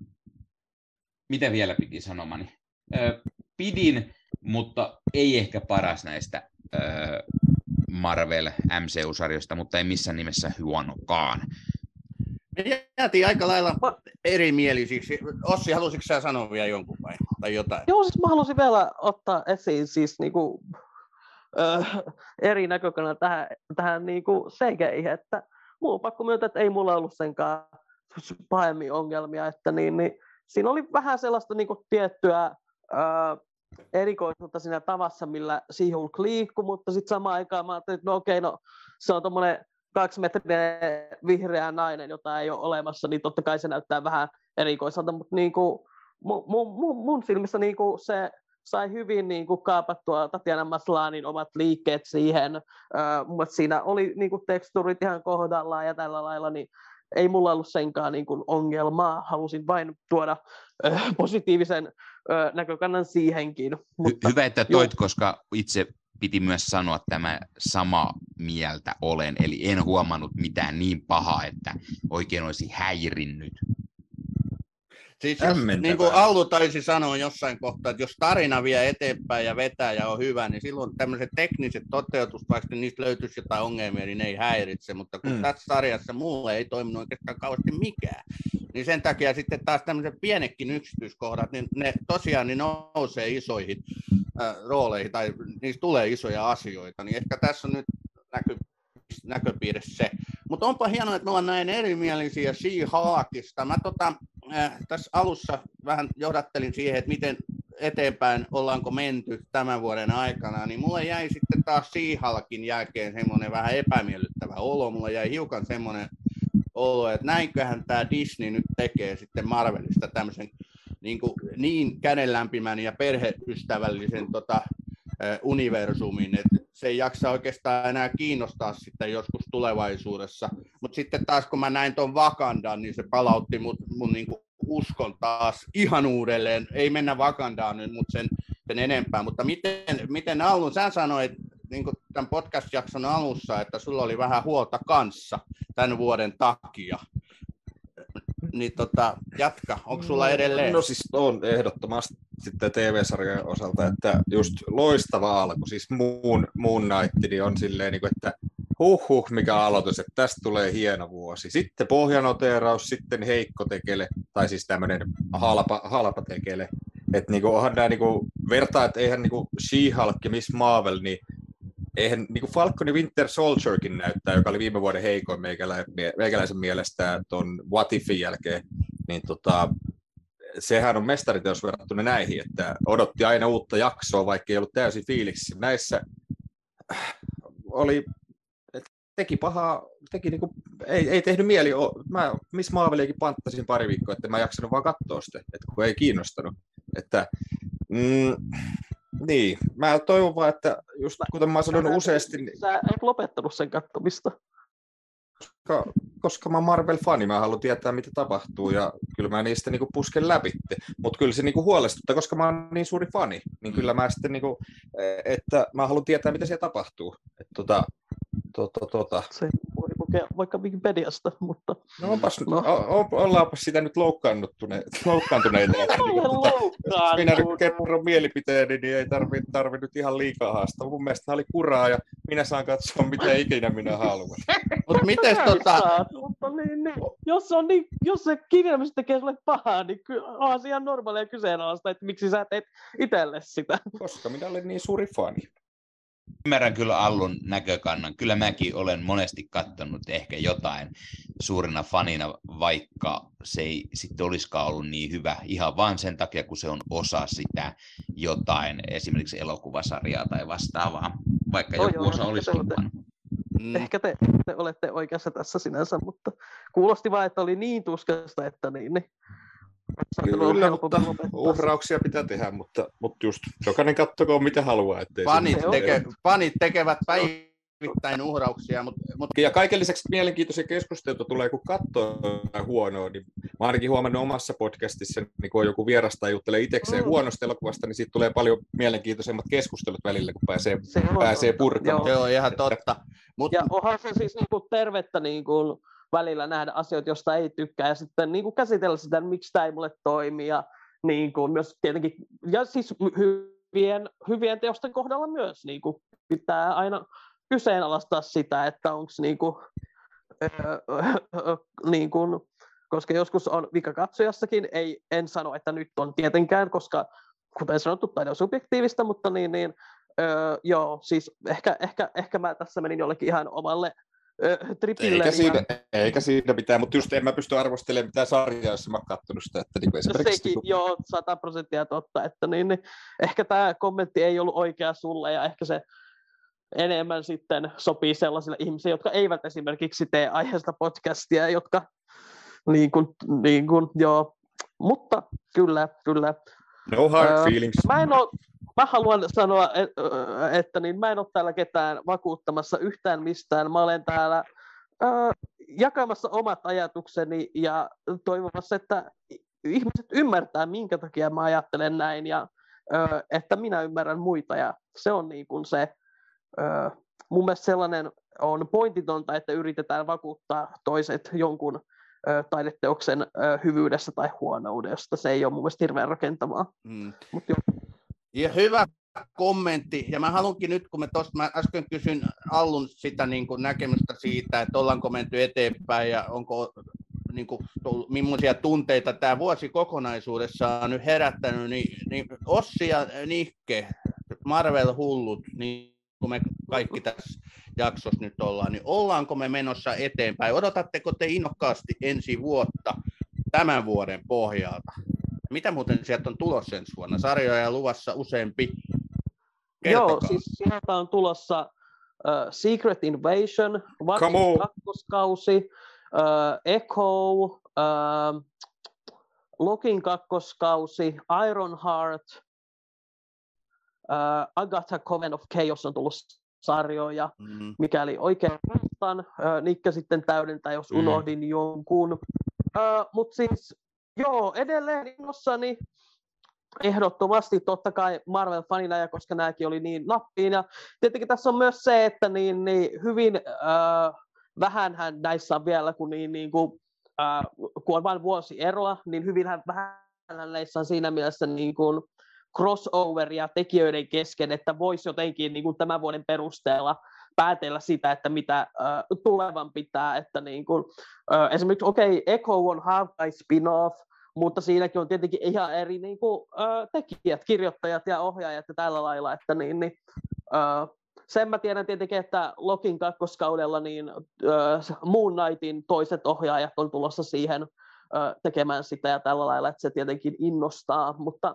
mitä vielä piti sanomani? Öö, pidin, mutta ei ehkä paras näistä öö, Marvel M C U-sarjoista, mutta ei missään nimessä huonokaan. Me jäätiin aika lailla erimielisiksi. Ossi, halusitko sä sanoa vielä jonkun vai, tai jotain? Joo, siis mä halusin vielä ottaa esiin siis niinku, ö, eri näkökulman tähän, tähän niinku segeihin, että mulla on pakko myöntää, että ei mulla ollut senkaan pahemmin ongelmia, että niin, niin, siinä oli vähän sellaista niinku tiettyä ö, erikoisuutta siinä tavassa, millä She-Hulk liikkui, mutta sitten samaan aikaan mä ajattelin, että no okei, no se on tommoinen kaksimetrinen vihreä nainen, jota ei ole olemassa, niin totta kai se näyttää vähän erikoiselta, mutta niinku, mun, mun, mun silmissä niinku se sai hyvin niinku kaapattua Tatiana Maslanin omat liikkeet siihen. Öö, mun siinä oli niinku teksturit ihan kohdallaan ja tällä lailla, niin ei mulla ollut senkaan niinku ongelmaa. Halusin vain tuoda ö, positiivisen ö, näkökannan siihenkin. Mutta, Hy- hyvä, että toit, jo. koska itse piti myös sanoa tämä sama mieltä olen, eli en huomannut mitään niin pahaa, että oikein olisi häirinnyt. Siis jos, niin kuin Allu taisi sanoa jossain kohtaa, että jos tarina vie eteenpäin ja vetää ja on hyvä, niin silloin tämmöiset tekniset toteutus, vaikka niistä löytyisi jotain ongelmia, niin ne ei häiritse, mutta kun mm. tässä sarjassa mulle ei toiminut oikeastaan kauheasti mikään, niin sen takia sitten taas tämmöiset pienekin yksityiskohdat, niin ne tosiaan niin nousee isoihin äh, rooleihin tai niistä tulee isoja asioita, niin ehkä tässä on nyt näky, näköpiirissä se. Mutta onpa hienoa, että me ollaan näin erimielisiä She-Hulkista. Mä tota, äh, tässä alussa vähän johdattelin siihen, että miten eteenpäin ollaanko menty tämän vuoden aikana, niin mulle jäi sitten taas She-Hulkin jälkeen semmoinen vähän epämiellyttävä olo. Mulle jäi hiukan semmoinen olo, että näinköhän tämä Disney nyt tekee sitten Marvelista tämmöisen niin, kuin, niin kädenlämpimän ja perheystävällisen tota, universumin, että se ei jaksa oikeastaan enää kiinnostaa sitten joskus tulevaisuudessa. Mutta sitten taas kun mä näin tuon Wakandan, niin se palautti mun, mun niinku uskon taas ihan uudelleen. Ei mennä Wakandaan nyt, mutta sen, sen enempää. Mutta miten, miten Allu, sä sanoit niin tämän podcast-jakson alussa, että sulla oli vähän huolta kanssa tämän vuoden takia. niin tota, jatka. Onko sulla edelleen? No siis on ehdottomasti sitten T V-sarjan osalta, että just loistava alku. Siis Moon, Moon Knight niin on silleen, niin kuin, että huhhuh, mikä aloitus, että tästä tulee hieno vuosi. Sitten pohjanoteeraus, sitten heikko tekele, tai siis tämmöinen halpa, halpa tekele. Että niinku, onhan nämä niinku, vertaa, että eihän niinku She-Hulk ja Miss Marvel, niin eihän niinku Falcon ja Winter Soldierkin näyttää, joka oli viime vuoden heikoin meikälä, meikäläisen mielestä tuon What Ifin jälkeen, niin tota, sehän on mestariteos verrattuna näihin, että odotti aina uutta jaksoa, vaikka ei ollut täysin fiiliksi. Näissä oli, teki pahaa, teki niinku, ei, ei tehnyt mieli, mä Miss Marveliakin panttasin pari viikkoa, että mä en jaksanut vaan katsoa sitä, että kun ei kiinnostanut. Että, mm, niin, mä toivon vaan, että just kuten mä oon sanonut useasti... Niin, sä et lopettanut sen katsomista. Koska, koska mä oon Marvel-fani, mä haluan tietää, mitä tapahtuu, ja kyllä mä niistä niinku pusken läpi. Mutta kyllä se niinku huolestuttaa, koska mä oon niin suuri fani, niin kyllä mä sitten, niinku, että mä haluan tietää, mitä siellä tapahtuu. Et tota, tota, tota. Se voi lukea vaikka Wikipediasta, mutta... No onpas, no. O, ollaanpa sitä nyt loukkaantuneita. Jos minä nyt kerron mielipiteeni, niin ei tarvi, tarvi nyt ihan liikaa haastaa. Mun mielestä oli kuraa ja minä saan katsoa, mitä ikinä minä haluan. Mut mites tota... Mutta niin, niin. Jos, on niin, jos se kirjelmys tekee sulle pahaa, niin onhan se ihan normaalia kyseenalaista, että miksi sä teet itselle sitä. Koska minä olen niin suuri fani. Ymmärrän kyllä Allun näkökannan. Kyllä mäkin olen monesti katsonut ehkä jotain suurina fanina, vaikka se ei sitten olisikaan ollut niin hyvä ihan vaan sen takia, kun se on osa sitä jotain, esimerkiksi elokuvasarjaa tai vastaavaa, vaikka oh, joku joo, osa olisikin huono. Mm. Ehkä te, te olette oikeassa tässä sinänsä, mutta kuulosti vaan, että oli niin tuskasta, että niin, niin. Kyllä, mutta uhrauksia pitää tehdä, mutta, mutta just jokainen katsokoon mitä haluaa. Ettei fanit, teke, fanit tekevät päivittäin uhrauksia. Mutta, mutta... Ja kaiken lisäksi mielenkiintoisia keskusteluita tulee, kun katsoo huonoa. Niin mä ainakin huomannut omassa podcastissa, niin kun joku vierasta juttelee itsekseen mm. huonosta elokuvasta, niin siitä tulee paljon mielenkiintoisemmat keskustelut välillä, kun pääsee, pääsee purkamaan. Se on ihan totta. Mut... Ja onhan se siis niinku tervettä niinku välillä nähdä asioita, joista ei tykkää, ja sitten niin kuin käsitellä sitä, miksi tämä ei mulle toimi, ja niin kuin myös tietenkin, ja siis hyvien, hyvien teosten kohdalla myös niin kuin pitää aina kyseenalaistaa sitä, että onko niin kuin, niin kuin, koska joskus on vika katsojassakin, ei, en sano, että nyt on tietenkään, koska kuten sanottu, taide on subjektiivista, mutta niin, niin öö, joo, siis ehkä, ehkä, ehkä mä tässä menin jollekin ihan omalle tripille. Eikä siinä, eikä siinä mitään, mutta just en mä pysty arvostelemaan mitään sarjaa, jos mä oon kattonut sitä. Että niin esimerkiksi... Sekin, niin, joo, sata prosenttia totta. Että niin, niin, ehkä tämä kommentti ei ollut oikea sulle, ja ehkä se enemmän sitten sopii sellaisille ihmisille, jotka eivät esimerkiksi tee aiheesta podcastia, jotka niin kuin, niin kuin, joo. Mutta kyllä, kyllä. No hard öö, feelings. Mä en ole Mä haluan sanoa, että, että niin mä en ole täällä ketään vakuuttamassa yhtään mistään. Mä olen täällä äh, jakamassa omat ajatukseni ja toivomassa, että ihmiset ymmärtää, minkä takia mä ajattelen näin ja äh, että minä ymmärrän muita. Ja se on niin kuin se, äh, mun mielestä sellainen on pointitonta, että yritetään vakuuttaa toiset jonkun äh, taideteoksen äh, hyvyydestä tai huonoudesta. Se ei ole mun mielestä hirveän rakentavaa. Mm. Mut jo. Ja hyvä kommentti. Ja mä haluankin nyt, kun me tuosta, mä äsken kysyn Allun sitä niin kuin näkemystä siitä, että ollaanko menty eteenpäin ja onko niin kuin, millaisia tunteita tämä vuosi kokonaisuudessaan on nyt herättänyt, niin, niin Ossi ja Nikke, Marvel-hullut, niin kuin me kaikki tässä jaksossa nyt ollaan, niin ollaanko me menossa eteenpäin? Odotatteko te innokkaasti ensi vuotta tämän vuoden pohjalta? Mitä muuten sieltä on tulossa ensi vuonna? Sarjoja luvassa useampi. Kertokaa. Joo, siis sieltä on tulossa uh, Secret Invasion, Vatin kakkoskausi, uh, Echo, uh, Lokin kakkoskausi, Ironheart, uh, Agatha Coven of Chaos on tullut sarjoja, mm. mikäli oikein muistan. Uh, Nikke sitten täydentää, jos unohdin mm. jonkun. Uh, Mutta siis joo, edelleen innossani ehdottomasti totta kai Marvel-fanina, ja koska nämäkin oli niin nappiin. Ja tietenkin tässä on myös se, että niin, niin hyvin äh, vähänhän näissä on vielä, kun, niin, niin kuin, äh, kun on vain vuosi eroa, niin hyvin vähän näissä on siinä mielessä niin kuin crossoveria tekijöiden kesken, että voisi jotenkin niin kuin tämän vuoden perusteella päätellä sitä, että mitä uh, tulevan pitää. Että niin kuin, uh, esimerkiksi, okei, okay, Echo on Hawkeye spin-off, mutta siinäkin on tietenkin ihan eri niin kuin, uh, tekijät, kirjoittajat ja ohjaajat ja tällä lailla, että niin, niin uh, sen mä tiedän tietenkin, että Lokin kakkoskaudella niin uh, Moon Knightin toiset ohjaajat on tulossa siihen uh, tekemään sitä ja tällä lailla, että se tietenkin innostaa, mutta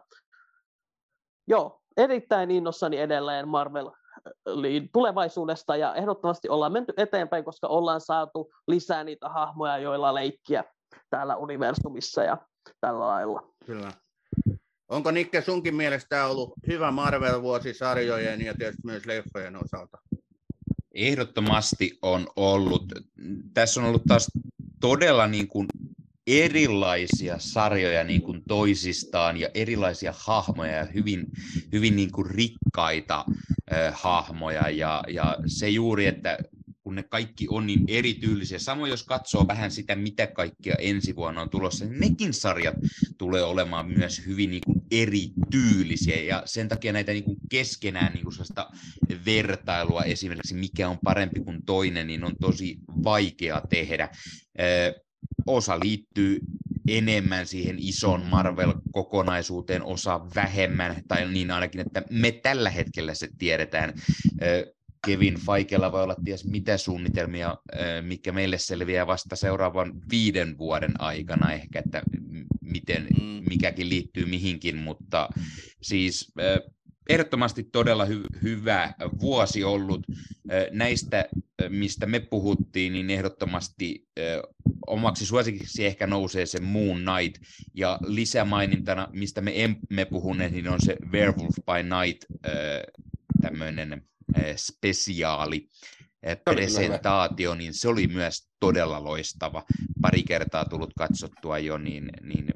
joo, erittäin innossani edelleen Marvel tulevaisuudesta ja ehdottomasti ollaan menty eteenpäin, koska ollaan saatu lisää niitä hahmoja, joilla leikkiä täällä universumissa ja tällä lailla. Kyllä. Onko Nikke sunkin mielestä ollut hyvä Marvel-vuosi sarjojen ja tietysti myös leffojen osalta? Ehdottomasti on ollut. Tässä on ollut taas todella niin kuin erilaisia sarjoja niin kuin toisistaan ja erilaisia hahmoja ja hyvin, hyvin niin kuin rikkaita äh, hahmoja ja, ja se juuri, että kun ne kaikki on niin erityylisiä. Samoin jos katsoo vähän sitä, mitä kaikkia ensi vuonna on tulossa, niin nekin sarjat tulee olemaan myös hyvin niin kuin erityylisiä ja sen takia näitä niin kuin keskenään niin kuin sellaista vertailua esimerkiksi, mikä on parempi kuin toinen, niin on tosi vaikea tehdä. Äh, Osa liittyy enemmän siihen ison Marvel-kokonaisuuteen, osa vähemmän, tai niin ainakin, että me tällä hetkellä se tiedetään. Kevin Feigella voi olla ties mitä suunnitelmia, mikä meille selviää vasta seuraavan viiden vuoden aikana ehkä, että miten mikäkin liittyy mihinkin, mutta siis ehdottomasti todella hy- hyvä vuosi ollut. Näistä, mistä me puhuttiin, niin ehdottomasti omaksi suosikiksi ehkä nousee se Moon Knight, ja lisämainintana, mistä me emme puhuneet, niin on se Werewolf by Night, tämmöinen spesiaali presentaatio, niin se oli myös todella loistava. Pari kertaa tullut katsottua jo, niin, niin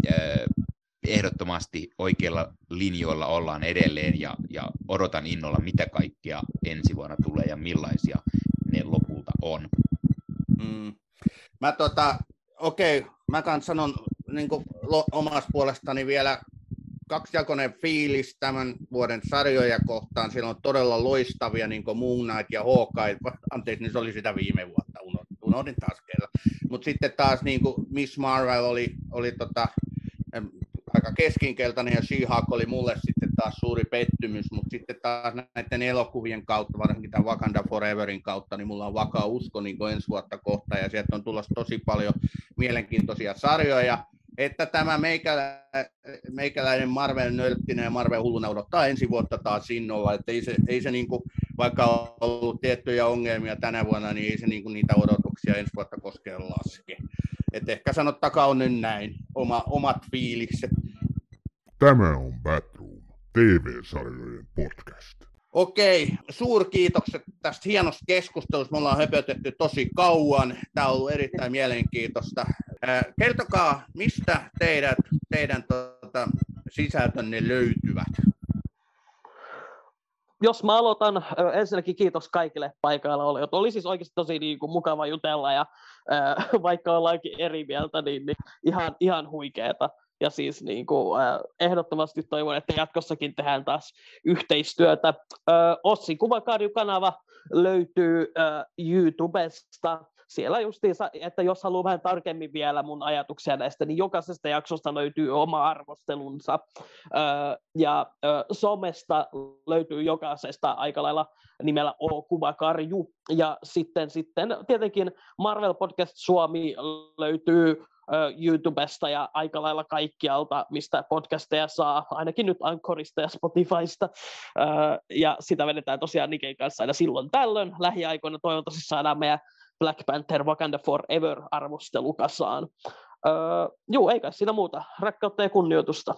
ehdottomasti oikeilla linjoilla ollaan edelleen, ja, ja odotan innolla, mitä kaikkea ensi vuonna tulee ja millaisia ne lopulta on. Mm. Mä tota, okei, okay, mä kans sanon niin kuin omasta puolestani vielä kaksijakoinen fiilis tämän vuoden sarjoja kohtaan. Siellä on todella loistavia, niin kuin Moon Knight ja Hawkeye. Anteeksi, niin se oli sitä viime vuotta, unohdin taas kerran. Mutta sitten taas niin kuin Miss Marvel oli, oli tota, aika keskinkeltainen ja She-Hulk oli mulle sitten taas suuri pettymys, mutta sitten taas näiden elokuvien kautta, varsinkin tämän Wakanda Foreverin kautta, niin mulla on vakaa usko niin kuin ensi vuotta kohtaan, ja sieltä on tulossa tosi paljon mielenkiintoisia sarjoja, että tämä meikälä, meikäläinen Marvel-nörttinen ja Marvel-hulluna odottaa ensi vuotta taas innolla, että ei se, ei se niin kuin, vaikka on ollut tiettyjä ongelmia tänä vuonna, niin ei se niin kuin niitä odotuksia ensi vuotta koskee laske. Et ehkä sanottakaa nyt näin, oma, omat fiilikset. Tämä on Batroom, T V-sarjojen podcast. Okei, suurkiitokset tästä hienosta keskustelusta. Me ollaan höpötetty tosi kauan. Tämä on ollut erittäin mielenkiintoista. Kertokaa, mistä teidät, teidän tuota, sisältönne löytyvät? Jos mä aloitan, ensinnäkin kiitos kaikille paikalla olijoille. Oli siis oikeasti tosi niin kuin, mukava jutella, ja äh, vaikka ollaankin eri mieltä, niin, niin ihan, ihan huikeeta. Ja siis niin kuin, äh, ehdottomasti toivon, että jatkossakin tehdään taas yhteistyötä. Äh, Ossi Kuvakarju-kanava löytyy äh, YouTubesta. Siellä justiinsa, että jos haluaa vähän tarkemmin vielä mun ajatuksia näistä, niin jokaisesta jaksosta löytyy oma arvostelunsa. Öö, ja ö, somesta löytyy jokaisesta aika lailla nimellä O Kuvakarju. Ja sitten, sitten tietenkin Marvel Podcast Suomi löytyy ö, YouTubesta ja aika lailla kaikkialta, mistä podcasteja saa, ainakin nyt Anchorista ja Spotifysta. Öö, ja sitä vedetään tosiaan Niken kanssa aina silloin tällöin. Lähiaikoina toivottavasti saadaan meidän Black Panther Wakanda Forever-arvostelu kasaan. Öö, juu, eikä siinä muuta. Rakkautta ja kunnioitusta.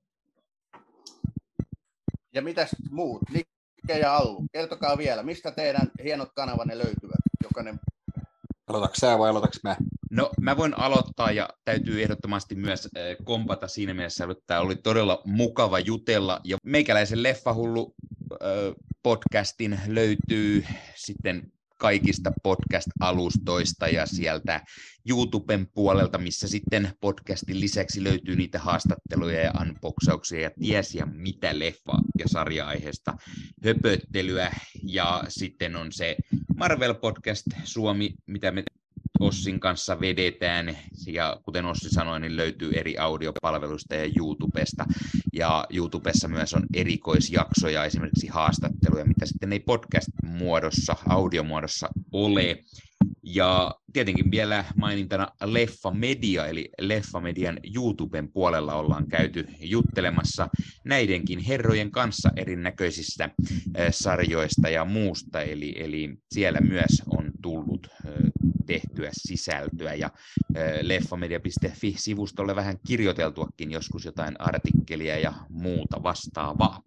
Ja mitäs muut? Nikke ja Allu, kertokaa vielä, mistä teidän hienot kanavanne löytyvät? Jokainen... Aloitatko sä vai aloitatko mä? No, mä voin aloittaa, ja täytyy ehdottomasti myös kompata siinä mielessä, että tämä oli todella mukava jutella. Ja meikäläisen Leffahullu podcastin löytyy sitten kaikista podcast-alustoista ja sieltä YouTuben puolelta, missä sitten podcastin lisäksi löytyy niitä haastatteluja ja unboxauksia ja tiesiä mitä leffa- ja sarja-aiheesta höpöttelyä. Ja sitten on se Marvel Podcast Suomi, mitä me Ossin kanssa vedetään, ja kuten Ossi sanoi, niin löytyy eri audiopalveluista ja YouTubesta, ja YouTubessa myös on erikoisjaksoja, esimerkiksi haastatteluja, mitä sitten ei podcast-muodossa, audiomuodossa ole, ja tietenkin vielä mainintana Leffamedia, eli Leffamedian YouTuben puolella ollaan käyty juttelemassa näidenkin herrojen kanssa erinäköisistä sarjoista ja muusta, eli, eli siellä myös on tullut tehtyä sisältöä, ja leffamedia piste fi-sivustolle vähän kirjoiteltuakin joskus jotain artikkelia ja muuta vastaavaa.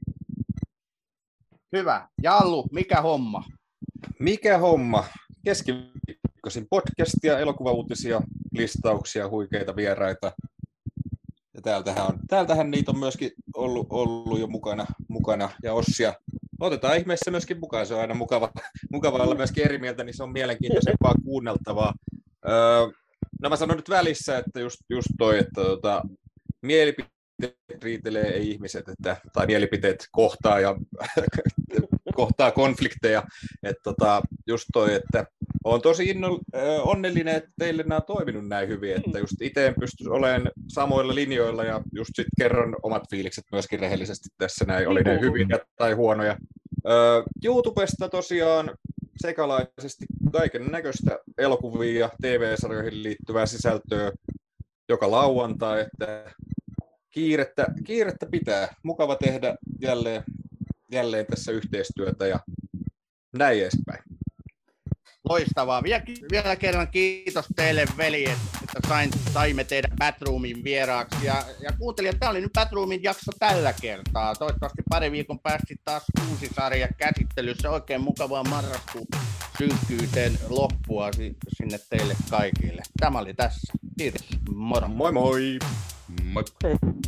Hyvä. Jallu, mikä homma? Mikä homma? Keskiviikkoisin podcastia, elokuvauutisia, listauksia, huikeita vieraita. Ja täältähän, on, täältähän niitä on myöskin ollut, ollut jo mukana, mukana. Ja Ossia otetaan ihmeessä myöskin mukaan. Se on aina mukava, mukava olla myöskin eri mieltä, niin se on mielenkiintoisempaa kuunneltavaa. Öö, no mä sanon nyt välissä, että just, just toi, että tota, mielipiteet riitelee ei ihmiset, että, tai mielipiteet kohtaa ja kohtaa konflikteja. Että tota, just toi, että olen tosi inno, onnellinen, että teille nämä on toiminut näin hyvin, että just itse en pysty olemaan samoilla linjoilla ja just sit kerron omat fiilikset myöskin rehellisesti tässä näin, oli ne hyviä tai huonoja. YouTubesta tosiaan sekalaisesti kaiken näköistä elokuvia ja T V-sarjoihin liittyvää sisältöä joka lauantai, että kiirettä, kiirettä pitää. Mukava tehdä jälleen, jälleen tässä yhteistyötä ja näin edespäin. Loistavaa. Vielä, vielä kerran kiitos teille, veljet, että sain, saimme tehdä Batroomin vieraaksi. Ja, ja kuuntelijat, tämä oli nyt Batroomin jakso tällä kertaa. Toivottavasti pari viikon päästä taas uusi sarja käsittelyssä. Oikein mukavaa marraskuun synkkyyteen loppua sinne teille kaikille. Tämä oli tässä. Kiitos. Moro. Moi moi! Moi.